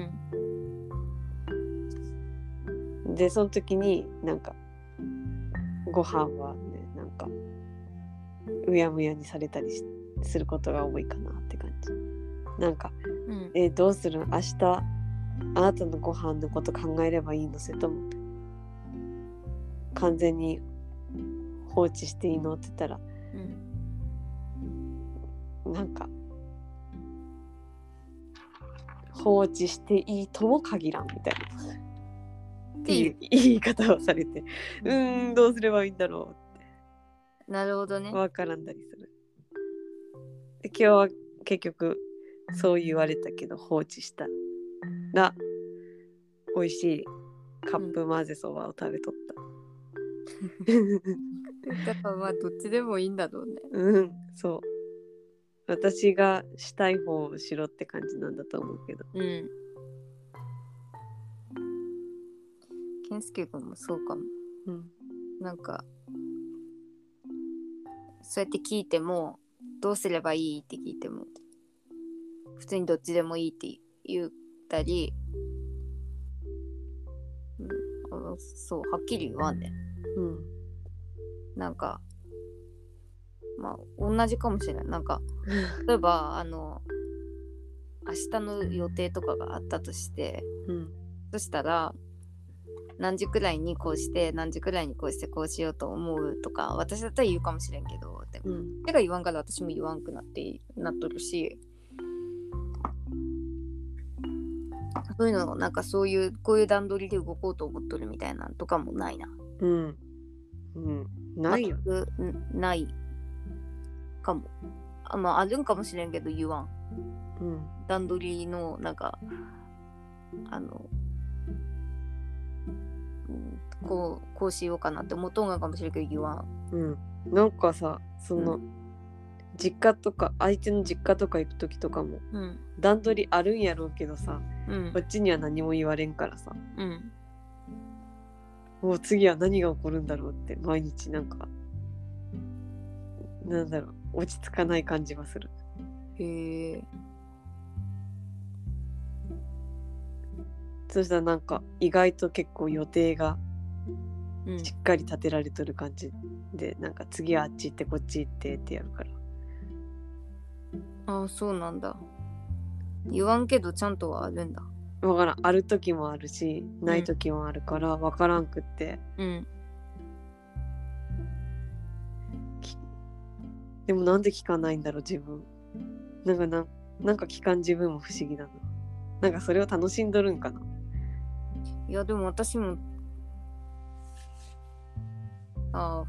うん、でその時になんかご飯はね、なんかうやむやにされたりすることが多いかなって感じ。なんか、うん、えどうする、明日あなたのご飯のこと考えればいいの、それとも完全に放置していいのって言ったら、うん、なんか放置していいとも限らんみたいなっていう言い方をされて、うーんどうすればいいんだろうって。 なるほどね。 わからんだりする。で今日は結局そう言われたけど放置したら美味しいカップ混ぜそばを食べとった、 うん、だからまあどっちでもいいんだろうね。 うん、そう。私がしたい方をしろって感じなんだと思うけど。うん。 健介君もそうかも。うん。なんかそうやって聞いてもどうすればいいって聞いても普通にどっちでもいいって言ったり、うん、あのそうはっきり言わんね。うん。なんかまあ同じかもしれない。なんか例えばあの明日の予定とかがあったとして、うん、そしたら何時くらいにこうして何時くらいにこうしてこうしようと思うとか私だったら言うかもしれんけど、でも、うん、手が言わんから私も言わんくなってなっとるし、そういうのなんかそういうこういう段取りで動こうと思っとるみたいなとかもないな。 うん、うん、ないよ。 全くないかも。あ、まああるんかもしれんけど言わん。 うん、 段取りのなんかあの、うん、こうこうしようかなって思っとんがかもしれんけど言わん。 うん、なんかさその、うん、実家とか相手の実家とか行く時とかも、うん、段取りあるんやろうけどさ、うん、こっちには何も言われんからさ、うん、もう次は何が起こるんだろうって毎日なんかなんだろう落ち着かない感じはする。 へえ。 そしたらなんか意外と結構予定がしっかり立てられとる感じで、うん、なんか次はあっち行ってこっち行ってってやるから。 ああそうなんだ。言わんけどちゃんとはあるんだ。 わからん、ある時もあるしない時もあるからわからんくって、うん、でもなんで聞かないんだろう自分。なんかななんか聞かん自分も不思議だな。なんかそれを楽しんどるんかな。 いやでも私もああ、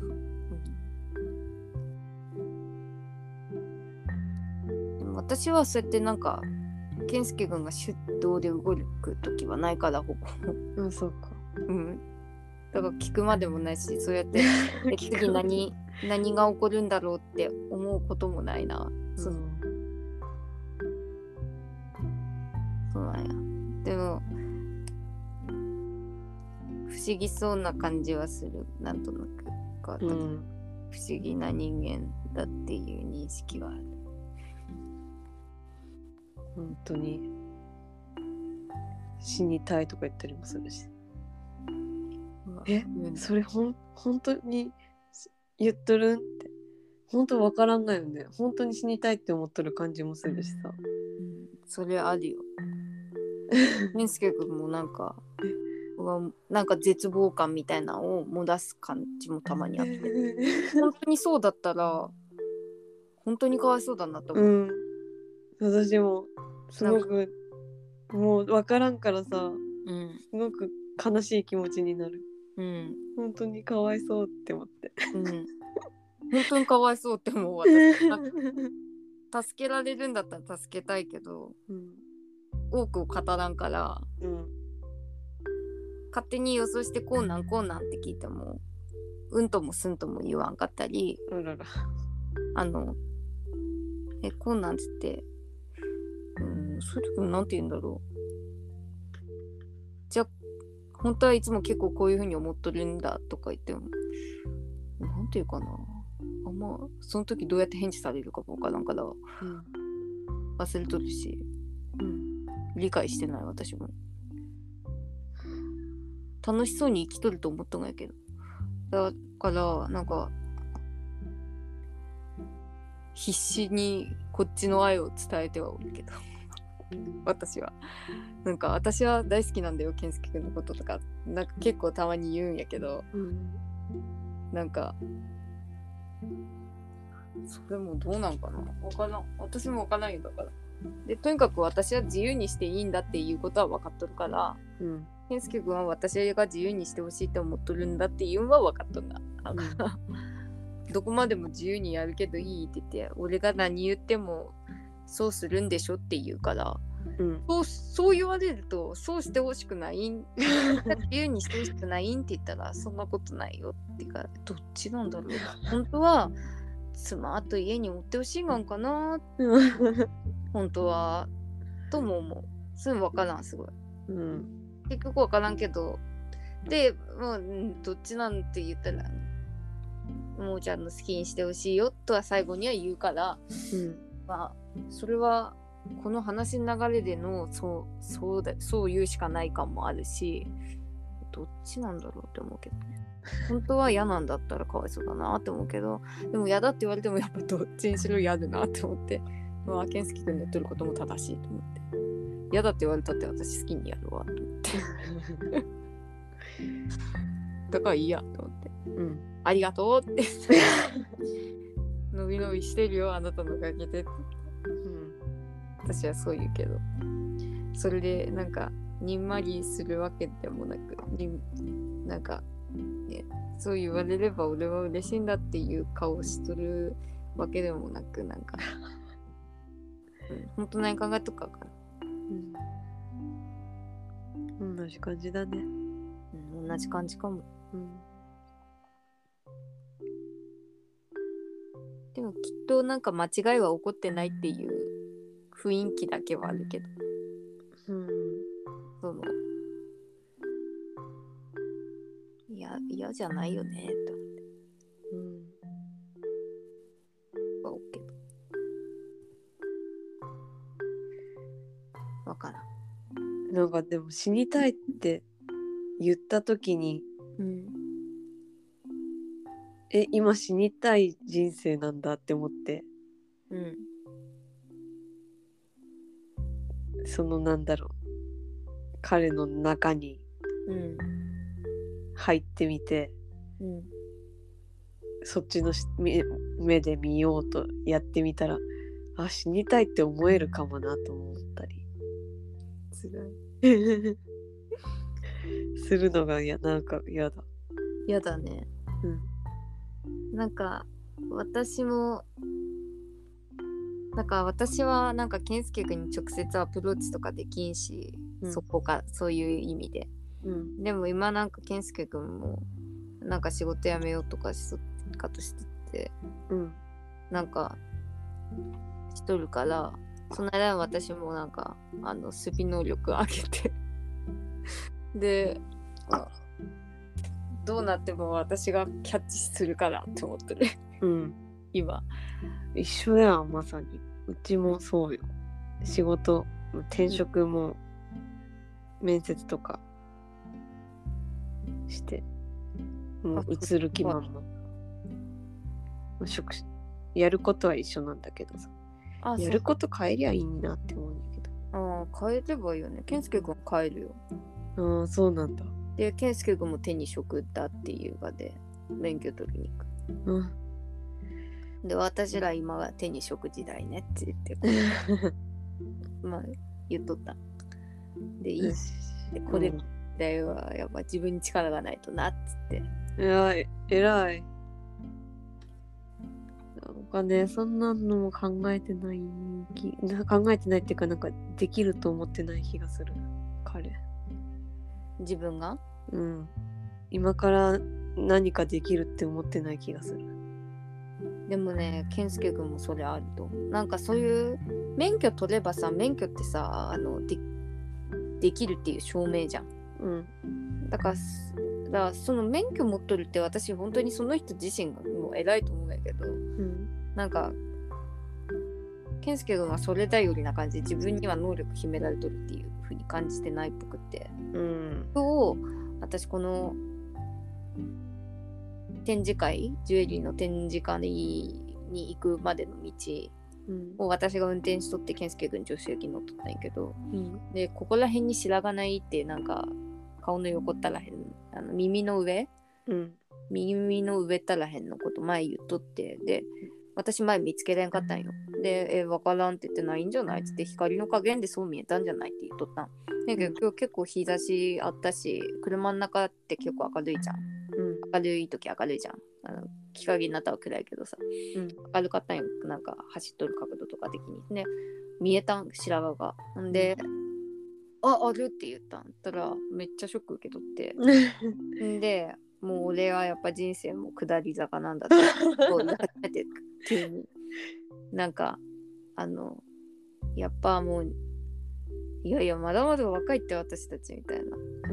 うん、私はそうやってなんか健介君が手動で動く時はないからほぼ。 あ、そうか。 うん。だから聞くまでもないし、そうやって次何何が起こるんだろうって思うこともないな。そう、うん、そうなんや。でも不思議そうな感じはする。なんとなくか、うん、不思議な人間だっていう認識はある。 本当に死にたいとか言ったりもするし。え、うん、それほん本当に言っとるんって本当わからんがよね。本当に死にたいって思っとる感じもするしさ、 うん、それあるよ。健介君もなんかなんか絶望感みたいなのを戻す感じもたまにあって、本当にそうだったら本当にかわいそうだなと思う、うん、 私もすごくもう分からんからさ、うん、すごく悲しい気持ちになる、うん、本当にかわいそうって思って、うん、 本当にかわいそうって思う私。助けられるんだったら助けたいけど、うん、多くを語らんから、うん、勝手に予想してこうなんこうなんって聞いてもうんともすんとも言わんかったり、 あらら、 あのえこうなんつって、うん、それでもなんて言うんだろう、じゃあ本当はいつも結構こういう風に思っとるんだとか言ってもなんて言うかな、あんまその時どうやって返事されるかもわからんから、うん、忘れとるし、うん、理解してない私も。楽しそうに生きとると思ったんやけど、だからなんか必死にこっちの愛を伝えてはおるけど私はなんか私は大好きなんだよ健介君のこととかなんか結構たまに言うんやけど、うん、なんかそれもどうなんかな、わからん、私もわからんよ。だからでとにかく私は自由にしていいんだっていうことは分かっとるから、うん、健介君は私が自由にしてほしいって思っとるんだっていうのは分かっとるな、うん、どこまでも自由にやるけどいいって言って俺が何言ってもそうするんでしょって言うから、うん、そう、そう言われるとそうしてほしくないん自由にしてほしくないんって言ったらそんなことないよっていうか、どっちなんだろう本当は妻と家に持ってほしいがんかな本当はとも思う。そういうの分からんすごい、うん、結局分からんけどでもうどっちなんて言ったらもうちゃんの好きにしてほしいよとは最後には言うから、うん、まあそれはこの話の流れでのそうそうだそう言うしかない感もあるし、どっちなんだろうって思うけどね。本当は嫌なんだったらかわいそうだなって思うけど、でも嫌だって言われてもやっぱどっちにしろ嫌だなって思って、まあ健介君の言ってることも正しいと思って、嫌だって言われたって私好きにやるわと思ってだからいいやと思って、うん、ありがとうってのびのびしてるよあなたのおかげでって、うん、私はそう言うけど、それでなんかにんまりするわけでもなく、なんか、ね、そう言われれば俺は嬉しいんだっていう顔をしとるわけでもなくなんか、うん、本当何考えとくかかな、 うん、同じ感じだね、 うん、同じ感じかも、うん、でもきっとなんか間違いは起こってないっていう雰囲気だけはあるけど、うん、そのいや嫌じゃないよねと思って、うん、は OK とわからん。 なんかでも死にたいって言った時に、うん、え今死にたい人生なんだって思って、うん、そのなんだろう彼の中に入ってみて、うん、そっちの目, 目で見ようとやってみたら、あ死にたいって思えるかもなと思ったりつらいするのがやなんか嫌だ嫌だね、うん、なんか私もなんか私はなんか健介君に直接アプローチとかできんし、うん、そこかそういう意味で、うん、でも今なんか健介君もなんか仕事辞めようとかしとかとしてて、うん、なんかしとるからその間私もなんかあの守備能力上げてでどうなっても私がキャッチするからって思ってる、うん、今一緒だよまさにうちもそうよ仕事転職も面接とかしてもう移る気満々職やることは一緒なんだけどさあやること変えりゃいいなって思うんだけどああ変えればいいよね健介君変えるよああそうなんだで健介君も手に職だっていう場で免許取りに行くうんで私ら今は手に職時代ねって言ってまあ言っとったでいいでこれだよはやっぱ自分に力がないとなっつっていや偉いなんかねそんなのも考えてない考えてないっていうかなんかできると思ってない気がする彼自分がうん今から何かできるって思ってない気がするでもね健介君もそれあるとなんかそういう免許取ればさ免許ってさあの で, できるっていう証明じゃん、うん、だからだからその免許持っとるって私本当にその人自身がもう偉いと思うんだけど、うん、なんか健介君はそれ頼りな感じで自分には能力秘められとるっていう風に感じてないっぽくって、うん、今日私この展示会ジュエリーの展示会に行くまでの道を私が運転しとって健介君助手席に乗っとったんやけど、うん、でここら辺に白髪ないってなんか顔の横ったらへんあの耳の上、うん、耳の上ったらへんのこと前言っとってで私前見つけれんかったんよでえ分からんって言ってないんじゃないって言って光の加減でそう見えたんじゃないって言っとったんだけど今日結構日差しあったし車の中って結構明るいじゃん、うん、明るい時明るいじゃんあの日陰になったら暗いけどさ、うん、明るかったんよなんか走っとる角度とか的にね見えたん白髪がんでああるって言ったんたらめっちゃショック受け取ってんでもう俺はやっぱ人生も下り坂なんだってこう初めて急になんかあのやっぱもういやいやまだまだ若いって私たちみたいな、うん、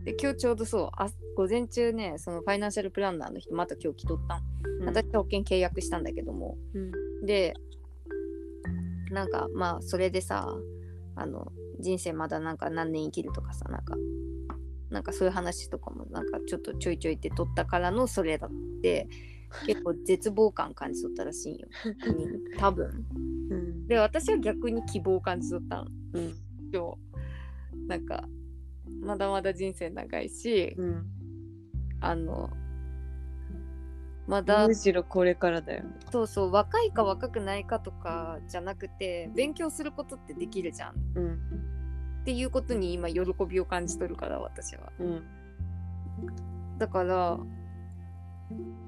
で今日ちょうどそうあ午前中ねそのファイナンシャルプランナーの人また今日来とったん、うん、私保険契約したんだけども、うん、でなんかまあそれでさあの人生まだなんか何年生きるとかさなんかなんかそういう話とかもなんかちょっとちょいちょいって取ったからのそれだって結構絶望感感じ取ったらしいんよ多分、うん、で私は逆に希望感じ取ったん、うん、今日なんかまだまだ人生長いし、うん、あのまだむしろこれからだよねそうそう若いか若くないかとかじゃなくて勉強することってできるじゃん、うんっていうことに今喜びを感じ取るから私は、うん、だから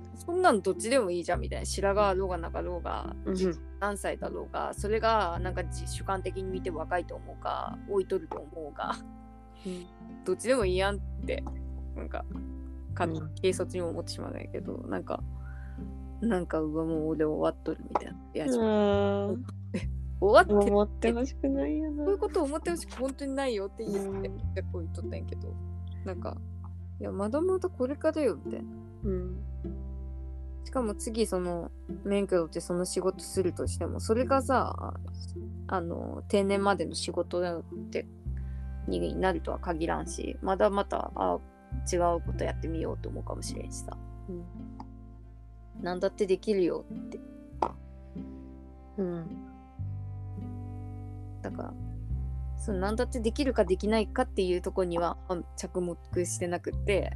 そんなんどっちでもいいじゃんみたいな、白髪あろうがなかろうが、うん、何歳だろうが、それがなんか主観的に見て若いと思うか置いとると思うが、うん、どっちでもいいやんってなんか軽率に思ってしまうんだけど、うん、なんかなんかうわもう俺終わっとるみたいな、いやちょっと終わって思ってほしくないよな。 そういうことを思ってほしく本当にないよって言って、結構言っとったんやけど、なんかいやまだまだこれからよみたいな、うん、しかも次その免許取ってその仕事するとしても、それがさあの定年までの仕事ってになるとは限らんし、まだまたあ違うことやってみようと思うかもしれんしさ、うん、なんだってできるよって、うん、だからそのなんだってできるかできないかっていうところには着目してなくて、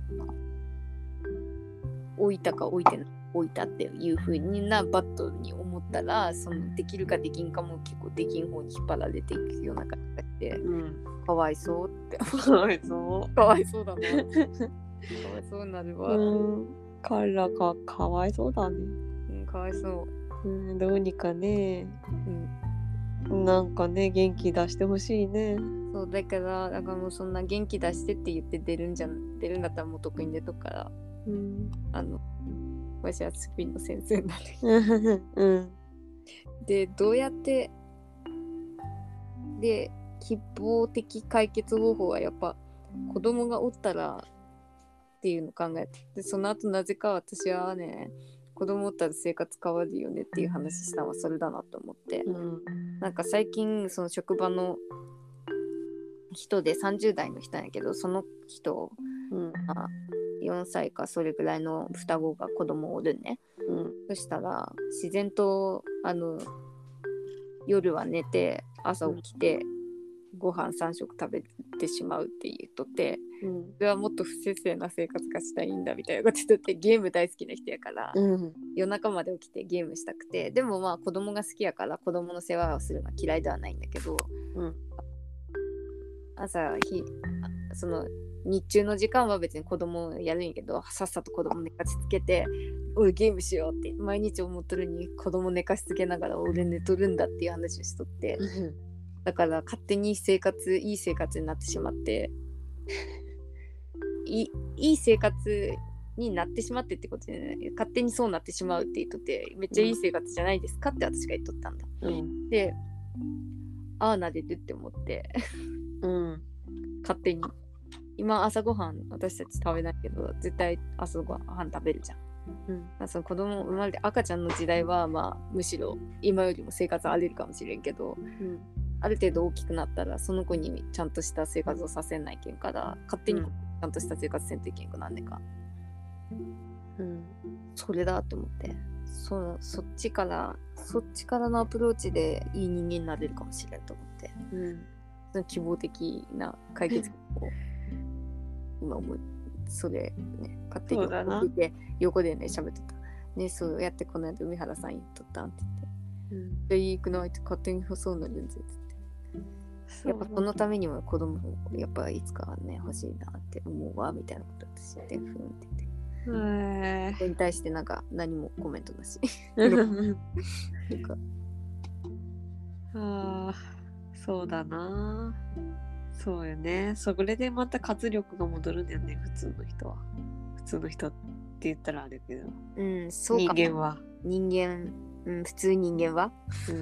置いたか置いてない置いたっていう風になバットに思ったら、そのできるかできんかも結構できん方に引っ張られていくような感じがして、うん、かわいそうってかわいそうかわいそうだなかわいそうになるわ、 うん、彼らがかわいそうだね、 うん、かわいそう、 うん、どうにかね、うん、なんかね元気出してほしいね。 そうだからだからもうそんな元気出してって言って出るんじゃん出るんだったらもう得意に出とくから、うん、あの私はスピンの先生になる、うん、でどうやってで希望的解決方法はやっぱ子供がおったらっていうのを考えて、でその後なぜか私はね子供おったら生活変わるよねっていう話したのはそれだなと思って、うん、なんか最近その職場の人でさんじゅう代の人なんやけど、その人、うんまあ、よんさいかそれぐらいの双子が子供おるね、うん、そしたら自然とあの夜は寝て朝起きて、うん、ご飯さん食食べてしまうって言っとって、うん、それはもっと不摂生な生活がしたいんだみたいなこと言っとって、ゲーム大好きな人やから、うん、夜中まで起きてゲームしたくて、でもまあ子供が好きやから子供の世話をするのは嫌いではないんだけど、うん、朝日その日中の時間は別に子供やるんやけど、さっさと子供寝かしつけておいゲームしようって毎日思っとるに、子供寝かしつけながら俺寝とるんだっていう話をしとって、だから勝手に生活いい生活になってしまってい, いい生活になってしまってってことで、ね、勝手にそうなってしまうって言っとって、めっちゃいい生活じゃないですかって私が言っとったんだ、うん、でああなでるって思ってうん、勝手に今朝ごはん私たち食べないけど絶対朝ごはん食べるじゃん、うん、その子供生まれて赤ちゃんの時代はまあむしろ今よりも生活荒れるかもしれんけど、うん、ある程度大きくなったらその子にちゃんとした生活をさせないけんから、勝手にちゃんとした生活せんといけんくなんねんか、うん、それだと思って、 そ, そっちからそっちからのアプローチでいい人間になれるかもしれんと思って、うん希望的な解決を今思う、それね勝手に聞いて横でね喋っとったね、そうやってこの間海原さん言っとったんって言って、うん、で行くのって勝手にそうなるんぜって言って、やっぱそのためにも子供もやっぱいつかね欲しいなって思うわみたいなこと私言ってふんって言って、それに対してなんか何もコメントなしなんかああそうだな、そうよね、それでまた活力が戻るんだよね、普通の人は。普通の人って言ったらあれだけど、 うん、そうかも。 人間は人間、うん、普通人間は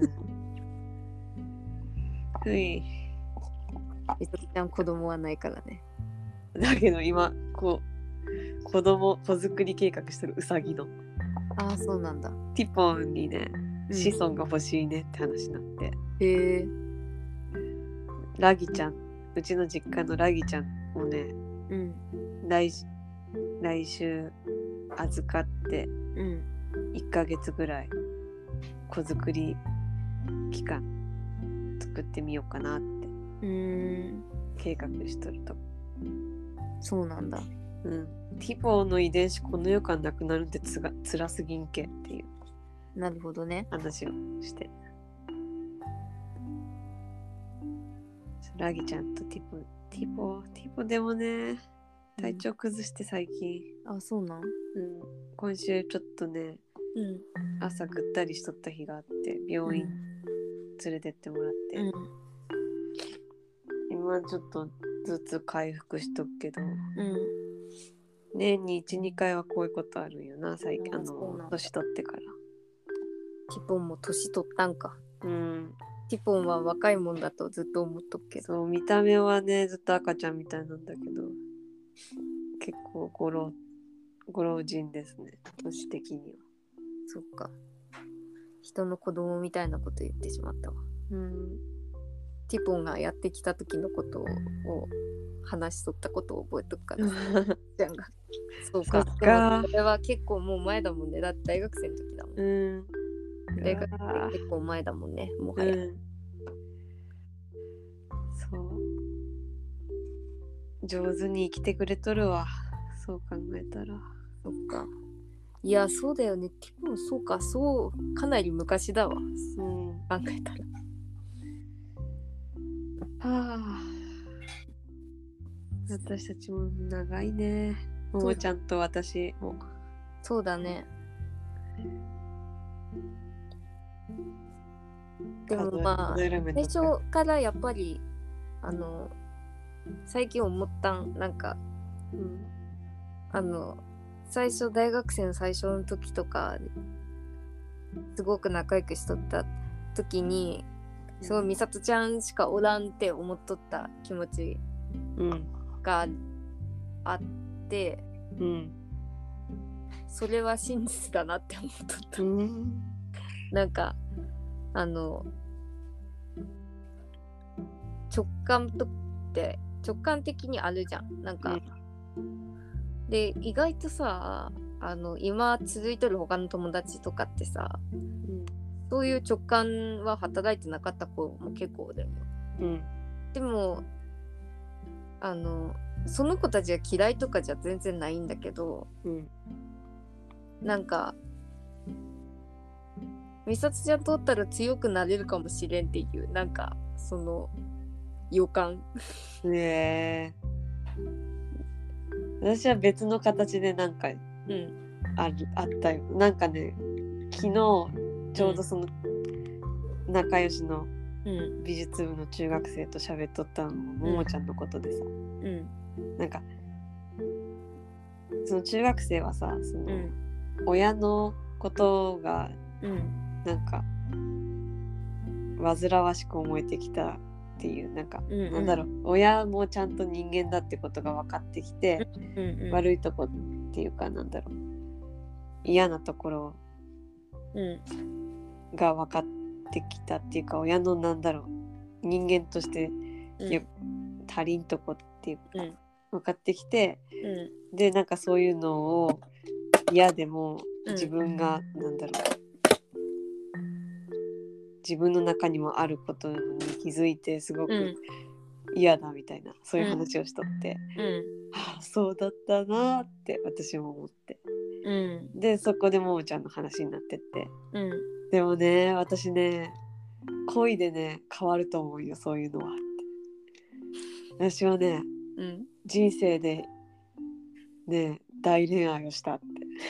うんふいめちゃくちゃ子供はないからね。 だけど今こう子供子作り計画してるウサギのああそうなんだ、 ティポンにね、うん、子孫が欲しいねって話になって、 へえ、 ラギちゃん、うちの実家のラギちゃんをね、うん、来, 来週預かって、うん、いっかげつぐらい子作り期間作ってみようかなってうーん計画しとると。 そうなんだ、 うん、ティポの遺伝子この世からなくなるってつが辛すぎんけっていうなるほどね話をしてラギちゃんとティポティポティポでもね体調崩して最近、 うん、あそうなんうん、今週ちょっとね、うん、朝ぐったりしとった日があって病院連れてってもらって、うん、今ちょっとずつ回復しとくけど、うん、年に いち,に 回はこういうことあるんよな最近、あの年取ってから。 ティポンも年取ったんか。 うん。 ティポンは若いもんだとずっと思っとくけど。 そう、見た目はねずっと赤ちゃんみたいなんだけど結構ご老ご老人ですね、年的には。 そっか、人の子供みたいなこと言ってしまったわ。うん。ティポンがやってきた時のことを話しとったことを覚えとくかな。ちゃんが。そうか。そっか。でもそれは結構もう前だもんね。だって大学生の時だもん。うん。大学生結構前だもんね。もはや。うん、 そう。上手に生きてくれとるわ。そう考えたら。 そっか。いや、そうだよね。ティポン、そうか。そう、かなり昔だわ。うん。考えたら。 はあ。私たちも長いね。ももちゃんと私も。 そうだね。でもまあ最初からやっぱりあの最近思ったんなんか、うん、あの最初大学生の最初の時とかすごく仲良くしとった時に、うん、すごい美里ちゃんしかおらんって思っとった気持ちがあって、うん、それは真実だなって思っとった、うん、なんかあの直感とって直感的にあるじゃんなんか、うん、で意外とさあの今続いてる他の友達とかってさ、うん、そういう直感は働いてなかった子も結構だよ、うん、でもあのその子たちが嫌いとかじゃ全然ないんだけど、うん、なんか美里ちゃん通ったら強くなれるかもしれんっていうなんかその予感ねえ私は別の形でなんか、うん、あるあったよ。なんかね昨日ちょうどその仲良しの美術部の中学生と喋っとったのも、うん、ももちゃんのことでさ、うん、なんかその中学生はさその、うん、親のことが、うんなんか煩わしく思えてきたっていうなんか、うんうん、なんだろう親もちゃんと人間だってことが分かってきて、うんうん、悪いとこっていうかなんだろう嫌なところが分かってきたっていうか親のなんだろう人間として、うん、足りんとこっていうか、うん、分かってきて、うん、でなんかそういうのを嫌でも自分が、うん、なんだろう自分の中にもあることに気づいてすごく嫌だみたいな、うん、そういう話をしとって、うんはあ、そうだったなって私も思って、うん、でそこでももちゃんの話になってって、うん、でもね私ね恋でね変わると思うよそういうのはって私はね、うん、人生でね大恋愛をしたって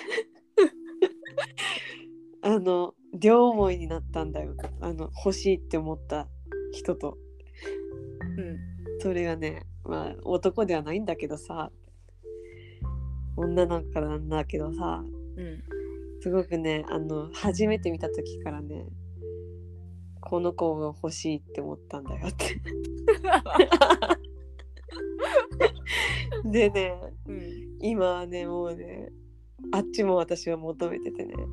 あの両思いになったんだよあの欲しいって思った人と、うん、それがねまあ男ではないんだけどさ女なんかなんだけどさ、うん、すごくねあの初めて見た時からねこの子が欲しいって思ったんだよってでね、うん、今はねもうねあっちも私は求めててね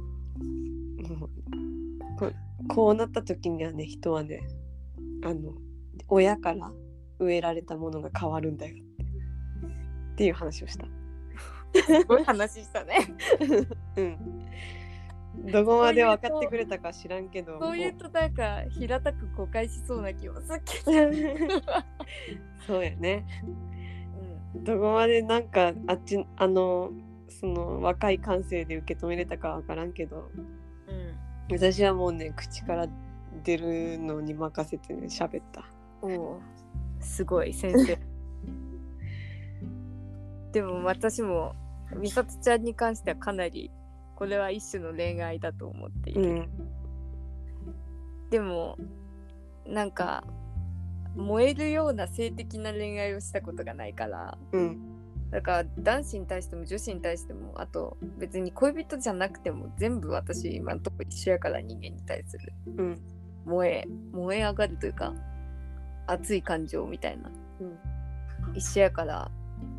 こ, こうなった時にはね人はねあの親から植えられたものが変わるんだよってっていう話をしたすごい話したねうんどこまで分かってくれたか知らんけどそういうとなんか平たく誤解しそうな気もするけどそうやね、うん、どこまでなんかあっちあのその若い感性で受け止めれたか分からんけど、うん、私はもうね口から出るのに任せてね喋った。 おすごい先生でも私も美里ちゃんに関してはかなりこれは一種の恋愛だと思っている、うん、でもなんか燃えるような性的な恋愛をしたことがないから、うん、だから男子に対しても女子に対しても、あと別に恋人じゃなくても全部私今のとこ一緒やから、人間に対する、うん、燃え燃え上がるというか熱い感情みたいな、うん、一緒やから。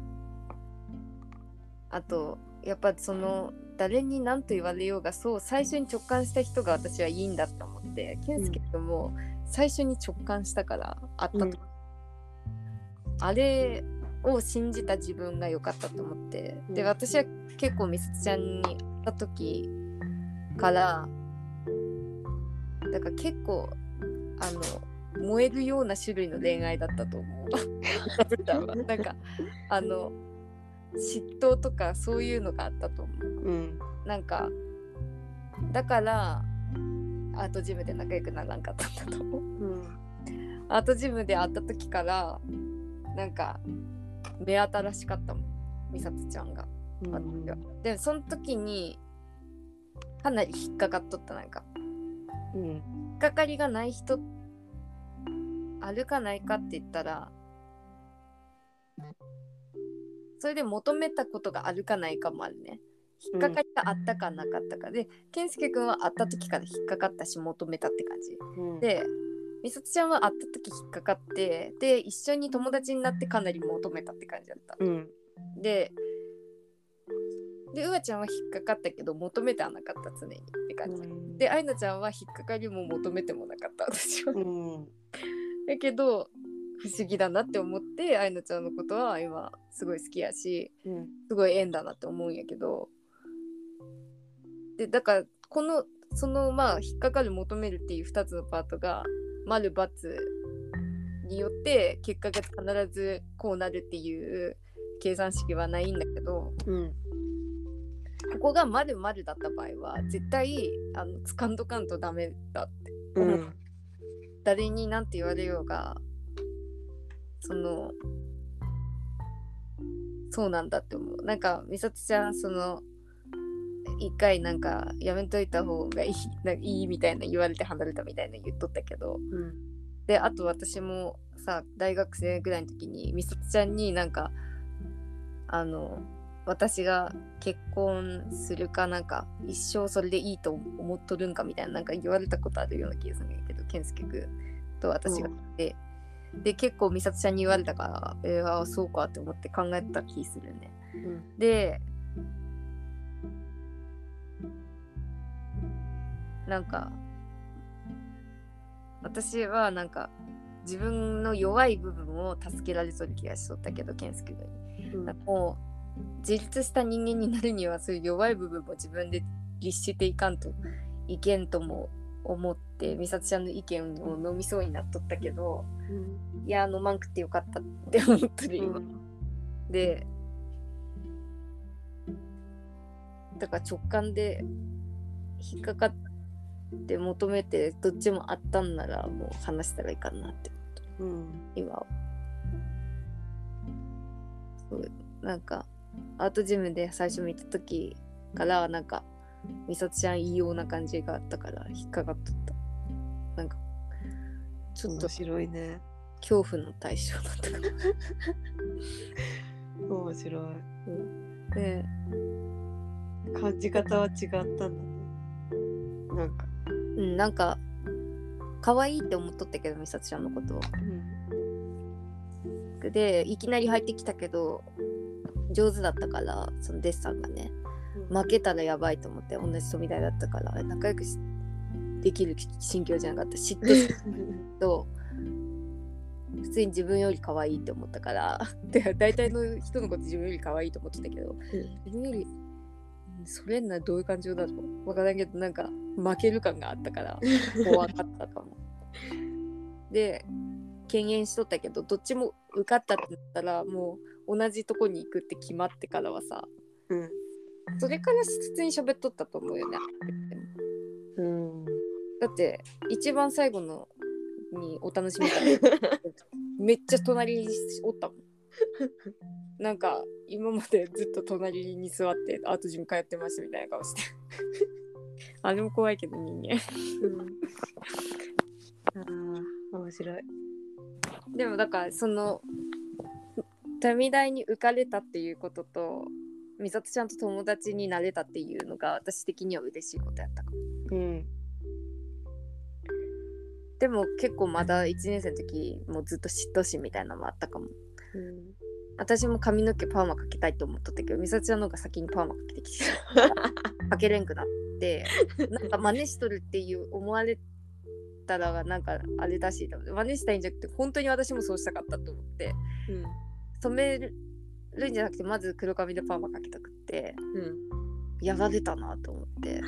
あとやっぱその誰に何と言われようが、そう最初に直感した人が私はいいんだと思って、健介君も最初に直感したからあったと、うん、あれを信じた自分が良かったと思って、で私は結構美里ちゃんに会った時からだから結構あの燃えるような種類の恋愛だったと思うなんかあの嫉妬とかそういうのがあったと思う、うん、なんかだからアートジムで仲良くならんかったんだと思う、うん、アートジムで会った時からなんか目新しかったもん、美里ちゃんが、うん、でその時にかなり引っかかっとった。なんか、うん、引っかかりがない人あるかないかって言ったらそれで求めたことがあるかないかもあるね。引っかかりがあったかなかったか、うん、で健介くんは会った時から引っかかったし求めたって感じ、うん、で美里ちゃんは会った時引っかかってで一緒に友達になってかなり求めたって感じだった、うん、ででうわちゃんは引っかかったけど求めてはなかった常にって感じ、うん、であいなちゃんは引っかかりも求めてもなかった私は、うん、だけど不思議だなって思ってあいなちゃんのことは今すごい好きやし、うん、すごい縁だなって思うんやけど、でだからこのそのまあ引っかかる求めるっていうふたつのパートが丸×によって結果が必ずこうなるっていう計算式はないんだけど、うん、ここが丸々だった場合は絶対あの掴んどかんとダメだって思う、うん、誰に何て言われようがそのそうなんだって思う。なんか美里ちゃんその一回なんかやめといた方がいい、なんかいいみたいな言われて離れたみたいな言っとったけど、うん、であと私もさ大学生ぐらいの時に美里ちゃんになんかあの私が結婚するかなんか一生それでいいと思っとるんかみたいななんか言われたことあるような気がするんだけど、健介くんと私がいて、うん、で結構美里ちゃんに言われたからえー、あそうかって思って考えた気するね、うん、でなんか私はなんか自分の弱い部分を助けられそうな気がしとったけど健介くんに、うん、なんかもう自立した人間になるにはそういう弱い部分も自分で律していかんといけんとも思って美里ちゃんの意見を飲みそうになっとったけど、うん、いや飲まんくてよかったって思ってる今、うん、でだから直感で引っかかって求めてどっちもあったんならもう話したらいいかなって、うん、今はそうなんかアートジムで最初見た時からなんか美里ちゃんいいような感じがあったから引っかかっとった。なんかちょっと面白いね、 恐怖の対象だったから面白い、うん、 で感じ方は違ったんだね。なんかうんなんか可愛いって思っとったけど美里ちゃんのことを、うん、でいきなり入ってきたけど上手だったからそのデッサンがね、うん、負けたらやばいと思って同じ富大だったから仲良くできる心境じゃなかった。嫉妬と普通に自分より可愛いって思ったからで大体の人のこと自分より可愛いと思ってたけど、うん、自分よりそれなどういう感情だろう分からんけどなんか負ける感があったから怖かったかもで敬遠しとったけどどっちも受かったってなったらもう同じとこに行くって決まってからはさ、うん、それから普通に喋っとったと思うよね、うん、だって一番最後のにお楽しみ会めっちゃ隣におったもんなんか今までずっと隣に座ってアートジム通ってましたみたいな顔してあれも怖いけど人間うんああ面白い。 でもだからその富大に受かれたっていうことと美里ちゃんと友達になれたっていうのが私的には嬉しいことやったかも。 うんでも結構まだいちねん生の時もうずっと嫉妬心みたいなのもあったかも。 うん私も髪の毛パーマかけたいと思っとったけど美里ちゃんの方が先にパーマかけてきてかけれんくなってなんか真似しとるっていう思われたらなんかあれだし真似したいんじゃなくて本当に私もそうしたかったと思って、うん、染めるんじゃなくてまず黒髪でパーマかけたくって、うん、やられたなと思って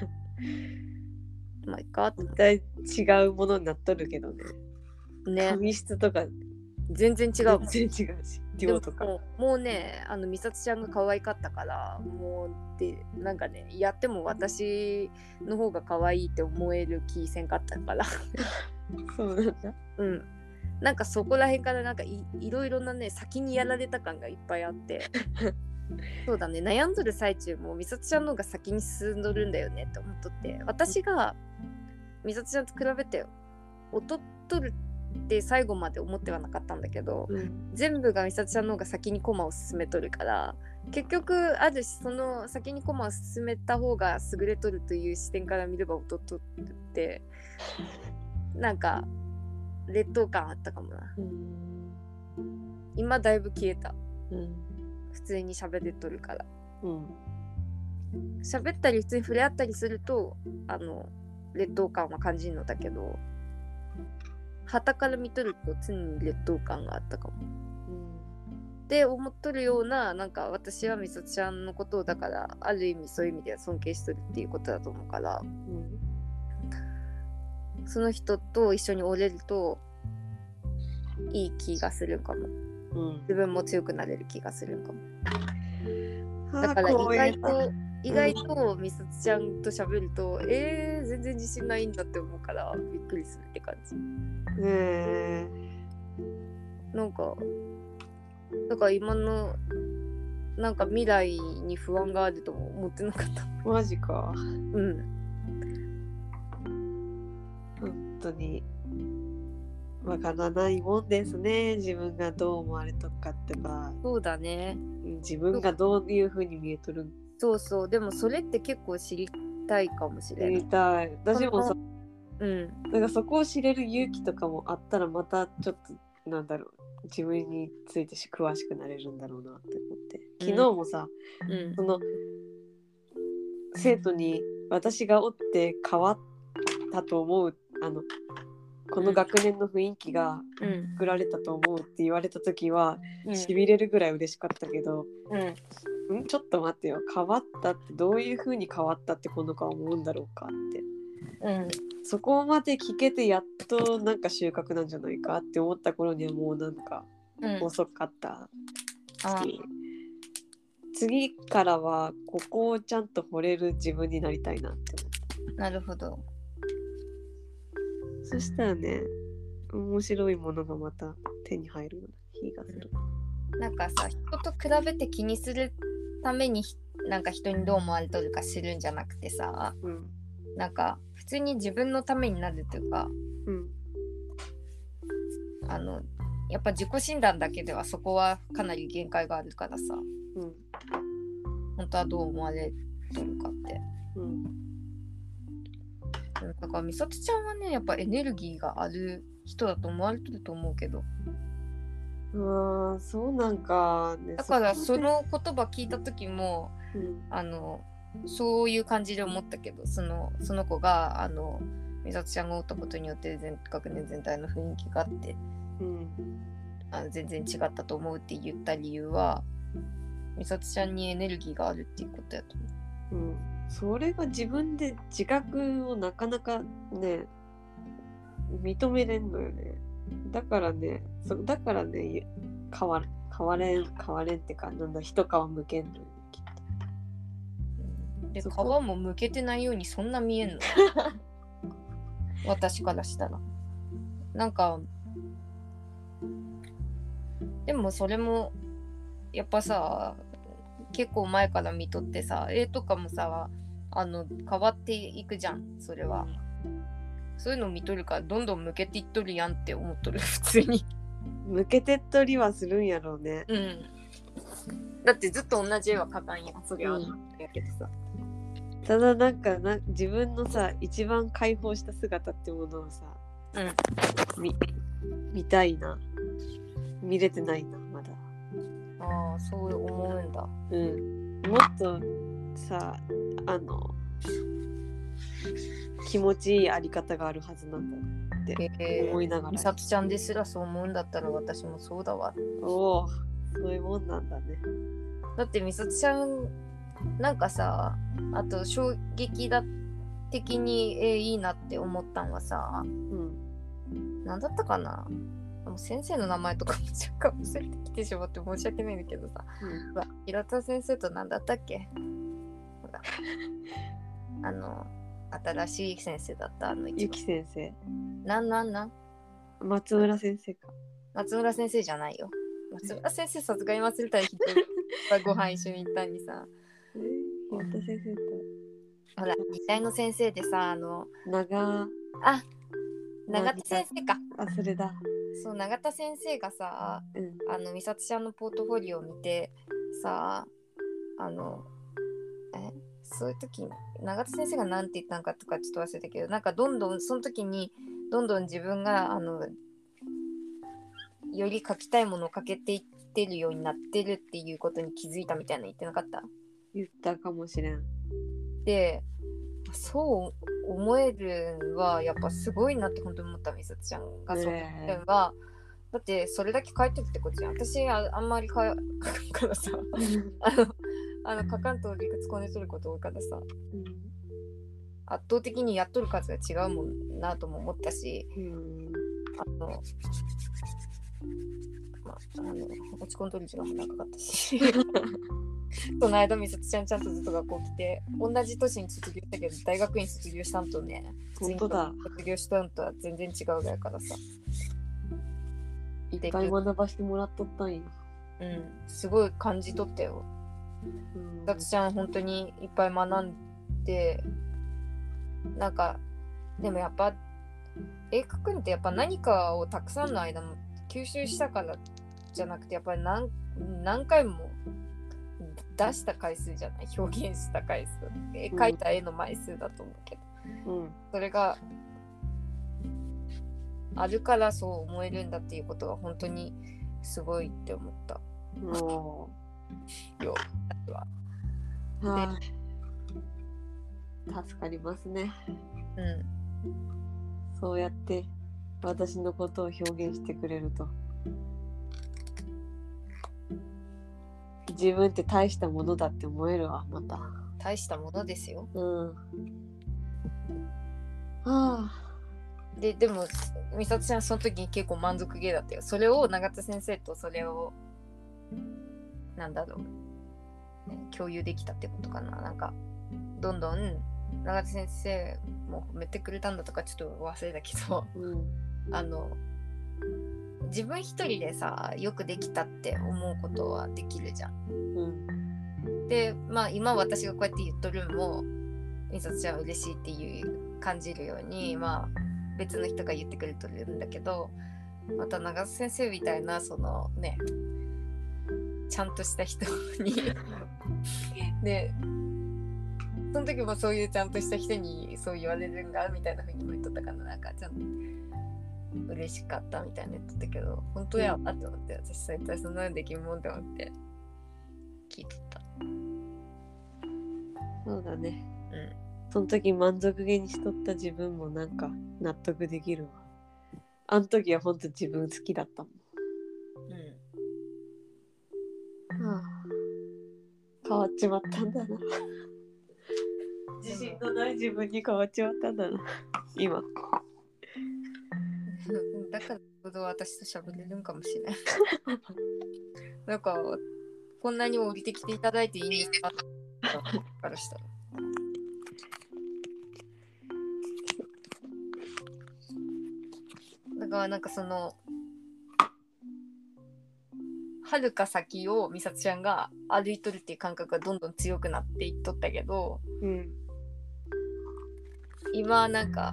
まあいいかって絶対違うものになっとるけどね。ね髪質とか全然違う全然違うし量とかもう、もうねあの美里ちゃんが可愛かったからもうでなんかねやっても私の方が可愛いって思える気せんかったからそうなんだ。 うんなんかそこら辺からなんか い, いろいろなね先にやられた感がいっぱいあってそうだね悩んどる最中も美里ちゃんの方が先に進んどるんだよねって思っとって私が美里ちゃんと比べて劣っとるって最後まで思ってはなかったんだけど、うん、全部が美里ちゃんの方が先にコマを進めとるから結局あるしその先にコマを進めた方が優れとるという視点から見れば劣っとるってなんか劣等感あったかもな、うん、今だいぶ消えた、うん、普通に喋れとるから喋、うん、ったり普通に触れ合ったりするとあの劣等感は感じるのだけど旗から見とると常に劣等感があったかも、うん、で思っとるようななんか私は美里ちゃんのことをだからある意味そういう意味では尊敬しとるっていうことだと思うから、うん、その人と一緒におれるといい気がするかも、うん、自分も強くなれる気がするかも。だから意外と意外と美里ちゃんと喋ると、うん、えー全然自信ないんだって思うからびっくりするって感じ。へーなんかだから今のなんか未来に不安があるとも思ってなかった。 マジか。 うん本当にわからないもんですね。自分がどう思われとかってば。 そうだね。 自分がどういう風に見えとる。 そうそう。でもそれって結構知りたいかもしれない。 知りたい。私もさ、うん。なんかそこを知れる勇気とかもあったらまたちょっとなんだろう。自分について詳しくなれるんだろうなって思って。昨日もさ、うん、その生徒に私がおって変わったと思うあの。この学年の雰囲気が作られたと思うって言われた時は、うん、しびれるぐらい嬉しかったけど、うん、んちょっと待ってよ変わったってどういう風に変わったってこの子は思うんだろうかって、うん、そこまで聞けてやっとなんか収穫なんじゃないかって思った頃にはもうなんか遅かったし、うん、次からはここをちゃんと掘れる自分になりたいなって思った。 なるほど。 そしたらね、面白いものがまた手に入るような気がする。 なんかさ、人と比べて気にするためになんか人にどう思われとるか知るんじゃなくてさ、うん、なんか普通に自分のためになるというか、うん、あのやっぱ自己診断だけではそこはかなり限界があるからさ、うん、本当はどう思われとるかって。うんだから美里ちゃんはねやっぱエネルギーがある人だと思われてると思うけど。 ああそうなんか、 ね、だからその言葉聞いた時も、うん、あのそういう感じで思ったけどそのその子があの美里ちゃんがおったことによって全学年全体の雰囲気があって、うん、あの全然違ったと思うって言った理由は美里ちゃんにエネルギーがあるっていうことやと思う。 うんそれが自分で自覚をなかなかね認めれんのよね。だからねそだからね変わ変われん変われんってかなんだ一皮むけんのよねきっと。で皮もむけてないようにそんな見えんの私からしたらなんかでもそれもやっぱさ結構前から見とってさ絵とかもさあの変わっていくじゃんそれは、うん、そういうの見とるからどんどん向けていっとるやんって思っとる普通に向けてっとりはするんやろうね。 うん。だってずっと同じ絵は描かんやんそりゃあやけどさ、 うん、ただなんかな自分のさ一番解放した姿ってものをさ、うん、み見たいな。見れてないなまだ。 ああそう思うんだ。 うん。もっとさあの気持ちいいあり方があるはずなんだって思いながら。 みさとちゃんですらそう思うんだったら私もそうだわ。 おおそういうもんなんだね。 だってみさとちゃんなんかさあと衝撃だ的に、えー、いいなって思ったんはさ、うん、なんだったかなもう先生の名前とかも若干忘れてきてしまって申し訳ないんだけどさ、うん、平田先生と何だったっけほらあの新しい先生だったあのゆき先生なんなんなん松村先生か。 松村先生じゃないよ。松村先生さすがに忘れたら人ご飯一緒に行ったんにさえー、平田先生とほら理体の先生でさあの長あ永田先生か。 あそれだ。 そう永田先生がさ、うん、あの美里ちゃんのポートフォリオを見てさあのえそういう時に永田先生が何て言ったのかとかちょっと忘れたけどなんかどんどんその時にどんどん自分があのより書きたいものを書けていってるようになってるっていうことに気づいたみたいなの言ってなかった？ 言ったかもしれん。 でそう思えるはやっぱすごいなって本当に思った美里ちゃんがそう思ったは、だってそれだけ書いてるってことじゃん。私 あ, あんまり書かんからさあのあの書かんと理屈こねとること多いからさ、うん、圧倒的にやっとる数が違うもんなとも思ったし、うん、あのまあ、あの落ち込んとる時間も長かったしその間美里ちゃんちゃんとずっと学校来て同じ年に卒業したけど大学院卒業したんとね本当だ卒業したんとは全然違うぐらいからさいっぱい学ばしてもらっとったんや。 うんすごい感じとったよ。美里ちゃん本当にいっぱい学んでなんかでもやっぱ絵描くんってやっぱ何かをたくさんの間も吸収したからじゃなくてやっぱり 何, 何回も出した回数じゃない表現した回数絵描いた絵の枚数だと思うけど、うん、それがあるからそう思えるんだっていうことは本当にすごいって思った。もうよはあ、助かりますね。うんそうやって私のことを表現してくれると自分って大したものだって思えるわ。また大したものですよ。 うんはあででも美里ちゃんその時に結構満足げだったよ。それを永田先生とそれをなんだろう、ね、共有できたってことかな。なんかどんどん永田先生も褒めてくれたんだとかちょっと忘れたけど、うん、あの自分一人でさよくできたって思うことはできるじゃん、うん、でまあ今私がこうやって言っとるんも美里ちゃんは嬉しいっていう感じるようにまあ別の人が言ってくれとるんだけどまた永田先生みたいなそのねちゃんとした人にでその時もそういうちゃんとした人にそう言われるんがみたいな風にも言っとったかな。なんかちゃんと嬉しかったみたいな言っとったけど本当やなって思って私絶対そんなのできんもんって思って聞いてた。 そうだね。うんその時満足げにしとった自分もなんか納得できるわ。あの時は本当自分好きだったもん。うんはあ変わっちまったんだな自信のない自分に変わっちまったんだな今だからほど私と喋れるんかもしれないなんかこんなに降りてきていただいていいんですかからしたらだからなんかそのはるか先を美里ちゃんが歩いとるっていう感覚がどんどん強くなっていっとったけど、 うん、 今なんか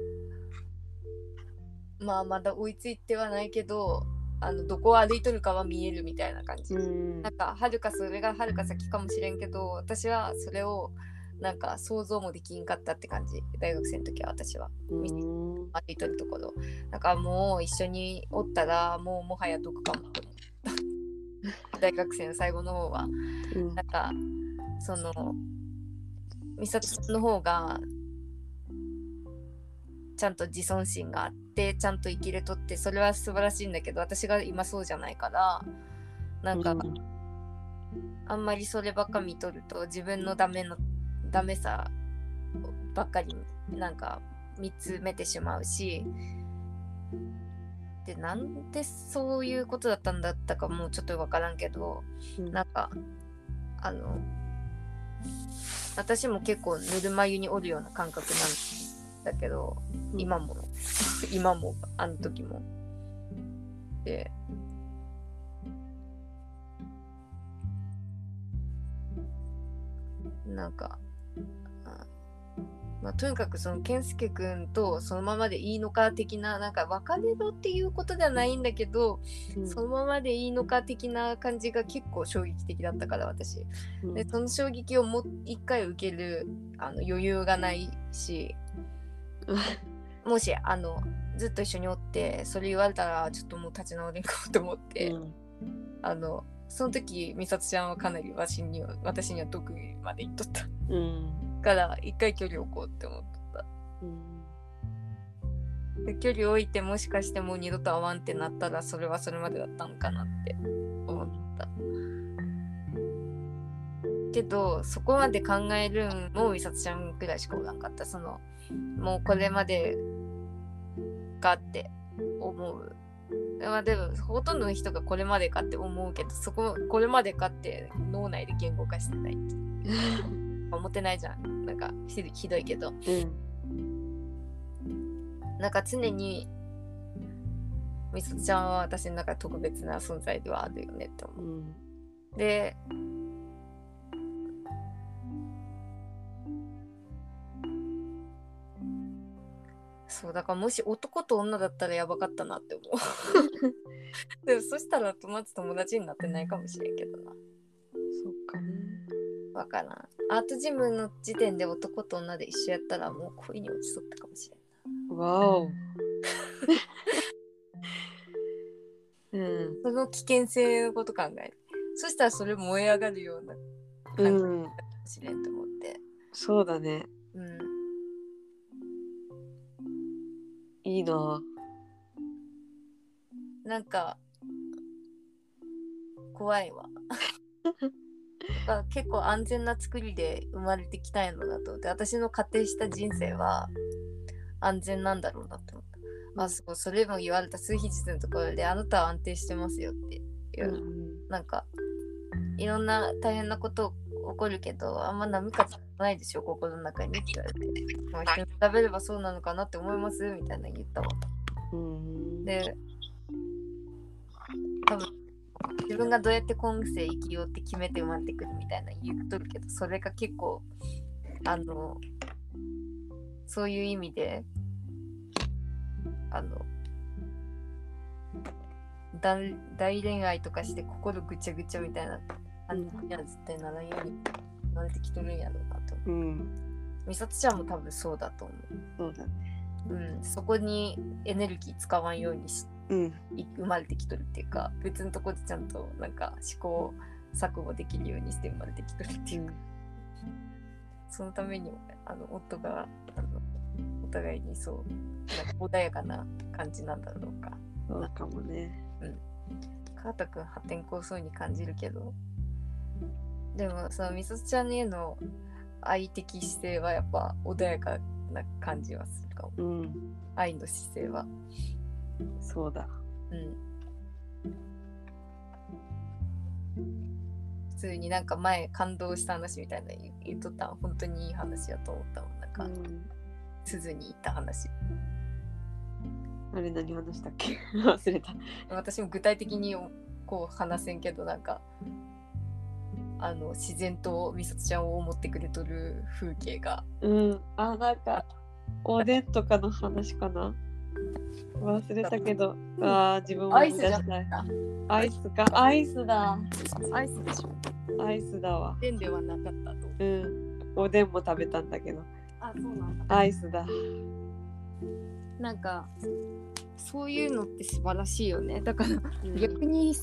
まあまだ追いついてはないけど、あのどこを歩いとるかは見えるみたいな感じ、うん、なんかはるかそれがはるか先かもしれんけど、私はそれをなんか想像もできんかったって感じ。大学生の時は私は、うん、歩いとるところなんかもう一緒におったらもうもはや毒かもと思った大学生の最後の方は、うん、なんかその美里さんの方がちゃんと自尊心があってちゃんと生きれとって、それは素晴らしいんだけど、私が今そうじゃないからなんか、うん、あんまりそればっか見とると自分のダメのダメさばっかりなんか見つめてしまうし、でなんでそういうことだったんだったかもうちょっと分からんけど、うん、なんかあの私も結構ぬるま湯におるような感覚なんだけど、うん、今も今もあの時もで、なんかまあ、とにかくその健介くんとそのままでいいのか的な、なんか別れろっていうことではないんだけど、うん、そのままでいいのか的な感じが結構衝撃的だったから私、うん、でその衝撃をもう一回受けるあの余裕がないし、もしあのずっと一緒におってそれ言われたらちょっともう立ち直れんかと思って、うん、あのその時美里ちゃんはかなり私には私には得意まで言っとった、うんから一回距離を置こうって思った、うん、で距離を置いてもしかしてもう二度と会わんってなったらそれはそれまでだったのかなって思った、けどそこまで考えるんも美里ちゃんくらいしかおらんかった。そのもうこれまでかって思う、まあ、でもほとんどの人がこれまでかって思うけど、そここれまでかって脳内で言語化してない思ってないじゃん、なんか ひ, ひどいけど、うん、なんか常にみそちゃんは私の中で特別な存在ではあるよねって思う、うん、でそうだからもし男と女だったらやばかったなって思うでもそしたらまず友達になってないかもしれんけどな。 そっかね、 わからん。アートジムの時点で男と女で一緒やったらもう恋に落ちとったかもしれんな。 わおうん、その危険性のこと考える。そしたらそれ燃え上がるような感じだったかもしれんと思って、うん、 そうだね、 うん、 いいな。 なんか怖いわ結構安全な作りで生まれてきたんやろなと思って、私の仮定した人生は安全なんだろうなと思った。あ、そう、それも言われた数日のところであなたは安定してますよっていう、うん、なんかいろんな大変なこと起こるけどあんま波風ないでしょ心の中にって言われて、まあ、人に食べればそうなのかなって思いますみたいな言ったわ、うん、で多分自分がどうやって今世生きようって決めて生まれてくるみたいな言っとるけど、それが結構あのそういう意味であの大, 大恋愛とかして心ぐちゃぐちゃみたいな感じには絶対ならんように生まれてきとるんやろうなと、うん、美里ちゃんも多分そうだと思う。 そうだね、 うん、そこにエネルギー使わんようにしうん、生まれてきとるっていうか、別のところでちゃんとなんか思考錯誤できるようにして生まれてきとるっていうか、うん、そのためにあの夫があのお互いにそうなんか穏やかな感じなんだろうか。 そうかもね。 うん。川田くん破天荒そうに感じるけど、でもそのみそちゃんへの愛的姿勢はやっぱ穏やかな感じはするかも。うん、愛の姿勢は。 そうだ、うん、 普通になんか前感動した話みたいな言っとったん本当にいい話だと思ったもん。なんか、うん、鈴に言った話、 あれ何話したっけ忘れた。 私も具体的にここう話せんけどなんかあの自然とみさとちゃんを思ってくれとる風景がうんあなんかおでんとかの話かな忘れたけど、あ自分も思い出したい。アイスかアイスだアイスでしょ。 アイスだわ。 おでんではなかったと。 うんおでんも食べたんだけど、 あそうなんだ。 アイスだ。 なんかそういうのって素晴らしいよね。だから、うん、逆に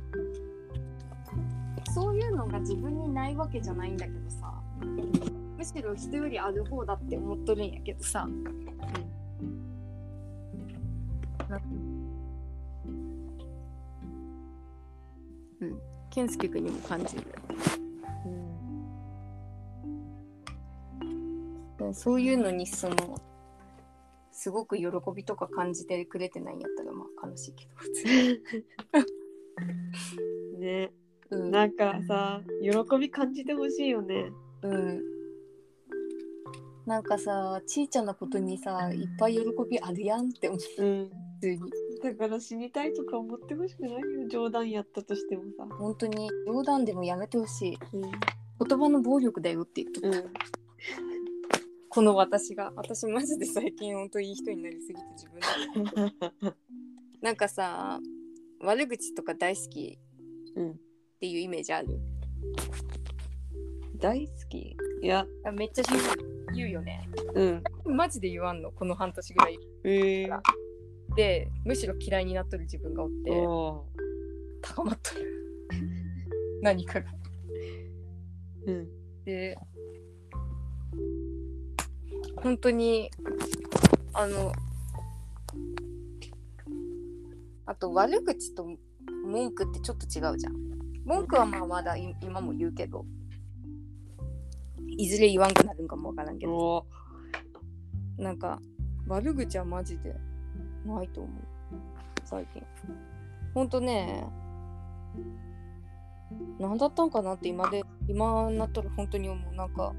そういうのが自分にないわけじゃないんだけどさ、むしろ人よりある方だって思っとるんやけどさ、うん、健介君にも感じる、うん、そういうのにそのすごく喜びとか感じてくれてないんやったらまあ悲しいけど普通にね、うん、なんかさ喜び感じてほしいよね。 うんなんかさちいちゃなことにさいっぱい喜びあるやんって思う、うん、普通にだから死にたいとか思ってほしくないよ。冗談やったとしてもさ本当に冗談でもやめてほしい、うん、言葉の暴力だよって言っとった、うん、この私が私マジで最近本当いい人になりすぎて自分でなんかさ悪口とか大好きっていうイメージある、うん、 大好きいやめっちゃ言う、言うよね、うん、マジで言わんのこの半年ぐらい、 えー、 でむしろ嫌いになっとる自分がおって高まっとる何かが、うん、で本当にあのあと悪口と文句ってちょっと違うじゃん。文句はまあまだ今も言うけどいずれ言わんくなるんかもわからんけどなんか悪口はマジでないと思う最近。ほんとね何だったんかなって今で今になったら本当に思う。なんか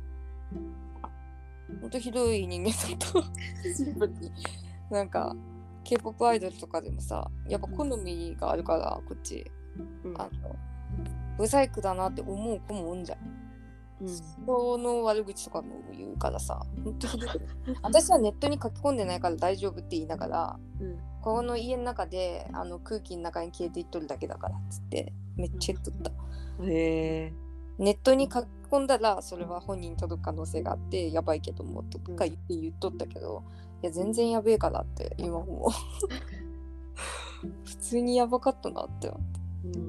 ほんとひどい人間だったシンプルになんか K-ポップ アイドルとかでもさやっぱ好みがあるからこっち、うん、あのブサイクだなって思う子もおんじゃん、うん、人の悪口とかも言うからさほんとひどい私はネットに書き込んでないから大丈夫って言いながら、うん、この家の中であの空気の中に消えていっとるだけだからっつってめっちゃ言っとった、うん、へーネットに書き込んだらそれは本人に届く可能性があってやばいけどもとか言って言っとったけど、いや全然やべえからって今も普通にやばかったなって思って、うん、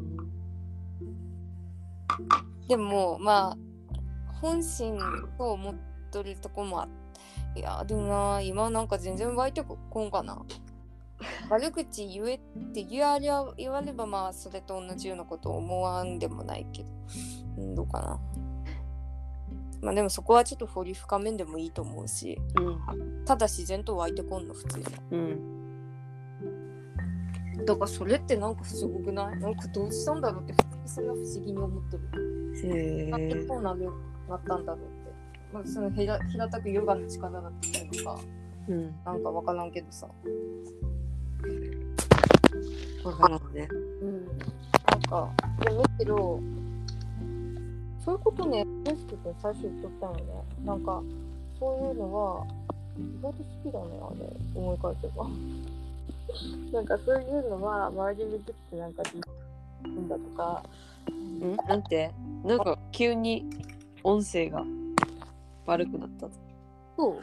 でもまあ本心と思っとるとこもあって、いやでもな今なんか全然湧いてこんかな悪口言えって言われ言わればまあそれと同じようなことを思わんでもないけど、うん、どうかな。まあでもそこはちょっと掘り深めんでもいいと思うし、うん、ただ自然と湧いてこんの普通に、うん、だからそれってなんかすごくない？なんかどうしたんだろうって普通にそれは不思議に思ってる。へー。なんでこうなったんだろうって、まあ、その平たくヨガの力だったりとか、うん、なんかわからんけどさわからんね。 うん。なんかでむしろそういうことね、ケンスケ君最初言っとったのね。なんかそういうのは意外と好きだねあれ思い返せば。なんかそういうのは周りに出てなんかいいんだとか。 ん？なんて？なんか急に音声が悪くなったぞ。 そう？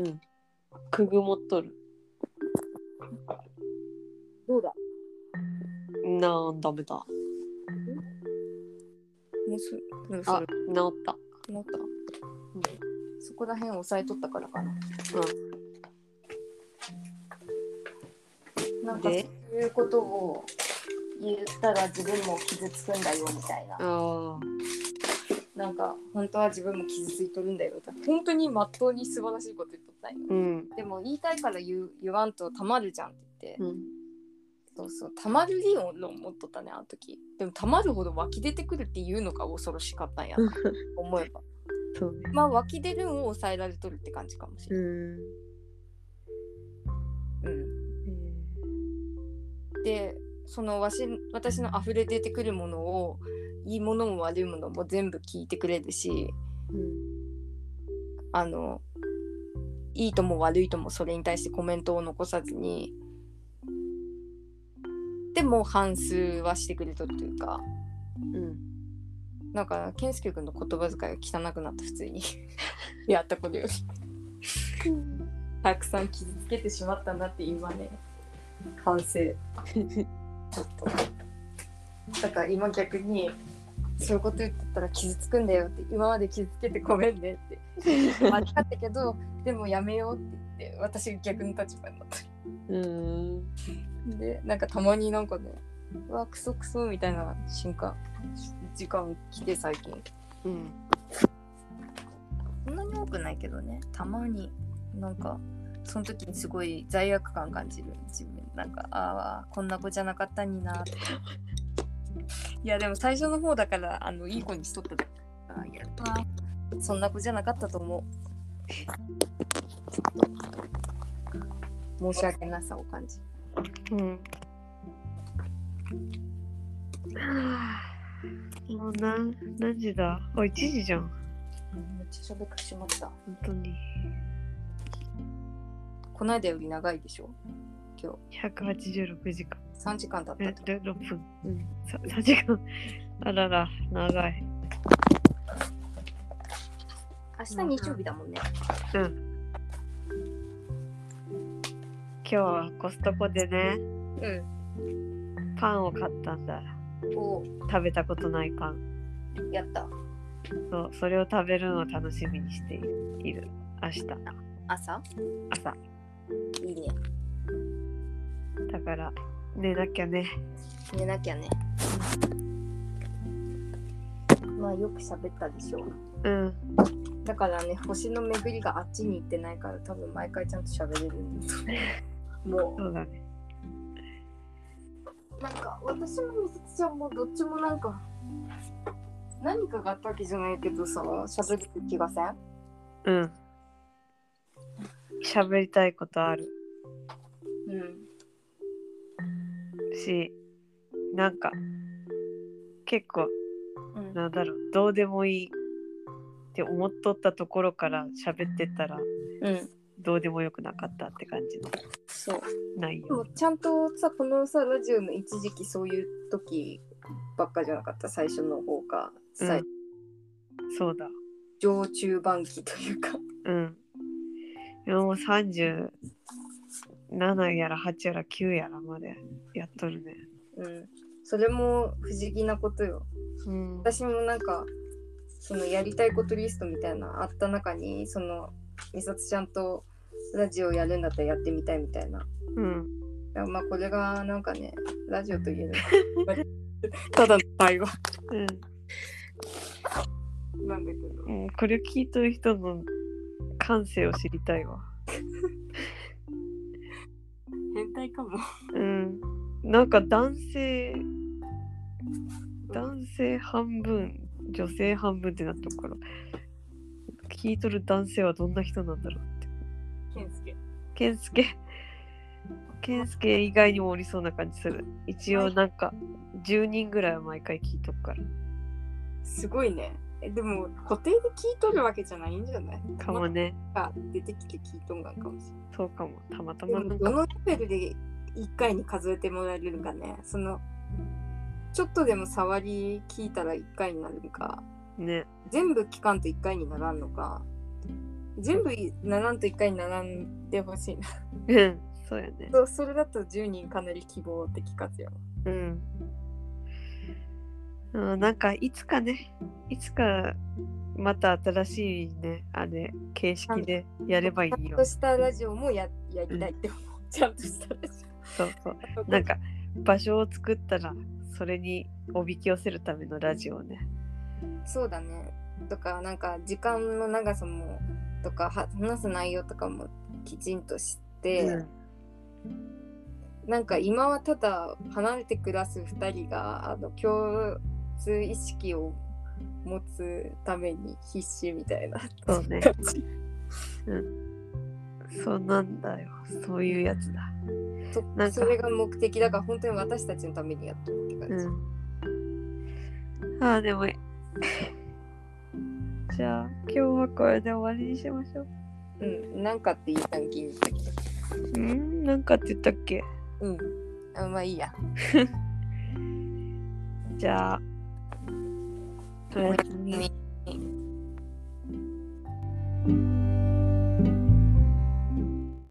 うん。くぐもっとる。 どうだ？ なんダメだ。 もうすぐあ、治った。 治った、うん、そこら辺押さえとったからかな。うん。なんかそういうことを言ったら自分も傷つくんだよみたいな。あなんか本当は自分も傷ついとるんだよって本当にまっとうに素晴らしいこと言っとったんよ、うん、でも言いたいから言う言わんとたまるじゃんって言って、うん、そうそうたまる理論を持っとったねあの時。でもたまるほど湧き出てくるっていうのが恐ろしかったんやな思えばそうね。まあ湧き出るのを抑えられとるって感じかもしれない。うん、うん、でそのわし私の溢れ出てくるものをいいものも悪いものも全部聞いてくれるし、うん、あのいいとも悪いともそれに対してコメントを残さずに、でも反数はしてくれとるというか、うん、なんか健介君の言葉遣いが汚くなった普通にやったことよりたくさん傷つけてしまったなって今ね反省ちょっとだから今逆にそういうこと言ってたら傷つくんだよって、今まで傷つけてごめんねって間違ったけどでもやめようって言って私が逆の立場になったり、うーんでなんかたまになんかねうわクソクソみたいな瞬間時間来て最近、うん、そんなに多くないけどね、たまになんかその時にすごい罪悪感感じる自分、なんかああこんな子じゃなかったになっていやでも最初の方だからあのいい子にしとっただけ、あいやそんな子じゃなかったと思う申し訳なさを感じる。うんもう何何時だ？あ、いちじじゃん。 めっちゃ喋ってしまった。 本当に。 この間より長いでしょ今日。 ひゃくはちじゅうろくじかん。 さんじかん経ったと。 え、ろっぷん。うん。さんじかん。あらら、長い。 明日日曜日だもんね。 うん。今日はコストコでね、うん、パンを買ったんだ。お食べたことないパン。 やった。 そう、それを食べるのを楽しみにしている。明日。 朝？ 朝。 いいね。 だから寝なきゃね。 寝なきゃね。まあよく喋ったでしょ。うん。だからね、星の巡りがあっちに行ってないから多分毎回ちゃんと喋れるんだともう。 そうだね。 なんか私もみさつちゃんもどっちもなんか何かがあったわけじゃないけどさ、喋る気がせん？ うん。喋りたいことある。うん。し、なんか結構、うん、なんだろう、どうでもいいって思っとったところから喋ってたら、うん、どうでもよくなかったって感じの。 そうないよ。 でもちゃんとさ、このさラジオの一時期そういう時ばっかじゃなかった、最初の方か、うん、 そうだ。 上中盤期というか。 うん。もうさんじゅうななやらはちやらきゅうやらまでやっとるね。 うん。それも不思議なことよ。うん、私もなんかそのやりたいことリストみたいなあった中に、そのみさつちゃんとラジオやるんだったらやってみたいみたいな。うん。まあこれがなんかね、ラジオというただの会話。うん。なんだけど。 うん、これ聞いとる人の感性を知りたいわ。 変態かも。 うん。なんか男性男性半分女性半分ってなったから、聞いとる男性はどんな人なんだろうって。 ケンスケケンスケケンスケ以外にもおりそうな感じする。一応なんかじゅうにんぐらいは毎回聞いとくから。 すごいね。えでも固定で聞いとるわけじゃないんじゃない？ かもね。 が出てきて聞いとんがんかもしれない。 そうかも。たまたまなんか。 どのレベルでいっかいに数えてもらえるのかね。そのちょっとでも触り聞いたらいっかいになるのか。 ね。 全部聞かんといっかいにならんのか。全部ならんといっかいにならんでほしいな。 うん。そうやね。 そう、それだとじゅうにんかなり希望的数やわ。うん。 うん、なんかいつかね、いつかまた新しいね、あれ形式でやればいいよ。 ちゃんとしたラジオも や, やりたいって思う、うん。ちゃんとしたラジオ。そうそう。なんか場所を作ったらそれにおびき寄せるためのラジオね。 そうだね。とかなんか時間の長さもとか話す内容とかもきちんとして、うん、なんか今はただ離れて暮らすふたりがあの共通意識を持つために必死みたいな。 そうね。うん。そうなんだよ。そういうやつだ。 そ, それが目的だから本当に私たちのためにやってるって感じ、 うん、ああでもじゃあ今日はこれで終わりにしましょう。 うん、なんかって言ったん気に入ったけどうんなんかって言ったっけ。 うんあまあいいやじゃあおやすみ。